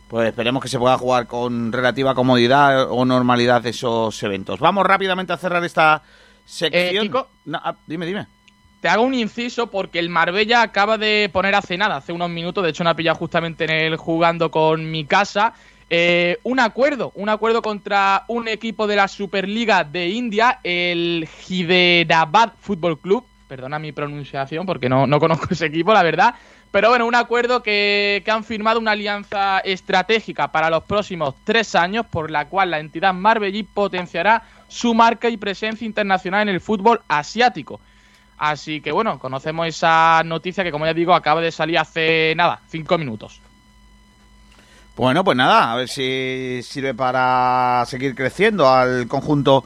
pues esperemos que se pueda jugar con relativa comodidad o normalidad esos eventos. Vamos rápidamente a cerrar esta sección. Kiko, dime. Te hago un inciso porque el Marbella acaba de poner hace unos minutos, de hecho me ha pillado justamente en el jugando con mi casa, un acuerdo contra un equipo de la Superliga de India, el Hyderabad Football Club. Perdona mi pronunciación porque no conozco ese equipo, la verdad. Pero bueno, un acuerdo que han firmado una alianza estratégica para los próximos 3 años, por la cual la entidad marbellí potenciará su marca y presencia internacional en el fútbol asiático. Así que bueno, conocemos esa noticia que, como ya digo, acaba de salir hace 5 minutos. Bueno, pues nada, a ver si sirve para seguir creciendo al conjunto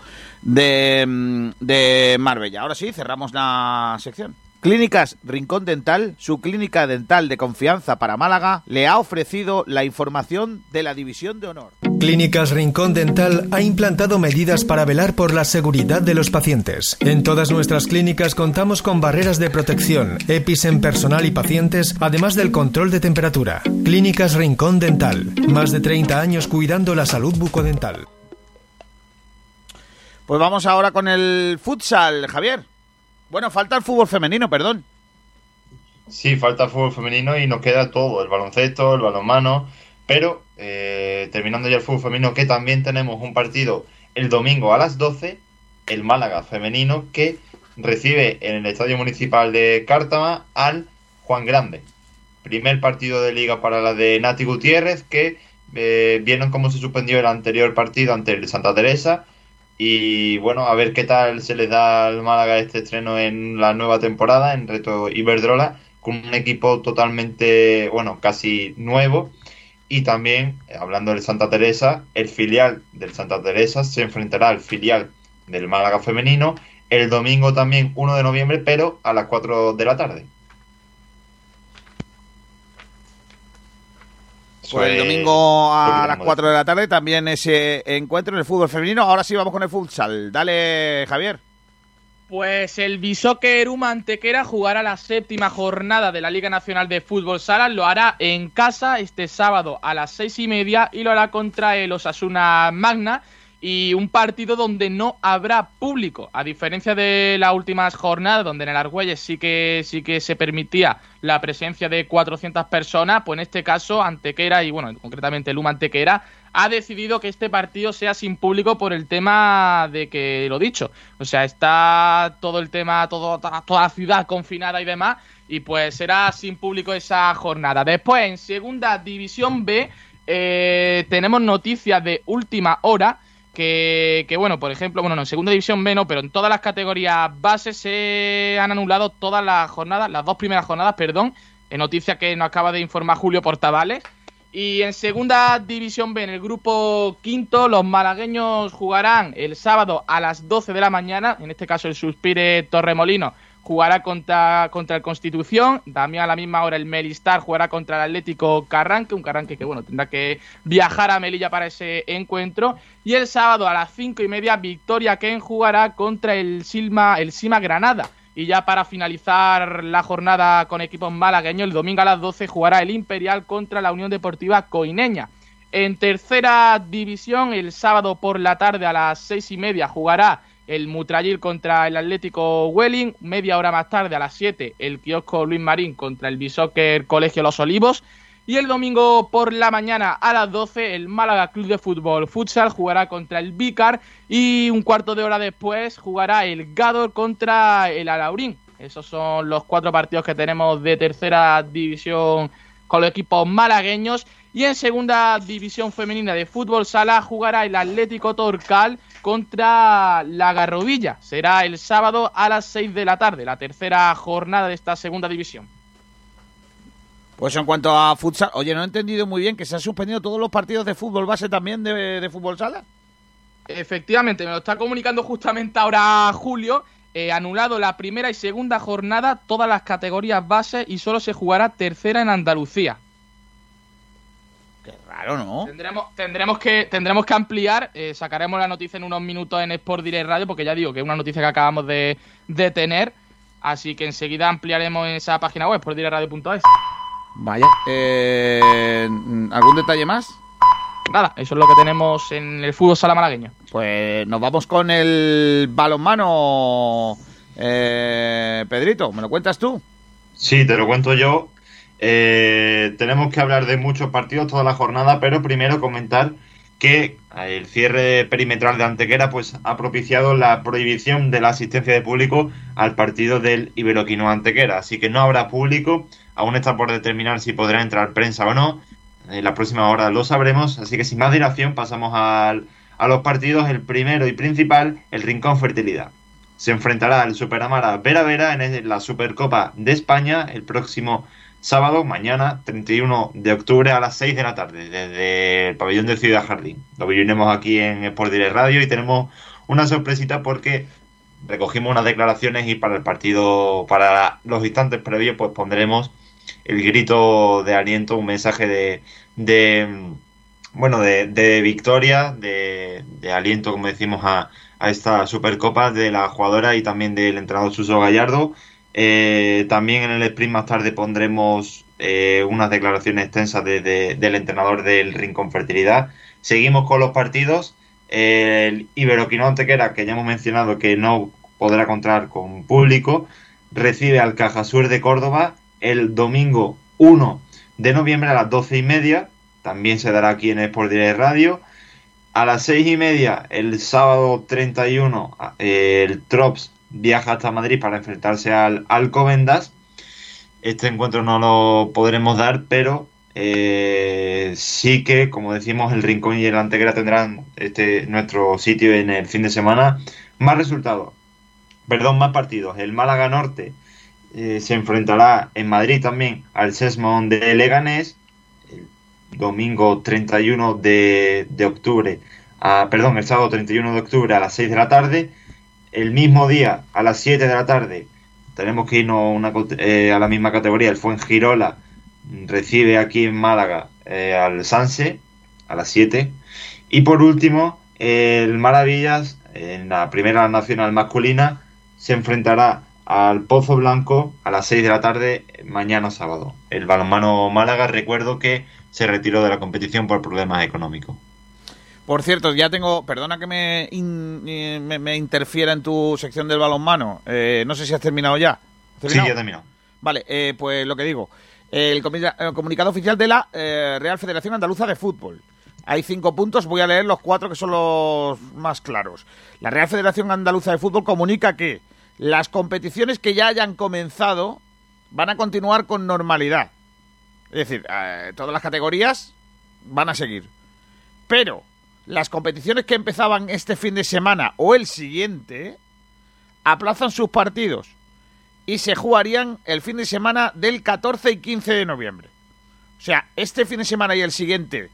de Marbella. Ahora sí, cerramos la sección. Clínicas Rincón Dental, su clínica dental de confianza para Málaga, le ha ofrecido la información de la División de Honor. Clínicas Rincón Dental ha implantado medidas para velar por la seguridad de los pacientes. En todas nuestras clínicas contamos con barreras de protección, EPIs en personal y pacientes, además del control de temperatura. Clínicas Rincón Dental, más de 30 años cuidando la salud bucodental. Pues vamos ahora con el futsal, Javier. Bueno, falta el fútbol femenino, perdón. Sí, falta el fútbol femenino y nos queda todo, el baloncesto, el balonmano, pero terminando ya el fútbol femenino, que también tenemos un partido el domingo a las 12, el Málaga femenino, que recibe en el Estadio Municipal de Cártama al Juan Grande. Primer partido de liga para la de Nati Gutiérrez, que vieron cómo se suspendió el anterior partido ante el Santa Teresa. Y bueno, a ver qué tal se les da al Málaga este estreno en la nueva temporada, en Reto Iberdrola, con un equipo totalmente, bueno, casi nuevo. Y también, hablando del Santa Teresa, el filial del Santa Teresa se enfrentará al filial del Málaga femenino el domingo también, 1 de noviembre, pero a las 4 de la tarde. Pues el domingo a las 4 de la tarde también ese encuentro en el fútbol femenino. Ahora sí vamos con el futsal. Dale, Javier. Pues el Bishoker Uma Antequera jugará la 7ª jornada de la Liga Nacional de Fútbol Sala. Lo hará en casa este sábado a las 6:30 y lo hará contra el Osasuna Magna. Y un partido donde no habrá público, a diferencia de las últimas jornadas donde en el Argüelles sí que se permitía la presencia de 400 personas, pues en este caso Antequera y bueno, concretamente el Uma Antequera ha decidido que este partido sea sin público por el tema de que, lo dicho, o sea, está todo el tema, toda la ciudad confinada y demás, y pues será sin público esa jornada. Después, en Segunda División B, tenemos noticias de última hora. Que bueno, por ejemplo, bueno, no, en Segunda División B no, pero en todas las categorías bases se han anulado todas las jornadas, las 2 primeras jornadas, perdón, en noticia que nos acaba de informar Julio Portavales. Y en Segunda División B, en el grupo quinto, los malagueños jugarán el sábado a las 12 de la mañana, en este caso el Suspire Torremolinos jugará contra el Constitución, también a la misma hora el Melistar jugará contra el Atlético Carranque, un Carranque que bueno, tendrá que viajar a Melilla para ese encuentro, y el sábado a las 5:30 Victoria Ken jugará contra el Sima Granada, y ya para finalizar la jornada con equipos malagueños, el domingo a las 12 jugará el Imperial contra la Unión Deportiva Coineña. En Tercera División, el sábado por la tarde a las 6:30 jugará el Mutrayil contra el Atlético Welling, media hora más tarde a las 7 el Kiosco Luis Marín contra el Bishoker Colegio Los Olivos, y el domingo por la mañana a las 12 el Málaga Club de Fútbol Futsal jugará contra el Vícar, y un cuarto de hora después jugará el Gádor contra el Alaurín. Esos son los 4 partidos que tenemos de Tercera División con los equipos malagueños. Y en Segunda División Femenina de Fútbol Sala jugará el Atlético Torcal contra la Garrovilla. Será el sábado a las 6 de la tarde, la tercera jornada de esta Segunda División. Pues en cuanto a futsal, oye, no he entendido muy bien que se han suspendido todos los partidos de fútbol base también de fútbol sala. Efectivamente, me lo está comunicando justamente ahora Julio. Anulado la primera y segunda jornada, todas las categorías base, y solo se jugará tercera en Andalucía. Qué raro, ¿no? Tendremos que ampliar, sacaremos la noticia en unos minutos en Sport Direct Radio, porque ya digo que es una noticia que acabamos de tener, así que enseguida ampliaremos en esa página web, sportdirectradio.es. Vaya. ¿Algún detalle más? Nada, eso es lo que tenemos en el fútbol sala malagueño. Pues nos vamos con el balonmano. Pedrito, ¿me lo cuentas tú? Sí, te lo cuento yo. Tenemos que hablar de muchos partidos toda la jornada, pero primero comentar que el cierre perimetral de Antequera pues ha propiciado la prohibición de la asistencia de público al partido del Iberoquinoa Antequera, así que no habrá público. Aún está por determinar si podrá entrar prensa o no. En la próxima hora lo sabremos, así que sin más dilación pasamos a los partidos. El primero y principal, el Rincón Fertilidad. Se enfrentará al Superamara Vera Vera en la Supercopa de España el próximo sábado, mañana, 31 de octubre a las 6 de la tarde, desde el pabellón de Ciudad Jardín. Lo viviremos aquí en Sport Direct Radio y tenemos una sorpresita porque recogimos unas declaraciones y para el partido, para los instantes previos, pues pondremos el grito de aliento, un mensaje de victoria, de aliento, como decimos, a esta Supercopa de la jugadora y también del entrenador Suso Gallardo. También en el sprint más tarde pondremos unas declaraciones extensas del entrenador del Rincón Fertilidad. Seguimos con los partidos. El Iberoquinoa Antequera, que ya hemos mencionado que no podrá contar con público, recibe al Cajasur de Córdoba el domingo 1 de noviembre a las 12:30. También se dará aquí en Sport Direct Radio. A las 6:30 el sábado 31 el Trops viaja hasta Madrid para enfrentarse al Alcobendas. Este encuentro no lo podremos dar, pero sí que, como decimos, el Rincón y el Antequera tendrán nuestro sitio en el fin de semana. Más partidos. El Málaga Norte se enfrentará en Madrid también al Sesmond de Leganés el domingo 31 de octubre, el sábado 31 de octubre a las 6 de la tarde. El mismo día, a las 7 de la tarde, tenemos que irnos a la misma categoría. El Fuengirola recibe aquí en Málaga al Sanse a las 7. Y por último, el Maravillas, en la primera nacional masculina, se enfrentará al Pozo Blanco a las 6 de la tarde mañana sábado. El balonmano Málaga, recuerdo que se retiró de la competición por problemas económicos. Por cierto, ya tengo... Perdona que me interfiera en tu sección del balonmano. No sé si has terminado ya. Sí, ya he terminado. Vale, pues lo que digo. El comunicado oficial de la Real Federación Andaluza de Fútbol. Hay 5 puntos, voy a leer los 4 que son los más claros. La Real Federación Andaluza de Fútbol comunica que las competiciones que ya hayan comenzado van a continuar con normalidad. Es decir, todas las categorías van a seguir. Pero las competiciones que empezaban este fin de semana o el siguiente aplazan sus partidos y se jugarían el fin de semana del 14 y 15 de noviembre. O sea, este fin de semana y el siguiente,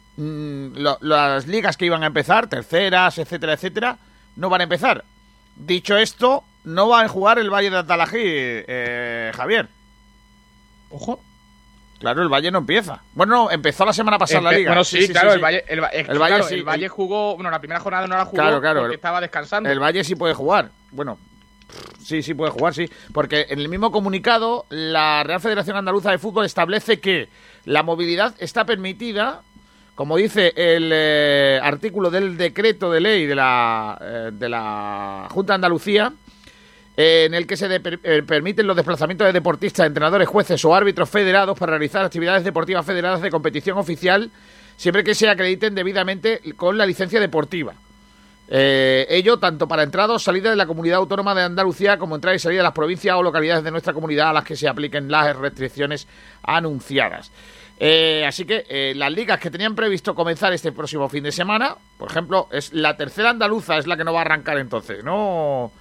las ligas que iban a empezar, terceras, etcétera, etcétera, no van a empezar. Dicho esto, no van a jugar el Valle de Atalají, Javier. Ojo. Claro, el Valle no empieza. Bueno, empezó la semana pasada la liga. Bueno, sí, claro, sí. El Valle jugó... Bueno, la primera jornada no la jugó porque estaba descansando. El Valle sí puede jugar. Bueno, sí puede jugar, sí. Porque en el mismo comunicado, la Real Federación Andaluza de Fútbol establece que la movilidad está permitida, como dice el artículo del decreto de ley de la Junta de Andalucía, en el que se permiten los desplazamientos de deportistas, entrenadores, jueces o árbitros federados para realizar actividades deportivas federadas de competición oficial, siempre que se acrediten debidamente con la licencia deportiva. Ello tanto para entrada o salida de la Comunidad Autónoma de Andalucía como entrada y salida de las provincias o localidades de nuestra comunidad a las que se apliquen las restricciones anunciadas. Así que las ligas que tenían previsto comenzar este próximo fin de semana, por ejemplo, es la tercera andaluza, es la que no va a arrancar entonces, ¿no?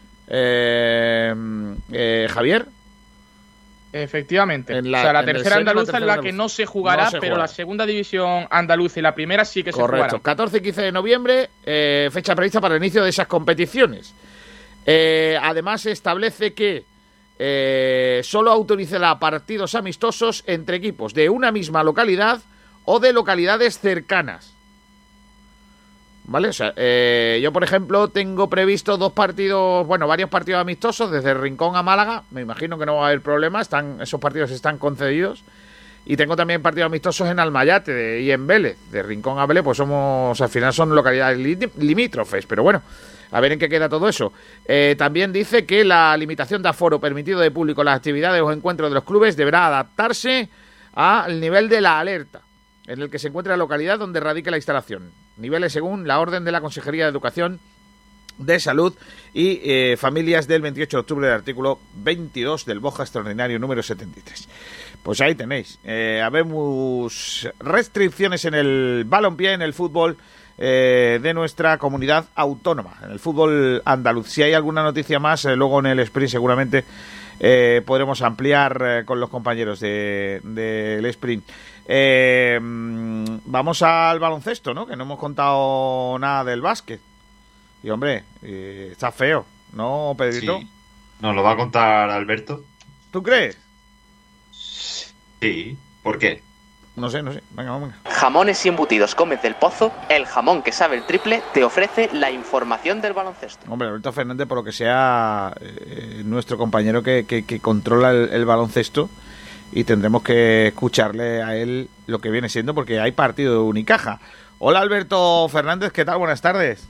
Javier. Efectivamente. La tercera andaluza es la que no se jugará, pero la segunda división andaluza y la primera sí que se jugarán. Correcto. 14 y 15 de noviembre, fecha prevista para el inicio de esas competiciones. Además, se establece que solo autorizará partidos amistosos entre equipos de una misma localidad o de localidades cercanas. ¿Vale? O sea, yo, por ejemplo, tengo previsto varios partidos amistosos desde Rincón a Málaga. Me imagino que no va a haber problema, esos partidos están concedidos. Y tengo también partidos amistosos en Almayate y en Vélez. De Rincón a Vélez, pues al final son localidades limítrofes, pero bueno, a ver en qué queda todo eso. También dice que la limitación de aforo permitido de público en las actividades o encuentros de los clubes deberá adaptarse al nivel de la alerta en el que se encuentra la localidad donde radique la instalación. Niveles según la orden de la Consejería de Educación, de Salud y Familias del 28 de octubre del artículo 22 del BOJA extraordinario número 73. Pues ahí tenéis. Habemos restricciones en el balompié, en el fútbol de nuestra comunidad autónoma, en el fútbol andaluz. Si hay alguna noticia más, luego en el sprint seguramente podremos ampliar con los compañeros del sprint. Vamos al baloncesto, ¿no? Que no hemos contado nada del básquet. Y hombre, está feo, ¿no, Pedrito? Sí. ¿Nos lo va a contar Alberto? ¿Tú crees? Sí. ¿Por qué? No sé. Venga. Jamones y embutidos Gómez del Pozo, el jamón que sabe el triple, te ofrece la información del baloncesto. Hombre, Alberto Fernández, por lo que sea, nuestro compañero que controla el baloncesto, y tendremos que escucharle a él lo que viene siendo, porque hay partido de Unicaja. Hola, Alberto Fernández, ¿qué tal? Buenas tardes.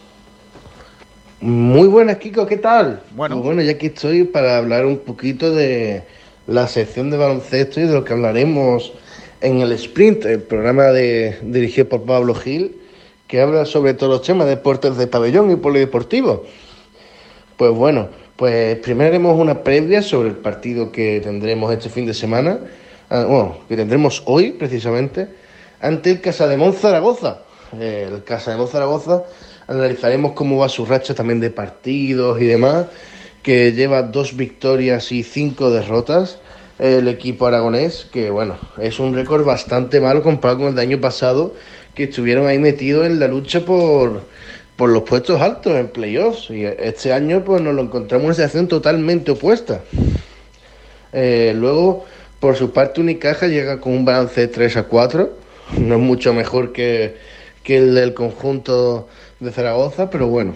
Muy buenas, Kiko, ¿qué tal? Bueno. Pues bueno, ya aquí estoy para hablar un poquito de la sección de baloncesto y de lo que hablaremos en el Sprint, el programa dirigido por Pablo Gil, que habla sobre todos los temas de deportes de pabellón y polideportivo. Pues bueno, pues primero haremos una previa sobre el partido que tendremos este fin de semana, que tendremos hoy precisamente, ante el Casademón Zaragoza. El Casademón Zaragoza, analizaremos cómo va su racha también de partidos y demás, que lleva 2 victorias y 5 derrotas el equipo aragonés, que bueno, es un récord bastante malo comparado con el de año pasado, que estuvieron ahí metidos en la lucha por los puestos altos en playoffs, y este año pues nos lo encontramos en una situación totalmente opuesta. Luego, por su parte, Unicaja llega con un balance de 3-4, no es mucho mejor que el del conjunto de Zaragoza, pero bueno,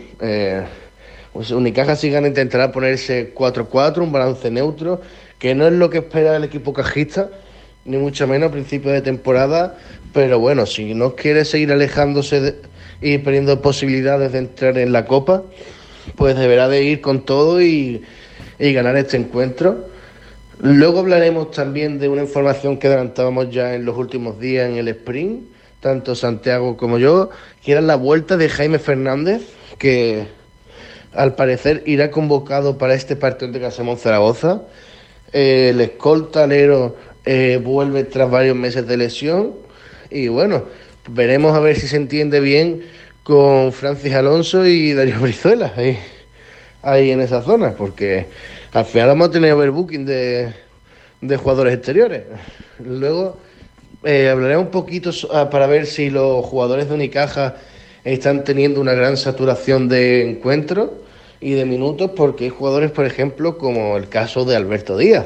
pues Unicaja si gana intentará ponerse 4-4, un balance neutro, que no es lo que espera el equipo cajista, ni mucho menos a principio de temporada, pero bueno, si no quiere seguir alejándose y perdiendo posibilidades de entrar en la Copa, pues deberá de ir con todo y ganar este encuentro. Luego hablaremos también de una información que adelantábamos ya en los últimos días en el sprint, tanto Santiago como yo, que era la vuelta de Jaime Fernández, que al parecer irá convocado para este partido de Casademón Zaragoza. El escolta alero vuelve tras varios meses de lesión, y bueno, veremos a ver si se entiende bien con Francis Alonso y Darío Brizuela ahí en esa zona, porque al final vamos a tener overbooking de jugadores exteriores. Luego hablaremos un poquito para ver si los jugadores de Unicaja están teniendo una gran saturación de encuentros y de minutos, porque hay jugadores, por ejemplo, como el caso de Alberto Díaz.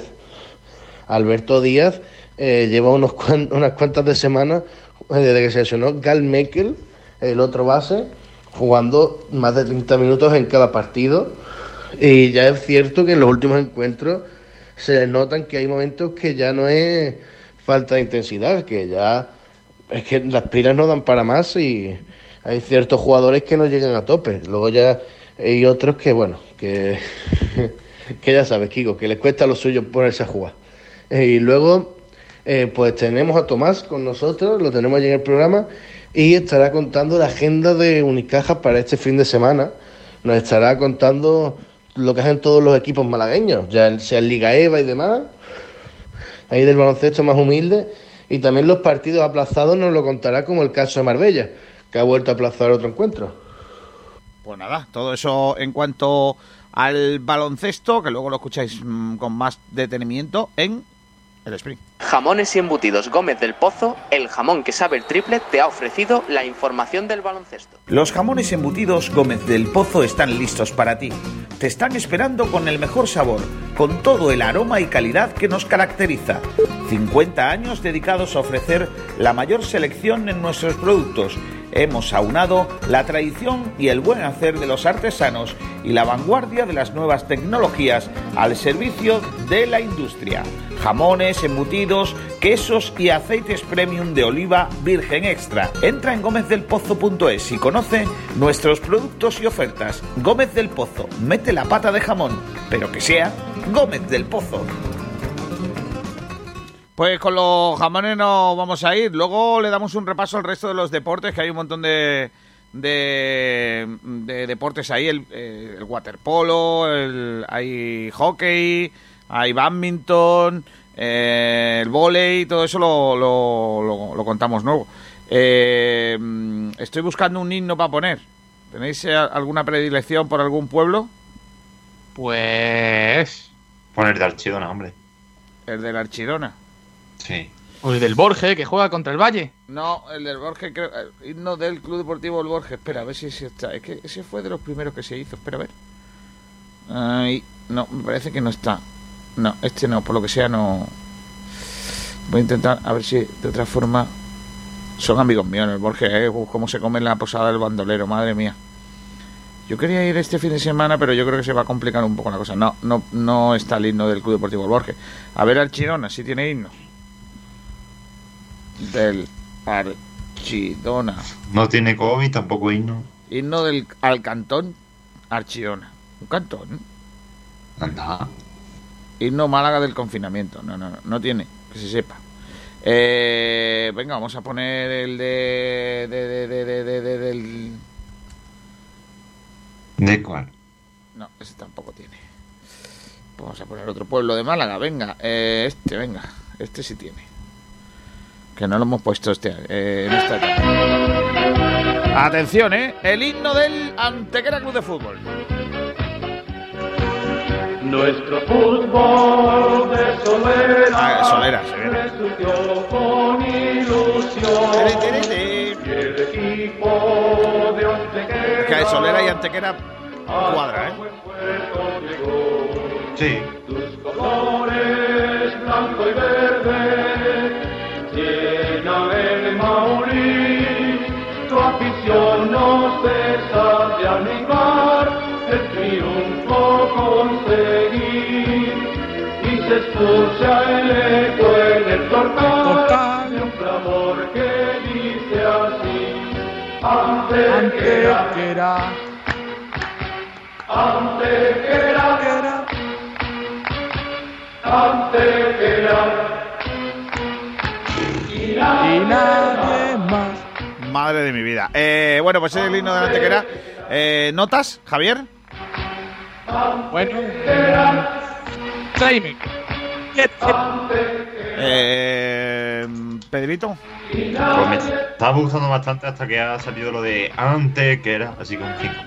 Alberto Díaz lleva unas cuantas de semanas desde que se lesionó Gal Mekel, el otro base, jugando más de 30 minutos en cada partido, y ya es cierto que en los últimos encuentros se les notan que hay momentos que ya no es falta de intensidad, que ya es que las pilas no dan para más y hay ciertos jugadores que no llegan a tope. Luego ya hay otros que, bueno, que ya sabes, Kiko, que les cuesta lo suyo ponerse a jugar. Y luego pues tenemos a Tomás con nosotros, lo tenemos allí en el programa, y estará contando la agenda de Unicaja para este fin de semana. Nos estará contando lo que hacen todos los equipos malagueños, ya sea en Liga EVA y demás, ahí del baloncesto más humilde, y también los partidos aplazados nos lo contará, como el caso de Marbella, que ha vuelto a aplazar otro encuentro. Pues nada, todo eso en cuanto al baloncesto, que luego lo escucháis con más detenimiento en el sprint. Jamones y embutidos Gómez del Pozo, el jamón que sabe el triple, te ha ofrecido la información del baloncesto. Los jamones embutidos Gómez del Pozo están listos para ti. Te están esperando con el mejor sabor, con todo el aroma y calidad que nos caracteriza. 50 años dedicados a ofrecer la mayor selección en nuestros productos hemos aunado la tradición y el buen hacer de los artesanos y la vanguardia de las nuevas tecnologías al servicio de la industria. Jamones, embutidos, quesos y aceites premium de oliva virgen extra. Entra en gomezdelpozo.es y conoce nuestros productos y ofertas. Gómez del Pozo, mete la pata de jamón, pero que sea Gómez del Pozo. Pues con los jamones nos vamos a ir. Luego le damos un repaso al resto de los deportes, que hay un montón de deportes ahí. El waterpolo, hay hockey, hay badminton, el vóley, todo eso lo contamos nuevo. Estoy buscando un himno para poner. ¿Tenéis alguna predilección por algún pueblo? Pues... Poner de Archidona, hombre. El del Archidona. Sí. O el del Borges, que juega contra el Valle. No, el del Borges, creo, el himno del Club Deportivo del Borges. Espera, a ver si está. Es que ese fue de los primeros que se hizo. Espera, a ver. Ay, no, me parece que no está. No, este no, por lo que sea no. Voy a intentar, a ver si de otra forma. Son amigos míos, el Borges, cómo se come en la posada del bandolero, madre mía. Yo quería ir este fin de semana, pero yo creo que se va a complicar un poco la cosa. No está el himno del Club Deportivo del Borges. A ver, Archidona, sí tiene himno. Del Archidona. No tiene COVID, tampoco himno. Himno del al cantón Archidona. Un cantón. Anda. Himno Málaga del confinamiento. No tiene, que se sepa. Venga, vamos a poner el del... ¿De cuál? No, ese tampoco tiene. Vamos a poner otro pueblo de Málaga. Venga, venga. Este sí tiene. Que no lo hemos puesto en esta etapa. Atención, el himno del Antequera Club de Fútbol. Nuestro fútbol de Solera, Solera, se viene. resurgió con ilusión. Y el equipo de Antequera, es que de Solera y Antequera cuadra, Sí. Tus colores blanco y verde llenan el Mauriz. Tu afición no cesa de animar, el triunfo conseguir, y se escucha el eco en el portal de un clamor que dice así: Antequera, Antequera, Antequera, y nadie más. Madre de mi vida. Bueno, pues es el himno de la Antequera. ¿Notas, Javier? Bueno, Jaime. Pedrito. Pues me estaba gustando bastante hasta que ha salido lo de Antequera, así que un 5.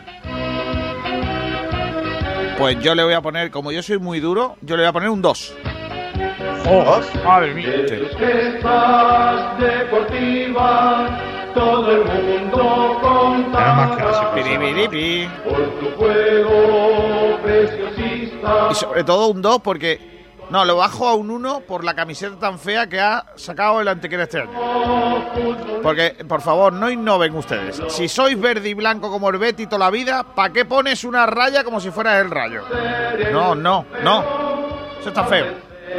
Pues yo le voy a poner, como yo soy muy duro, yo le voy a poner un 2. ¡Oh! ¡Madre mía! De tus fiestas deportivas, todo el mundo contaba por tu juego preciosista. Y sobre todo un 2 porque... No, lo bajo a un 1 por la camiseta tan fea que ha sacado el Antequera este año. Porque, por favor, no innoven ustedes. Si sois verde y blanco como el Betis toda la vida, ¿para qué pones una raya como si fueras el Rayo? No. Eso está feo.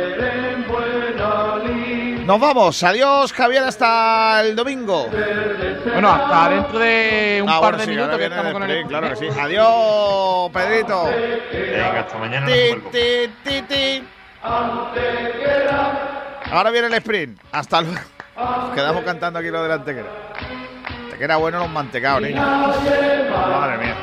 Nos vamos. Adiós, Javier, hasta el domingo. Bueno, hasta dentro de un par de minutos que estamos con el... Claro que sí. Adiós, Pedrito. Venga, hasta mañana. Ahora viene el sprint. Hasta luego. Nos quedamos cantando aquí lo del Antequera. Antequera bueno los mantecados, niños. Madre mía.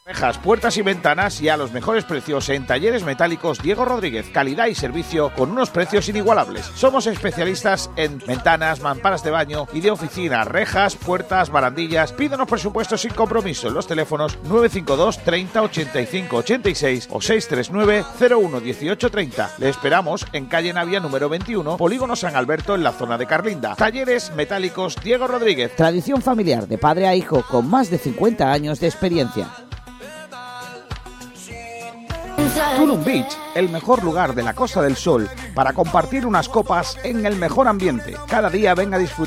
Rejas, puertas y ventanas y a los mejores precios en Talleres Metálicos Diego Rodríguez. Calidad y servicio con unos precios inigualables. Somos especialistas en ventanas, mamparas de baño y de oficina, rejas, puertas, barandillas. Pídanos presupuestos sin compromiso en los teléfonos 952 30 85 86 o 639 01 18 30. Le esperamos en calle Navia número 21, Polígono San Alberto, en la zona de Carlinda. Talleres Metálicos Diego Rodríguez. Tradición familiar de padre a hijo con más de 50 años de experiencia. Tulum Beach, el mejor lugar de la Costa del Sol para compartir unas copas en el mejor ambiente. Cada día ven a disfrutar